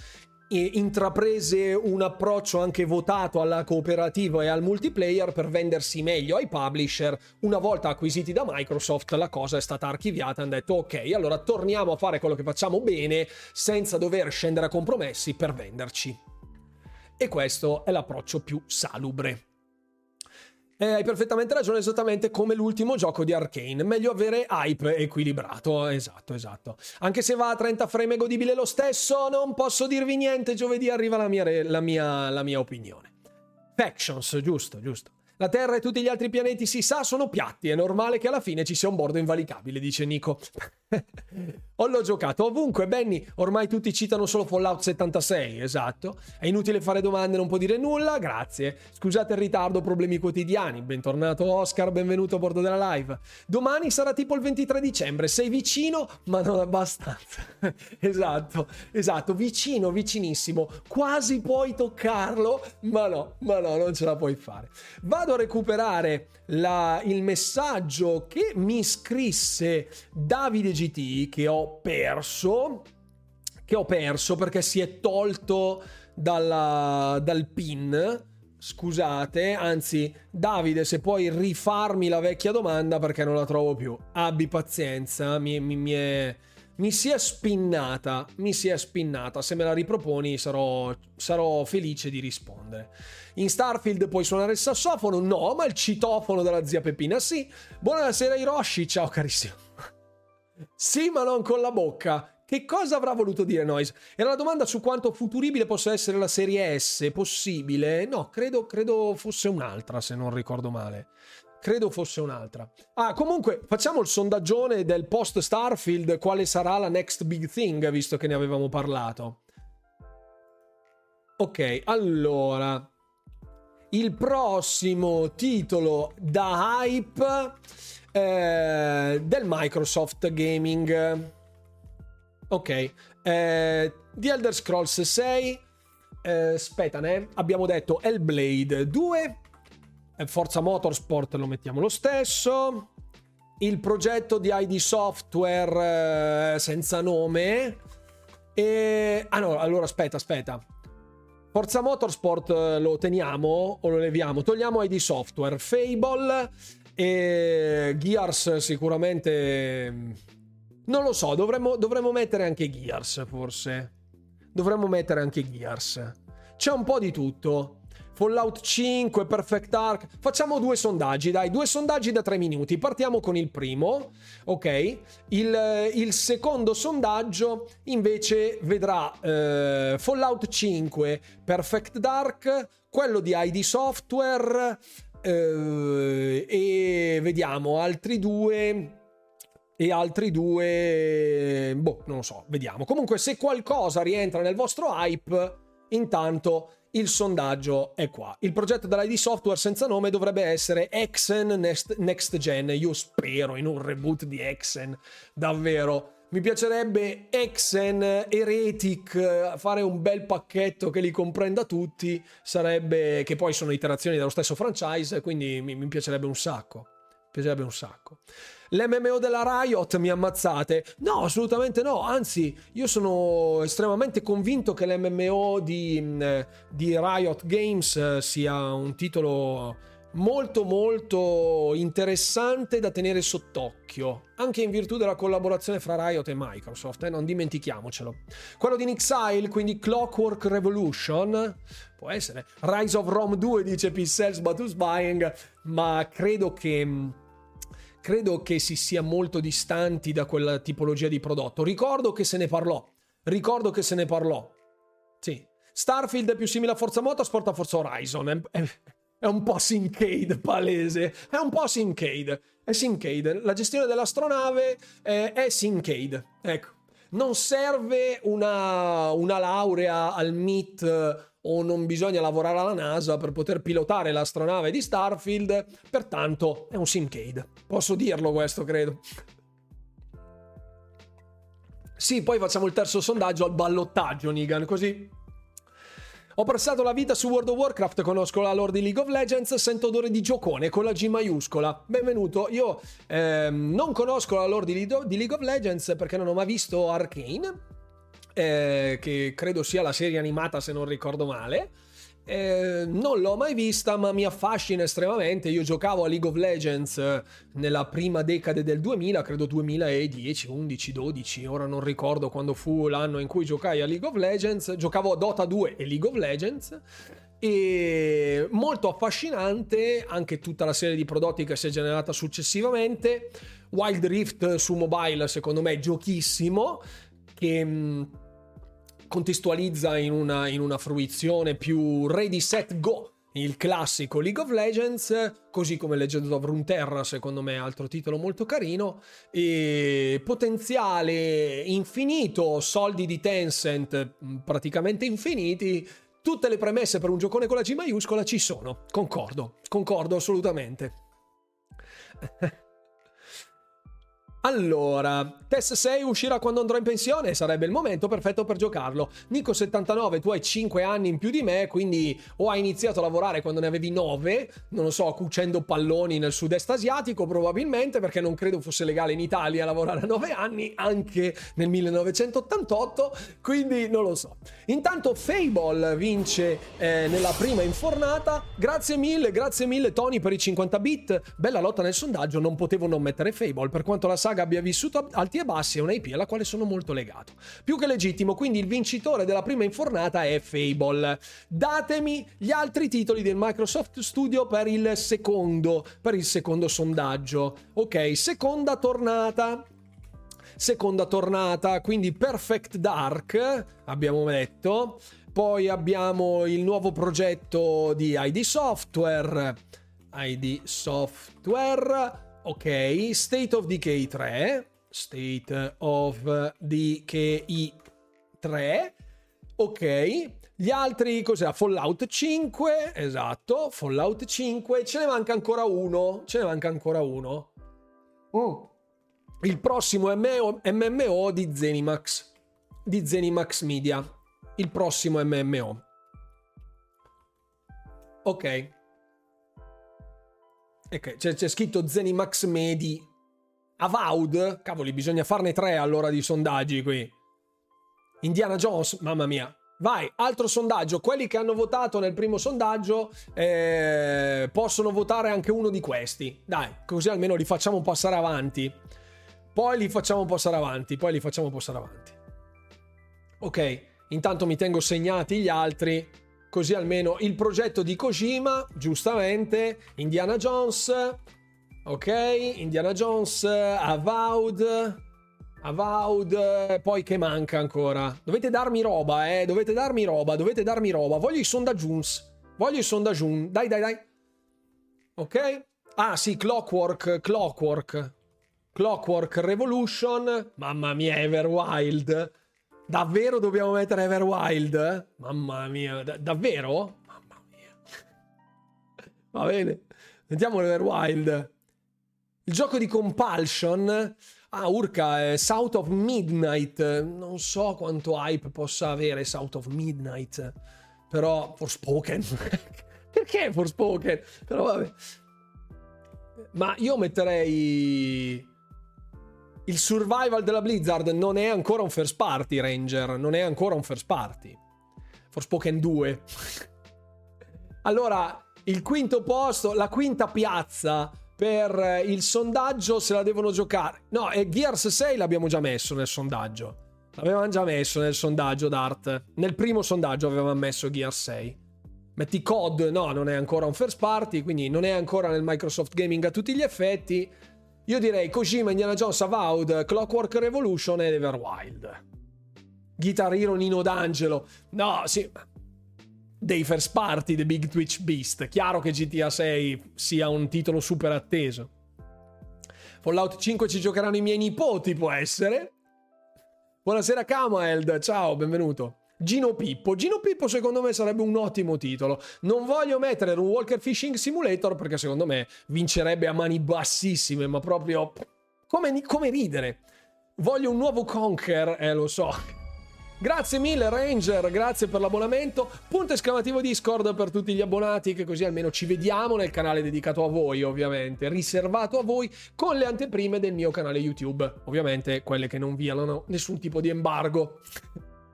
intraprese un approccio anche votato alla cooperativa e al multiplayer per vendersi meglio ai publisher. Una volta acquisiti da Microsoft, la cosa è stata archiviata e hanno detto ok, allora torniamo a fare quello che facciamo bene senza dover scendere a compromessi per venderci. E questo è l'approccio più salubre. Hai perfettamente ragione, esattamente come l'ultimo gioco di Arcane. Meglio avere hype equilibrato. Esatto. Anche se va a 30 frame è godibile lo stesso, non posso dirvi niente. Giovedì arriva la mia opinione. Factions, giusto. La Terra e tutti gli altri pianeti, si sa, sono piatti. È normale che alla fine ci sia un bordo invalicabile, dice Nico. L'ho giocato ovunque, Benny. Ormai tutti citano solo Fallout 76, esatto. È inutile fare domande, non può dire nulla, grazie. Scusate il ritardo, problemi quotidiani. Bentornato Oscar, benvenuto a bordo della live. Domani sarà tipo il 23 dicembre. Sei vicino, ma non abbastanza. Esatto. Vicinissimo. Quasi puoi toccarlo, ma no, non ce la puoi fare. Vado a recuperare il messaggio che mi scrisse Davide GT, che ho perso perché si è tolto dal pin. Scusate, anzi Davide, se puoi rifarmi la vecchia domanda perché non la trovo più. Abbi pazienza, mi si è spinnata. Se me la riproponi sarò felice di rispondere. In Starfield puoi suonare il sassofono? No, ma il citofono della zia Peppina sì. Buonasera Hiroshi, ciao carissimo. Sì, ma non con la bocca. Che cosa avrà voluto dire Noise? Era la domanda su quanto futuribile possa essere la serie S. Possibile? No, credo fosse un'altra, se non ricordo male. Credo fosse un'altra. Comunque, facciamo il sondaggione del post Starfield. Quale sarà la next big thing, visto che ne avevamo parlato? Ok, allora, il prossimo titolo da hype del Microsoft Gaming. Ok, The Elder Scrolls 6, aspetta, abbiamo detto Hellblade 2, Forza Motorsport lo mettiamo lo stesso, il progetto di ID Software senza nome, allora aspetta, Forza Motorsport lo teniamo o lo leviamo? Togliamo ID Software, Fable e Gears sicuramente. Non lo so, dovremmo mettere anche Gears, forse. C'è un po' di tutto. Fallout 5, Perfect Dark. Facciamo due sondaggi da 3 minuti. Partiamo con il primo, ok? Il secondo sondaggio invece vedrà Fallout 5, Perfect Dark, quello di ID Software e vediamo altri due. Non lo so, vediamo. Comunque, se qualcosa rientra nel vostro hype, intanto il sondaggio è qua. Il progetto dell'ID Software senza nome dovrebbe essere Hexen Next Gen. Io spero in un reboot di Hexen, davvero. Mi piacerebbe Hexen, Heretic, fare un bel pacchetto che li comprenda tutti. Sarebbe, che poi sono iterazioni dello stesso franchise, quindi mi piacerebbe un sacco. L'MMO della Riot, mi ammazzate? No, assolutamente no, anzi io sono estremamente convinto che l'MMO di Riot Games sia un titolo molto molto interessante da tenere sott'occhio, anche in virtù della collaborazione fra Riot e Microsoft, non dimentichiamocelo. Quello di Nixile, quindi Clockwork Revolution, può essere. Rise of Rome 2, dice Pixels Batus Buying, ma credo che si sia molto distanti da quella tipologia di prodotto. Ricordo che se ne parlò. Sì. Starfield è più simile a Forza Motorsport, a Forza Horizon. È un po' Syncade palese. È Syncade. La gestione dell'astronave è Syncade. Ecco. Non serve una laurea al MIT o non bisogna lavorare alla NASA per poter pilotare l'astronave di Starfield, pertanto è un Syncade. Posso dirlo questo, credo. Sì, poi facciamo il terzo sondaggio al ballottaggio, Nigan, così. Ho passato la vita su World of Warcraft, conosco la lore di League of Legends, sento odore di giocone con la G maiuscola. Benvenuto, io non conosco la lore di League of Legends perché non ho mai visto Arcane. che credo sia la serie animata se non ricordo male. Non l'ho mai vista, ma mi affascina estremamente. Io giocavo a League of Legends nella prima decade del 2000, credo 2010, 11, 12, ora non ricordo quando fu l'anno in cui giocai a League of Legends. Giocavo a Dota 2 e League of Legends, e molto affascinante anche tutta la serie di prodotti che si è generata successivamente. Wild Rift su mobile secondo me è giochissimo, che contestualizza in una fruizione più ready set go il classico League of Legends, così come Legend of Runeterra secondo me è altro titolo molto carino, e potenziale infinito, soldi di Tencent praticamente infiniti, tutte le premesse per un giocone con la G maiuscola ci sono. Concordo assolutamente. Allora, Tess 6 uscirà quando andrò in pensione, sarebbe il momento perfetto per giocarlo. Nico79, tu hai 5 anni in più di me, quindi o hai iniziato a lavorare quando ne avevi 9, non lo so, cucendo palloni nel sud-est asiatico probabilmente, perché non credo fosse legale in Italia lavorare a 9 anni, anche nel 1988, quindi non lo so. Intanto Fable vince nella prima infornata, grazie mille Tony per i 50 bit, bella lotta nel sondaggio, non potevo non mettere Fable, per quanto la saga abbia vissuto alti e bassi, è una IP alla quale sono molto legato. Più che legittimo, quindi il vincitore della prima infornata è Fable. Datemi gli altri titoli del Microsoft Studio per il secondo sondaggio. Ok, seconda tornata, quindi Perfect Dark, abbiamo detto. Poi abbiamo il nuovo progetto di ID Software. Ok, State of Decay 3. Ok, gli altri cos'è? Fallout 5, esatto, Fallout 5, ce ne manca ancora uno. Il prossimo MMO di Zenimax Media, il prossimo MMO. Ok, c'è scritto Zenimax Medi Avowed, cavoli, bisogna farne 3 allora di sondaggi qui. Indiana Jones, mamma mia. Vai, altro sondaggio. Quelli che hanno votato nel primo sondaggio possono votare anche uno di questi. Dai, così almeno li facciamo passare avanti. Poi li facciamo passare avanti. Ok, intanto mi tengo segnati gli altri, così almeno il progetto di Kojima, giustamente, Indiana Jones, ok, Indiana Jones, Avowed, poi che manca ancora? Dovete darmi roba, voglio i sondaggiuns, dai. Ok? Ah sì, Clockwork Revolution, mamma mia, Everwild. Davvero dobbiamo mettere Everwild? Mamma mia, davvero? Mamma mia. Va bene, mettiamo Everwild. Il gioco di Compulsion. Ah, urca, South of Midnight. Non so quanto hype possa avere South of Midnight. Però, Forspoken. Perché Forspoken? Però vabbè. Ma io metterei... Il survival della Blizzard non è ancora un first party, Ranger. Non è ancora un first party. Forspoken 2. Allora, il quinto posto, la quinta piazza per il sondaggio se la devono giocare. No, e Gears 6 l'abbiamo già messo nel sondaggio. Dart. Nel primo sondaggio avevamo messo Gears 6. Metti COD, no, non è ancora un first party, quindi non è ancora nel Microsoft Gaming a tutti gli effetti. Io direi Kojima, Indiana Jones, Avowed, Clockwork Revolution ed Everwild. Guitar Hero, Nino D'Angelo. No, sì. Dei first party, The Big Twitch Beast. Chiaro che GTA 6 sia un titolo super atteso. Fallout 5 ci giocheranno i miei nipoti, può essere. Buonasera Kamaeld, ciao, benvenuto. Gino Pippo secondo me sarebbe un ottimo titolo. Non voglio mettere un Walker Fishing Simulator perché secondo me vincerebbe a mani bassissime, ma proprio come ridere. Voglio un nuovo Conker, lo so. Grazie mille Ranger, grazie per l'abbonamento. Punto esclamativo Discord per tutti gli abbonati, che così almeno ci vediamo nel canale dedicato a voi, ovviamente, riservato a voi, con le anteprime del mio canale YouTube, ovviamente quelle che non violano nessun tipo di embargo.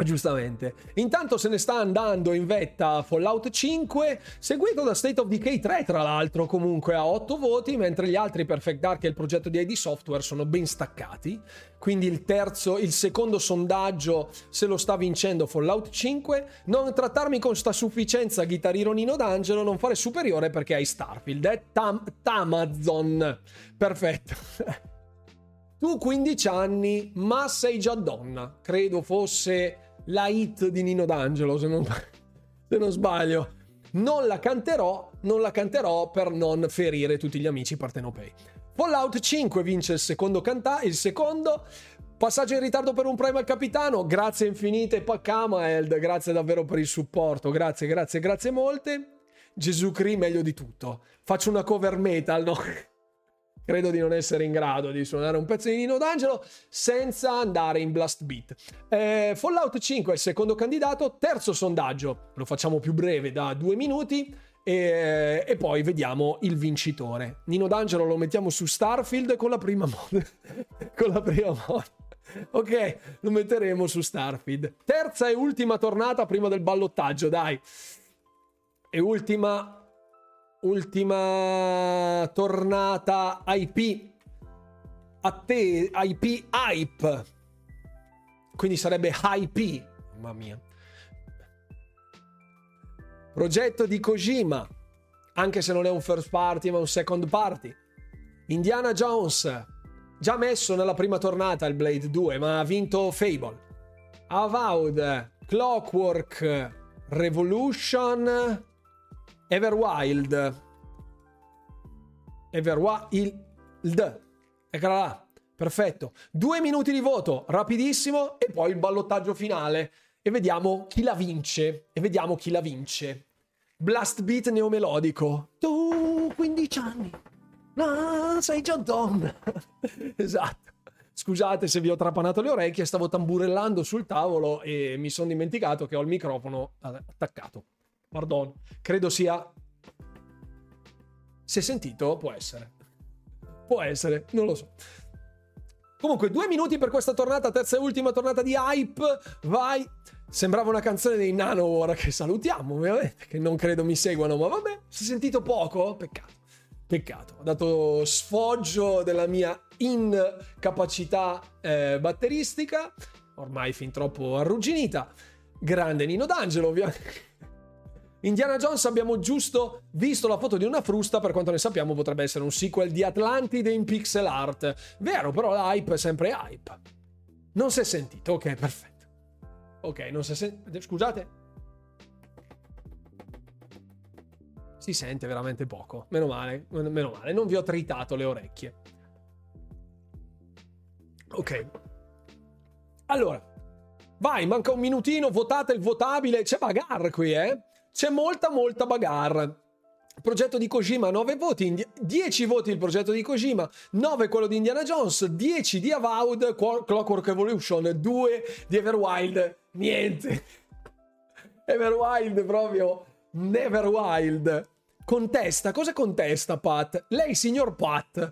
Giustamente. Intanto se ne sta andando in vetta Fallout 5, seguito da State of Decay 3, tra l'altro, comunque a 8 voti, mentre gli altri, Perfect Dark e il progetto di ID Software, sono ben staccati. Quindi il secondo sondaggio se lo sta vincendo Fallout 5. Non trattarmi con sta sufficienza, Guitar Nino D'Angelo, non fare superiore perché hai Starfield. Tamazon. Perfetto. Tu 15 anni, ma sei già donna. Credo fosse la hit di Nino D'Angelo, se non sbaglio. Non la canterò per non ferire tutti gli amici partenopei. Fallout 5 vince il secondo passaggio in ritardo per un premio al capitano. Grazie infinite Kamaeld, grazie davvero per il supporto, grazie molte. Gesù Cri meglio di tutto. Faccio una cover metal, no? Credo di non essere in grado di suonare un pezzo di Nino D'Angelo senza andare in blast beat. Fallout 5 è il secondo candidato. Terzo sondaggio, lo facciamo più breve, da 2 minuti, e poi vediamo il vincitore. Nino D'Angelo lo mettiamo su Starfield con la prima mod. Ok, lo metteremo su Starfield. Terza e ultima tornata prima del ballottaggio, dai. E ultima tornata IP IP hype, quindi sarebbe IP, mamma mia. Progetto di Kojima, anche se non è un first party ma un second party. Indiana Jones, già messo nella prima tornata il Blade 2, ma ha vinto Fable. Avowed, Clockwork Revolution, Everwild, eccola là, perfetto. 2 minuti di voto, rapidissimo, e poi il ballottaggio finale e vediamo chi la vince. Blast beat neomelodico. Tu 15 anni, no, sei già donna. Esatto. Scusate se vi ho trapanato le orecchie, stavo tamburellando sul tavolo e mi sono dimenticato che ho il microfono attaccato. Pardon, credo sia... Si è sentito? Può essere, non lo so. Comunque 2 minuti per questa tornata, terza e ultima tornata di hype. Vai. Sembrava una canzone dei Nanowar, che salutiamo ovviamente, che non credo mi seguano, ma vabbè, si è sentito poco? Peccato. Ho dato sfoggio della mia incapacità batteristica, ormai fin troppo arrugginita. Grande Nino D'Angelo, ovviamente. Indiana Jones, abbiamo giusto visto la foto di una frusta, per quanto ne sappiamo potrebbe essere un sequel di Atlantide in pixel art. Vero, però l'hype è sempre hype. Non si è sentito, ok, perfetto. Ok, non si è sentito, scusate. Si sente veramente poco, meno male, non vi ho tritato le orecchie. Ok. Allora, vai, manca un minutino, votate il votabile, c'è bagarre qui, C'è molta bagarre. Progetto di Kojima 9 voti, 10 voti il progetto di Kojima, 9 quello di Indiana Jones, 10 di Avowed, Clockwork Evolution, 2 di Everwild, niente. Everwild proprio, Neverwild. Contesta, cosa contesta Pat? Lei, signor Pat,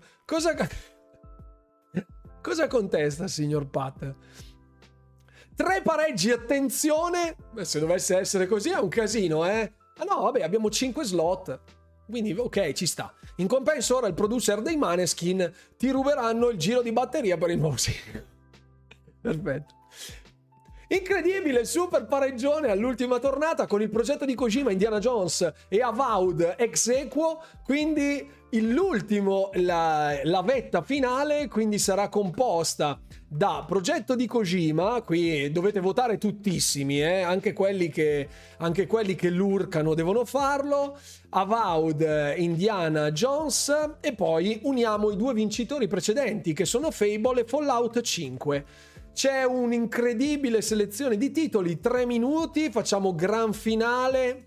cosa contesta, signor Pat? 3 pareggi, attenzione. Se dovesse essere così è un casino, Ah no, vabbè, abbiamo 5 slot, quindi ok, ci sta. In compenso ora il producer dei Maneskin ti ruberanno il giro di batteria per il nuovo singolo. Perfetto. Incredibile, super pareggione all'ultima tornata con il progetto di Kojima, Indiana Jones e Avowed ex aequo, quindi l'ultimo, la vetta finale, quindi sarà composta da progetto di Kojima, qui dovete votare tuttissimi, anche quelli che lurcano devono farlo, Avowed, Indiana Jones, e poi uniamo i 2 vincitori precedenti che sono Fable e Fallout 5. C'è un'incredibile selezione di titoli, 3 minuti, facciamo gran finale,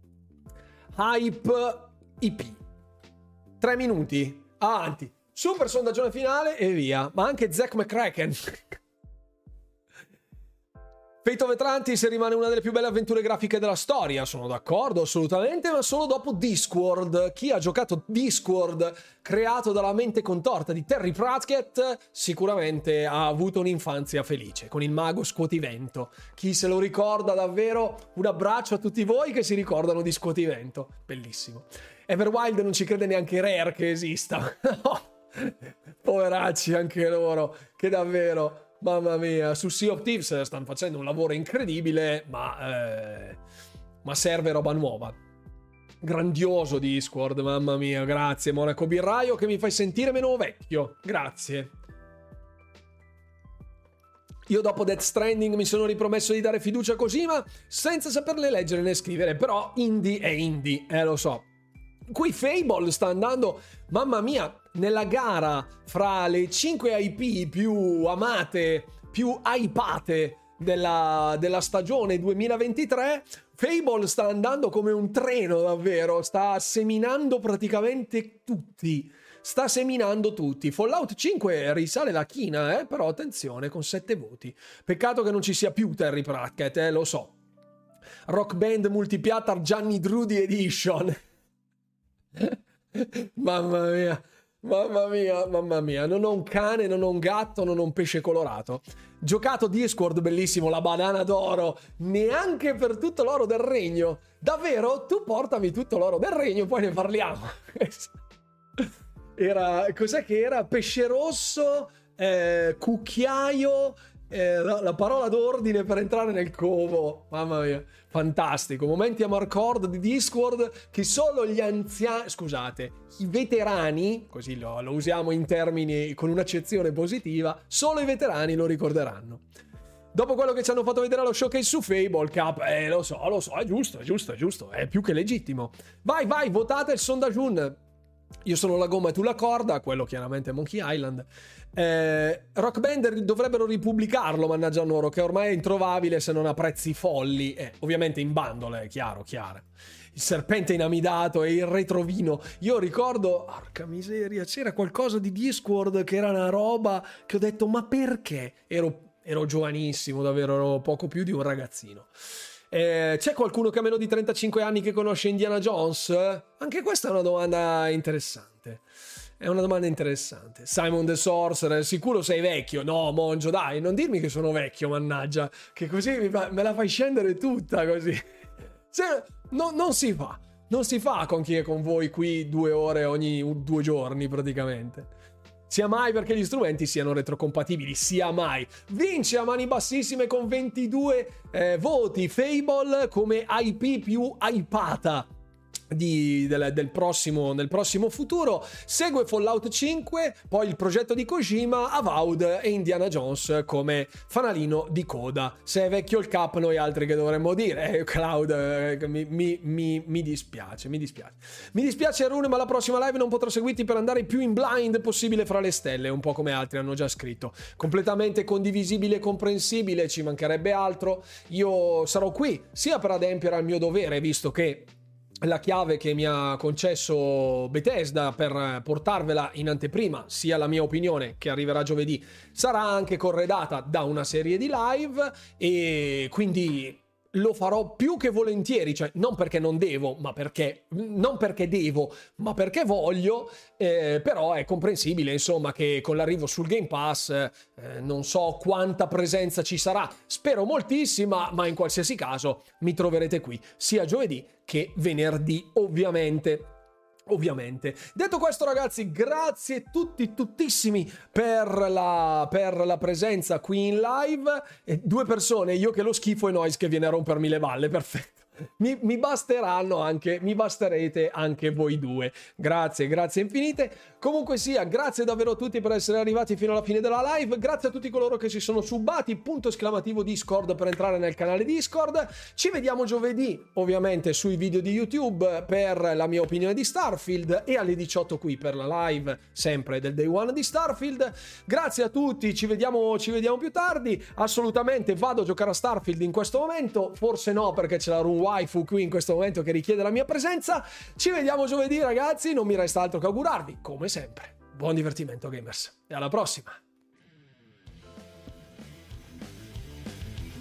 hype IP. 3 minuti, avanti, super sondaggione finale e via. Ma anche Zack McCracken. Fate of Atlantis rimane una delle più belle avventure grafiche della storia, sono d'accordo assolutamente, ma solo dopo Discworld. Chi ha giocato Discworld, creato dalla mente contorta di Terry Pratchett, sicuramente ha avuto un'infanzia felice con il mago scuotivento. Chi se lo ricorda davvero, un abbraccio a tutti voi che si ricordano di Scuotivento, bellissimo. Everwild non ci crede neanche Rare che esista. Poveracci anche loro, che davvero... Mamma mia, su Sea of Thieves stanno facendo un lavoro incredibile, ma serve roba nuova. Grandioso Discord, mamma mia, grazie Monaco Birraio che mi fai sentire meno vecchio, grazie. Io dopo Death Stranding mi sono ripromesso di dare fiducia a Kojima senza saperle leggere né scrivere, però indie è indie, lo so. Qui Fable sta andando, mamma mia, nella gara fra le 5 IP più amate, più hypate della stagione 2023, Fable sta andando come un treno davvero, sta seminando praticamente tutti. Sta seminando tutti. Fallout 5 risale la china, però attenzione, con 7 voti. Peccato che non ci sia più Terry Pratchett, lo so. Rock Band Multipiatar Gianni Drudi Edition. Mamma mia, mamma mia, mamma mia. Non ho un cane, non ho un gatto, non ho un pesce colorato. Giocato Discord, bellissimo, la banana d'oro. Neanche per tutto l'oro del regno. Davvero? Tu portami tutto l'oro del regno, poi ne parliamo. Cos'è che era? Pesce rosso, cucchiaio, la parola d'ordine per entrare nel covo. Mamma mia, fantastico. Momenti a Marcord di Discord che solo gli anziani, scusate, i veterani, così lo usiamo in termini con un'accezione positiva, solo i veterani lo ricorderanno. Dopo quello che ci hanno fatto vedere allo showcase su Fable, Cap, lo so, è giusto, è più che legittimo. Vai, votate il sondaggio. Io sono la gomma e tu la corda, quello chiaramente è Monkey Island. Rock Band dovrebbero ripubblicarlo, mannaggia loro, che ormai è introvabile se non a prezzi folli, ovviamente in bundle, chiaro. Il serpente inamidato e il retrovino. Io ricordo, porca miseria, c'era qualcosa di Discord che era una roba che ho detto ma perché? Ero giovanissimo, davvero, ero poco più di un ragazzino. C'è qualcuno che ha meno di 35 anni che conosce Indiana Jones? Anche questa è una domanda interessante. Simon the Sorcerer, sicuro sei vecchio? No, Mongio, dai, non dirmi che sono vecchio, mannaggia, che così me la fai scendere tutta così. Non si fa con chi è con voi qui 2 ore ogni 2 giorni praticamente. Sia mai perché gli strumenti siano retrocompatibili, sia mai. Vince a mani bassissime con 22 voti Fable come IP più hypata nel prossimo futuro. Segue Fallout 5, poi il progetto di Kojima, Avowed e Indiana Jones come fanalino di coda. Se è vecchio il cap, noi altri che dovremmo dire? Cloud, mi dispiace. Mi dispiace Rune, ma la prossima live non potrò seguirti per andare più in blind possibile fra le stelle, un po' come altri hanno già scritto. Completamente condivisibile e comprensibile, ci mancherebbe altro. Io sarò qui sia per adempiere al mio dovere, visto che la chiave che mi ha concesso Bethesda per portarvela in anteprima, sia la mia opinione che arriverà giovedì, sarà anche corredata da una serie di live, e quindi lo farò più che volentieri, cioè non perché non devo, ma perché non perché devo, ma perché voglio, però è comprensibile insomma che con l'arrivo sul Game Pass non so quanta presenza ci sarà, spero moltissima, ma in qualsiasi caso mi troverete qui sia giovedì che venerdì ovviamente. Detto questo, ragazzi, grazie tuttissimi per la presenza qui in live. 2 persone, io che lo schifo e Noise che viene a rompermi le balle, perfetto. Mi basterete anche voi 2. Grazie infinite. Comunque sia, grazie davvero a tutti per essere arrivati fino alla fine della live. Grazie a tutti coloro che si sono subati, punto esclamativo Discord per entrare nel canale Discord. Ci vediamo giovedì, ovviamente, sui video di YouTube per la mia opinione di Starfield, e alle 18 qui per la live sempre del Day One di Starfield. Grazie a tutti, ci vediamo più tardi. Assolutamente vado a giocare a Starfield in questo momento, forse no perché c'è la run waifu qui in questo momento che richiede la mia presenza. Ci vediamo giovedì, ragazzi, non mi resta altro che augurarvi, come sempre, buon divertimento gamers e alla prossima.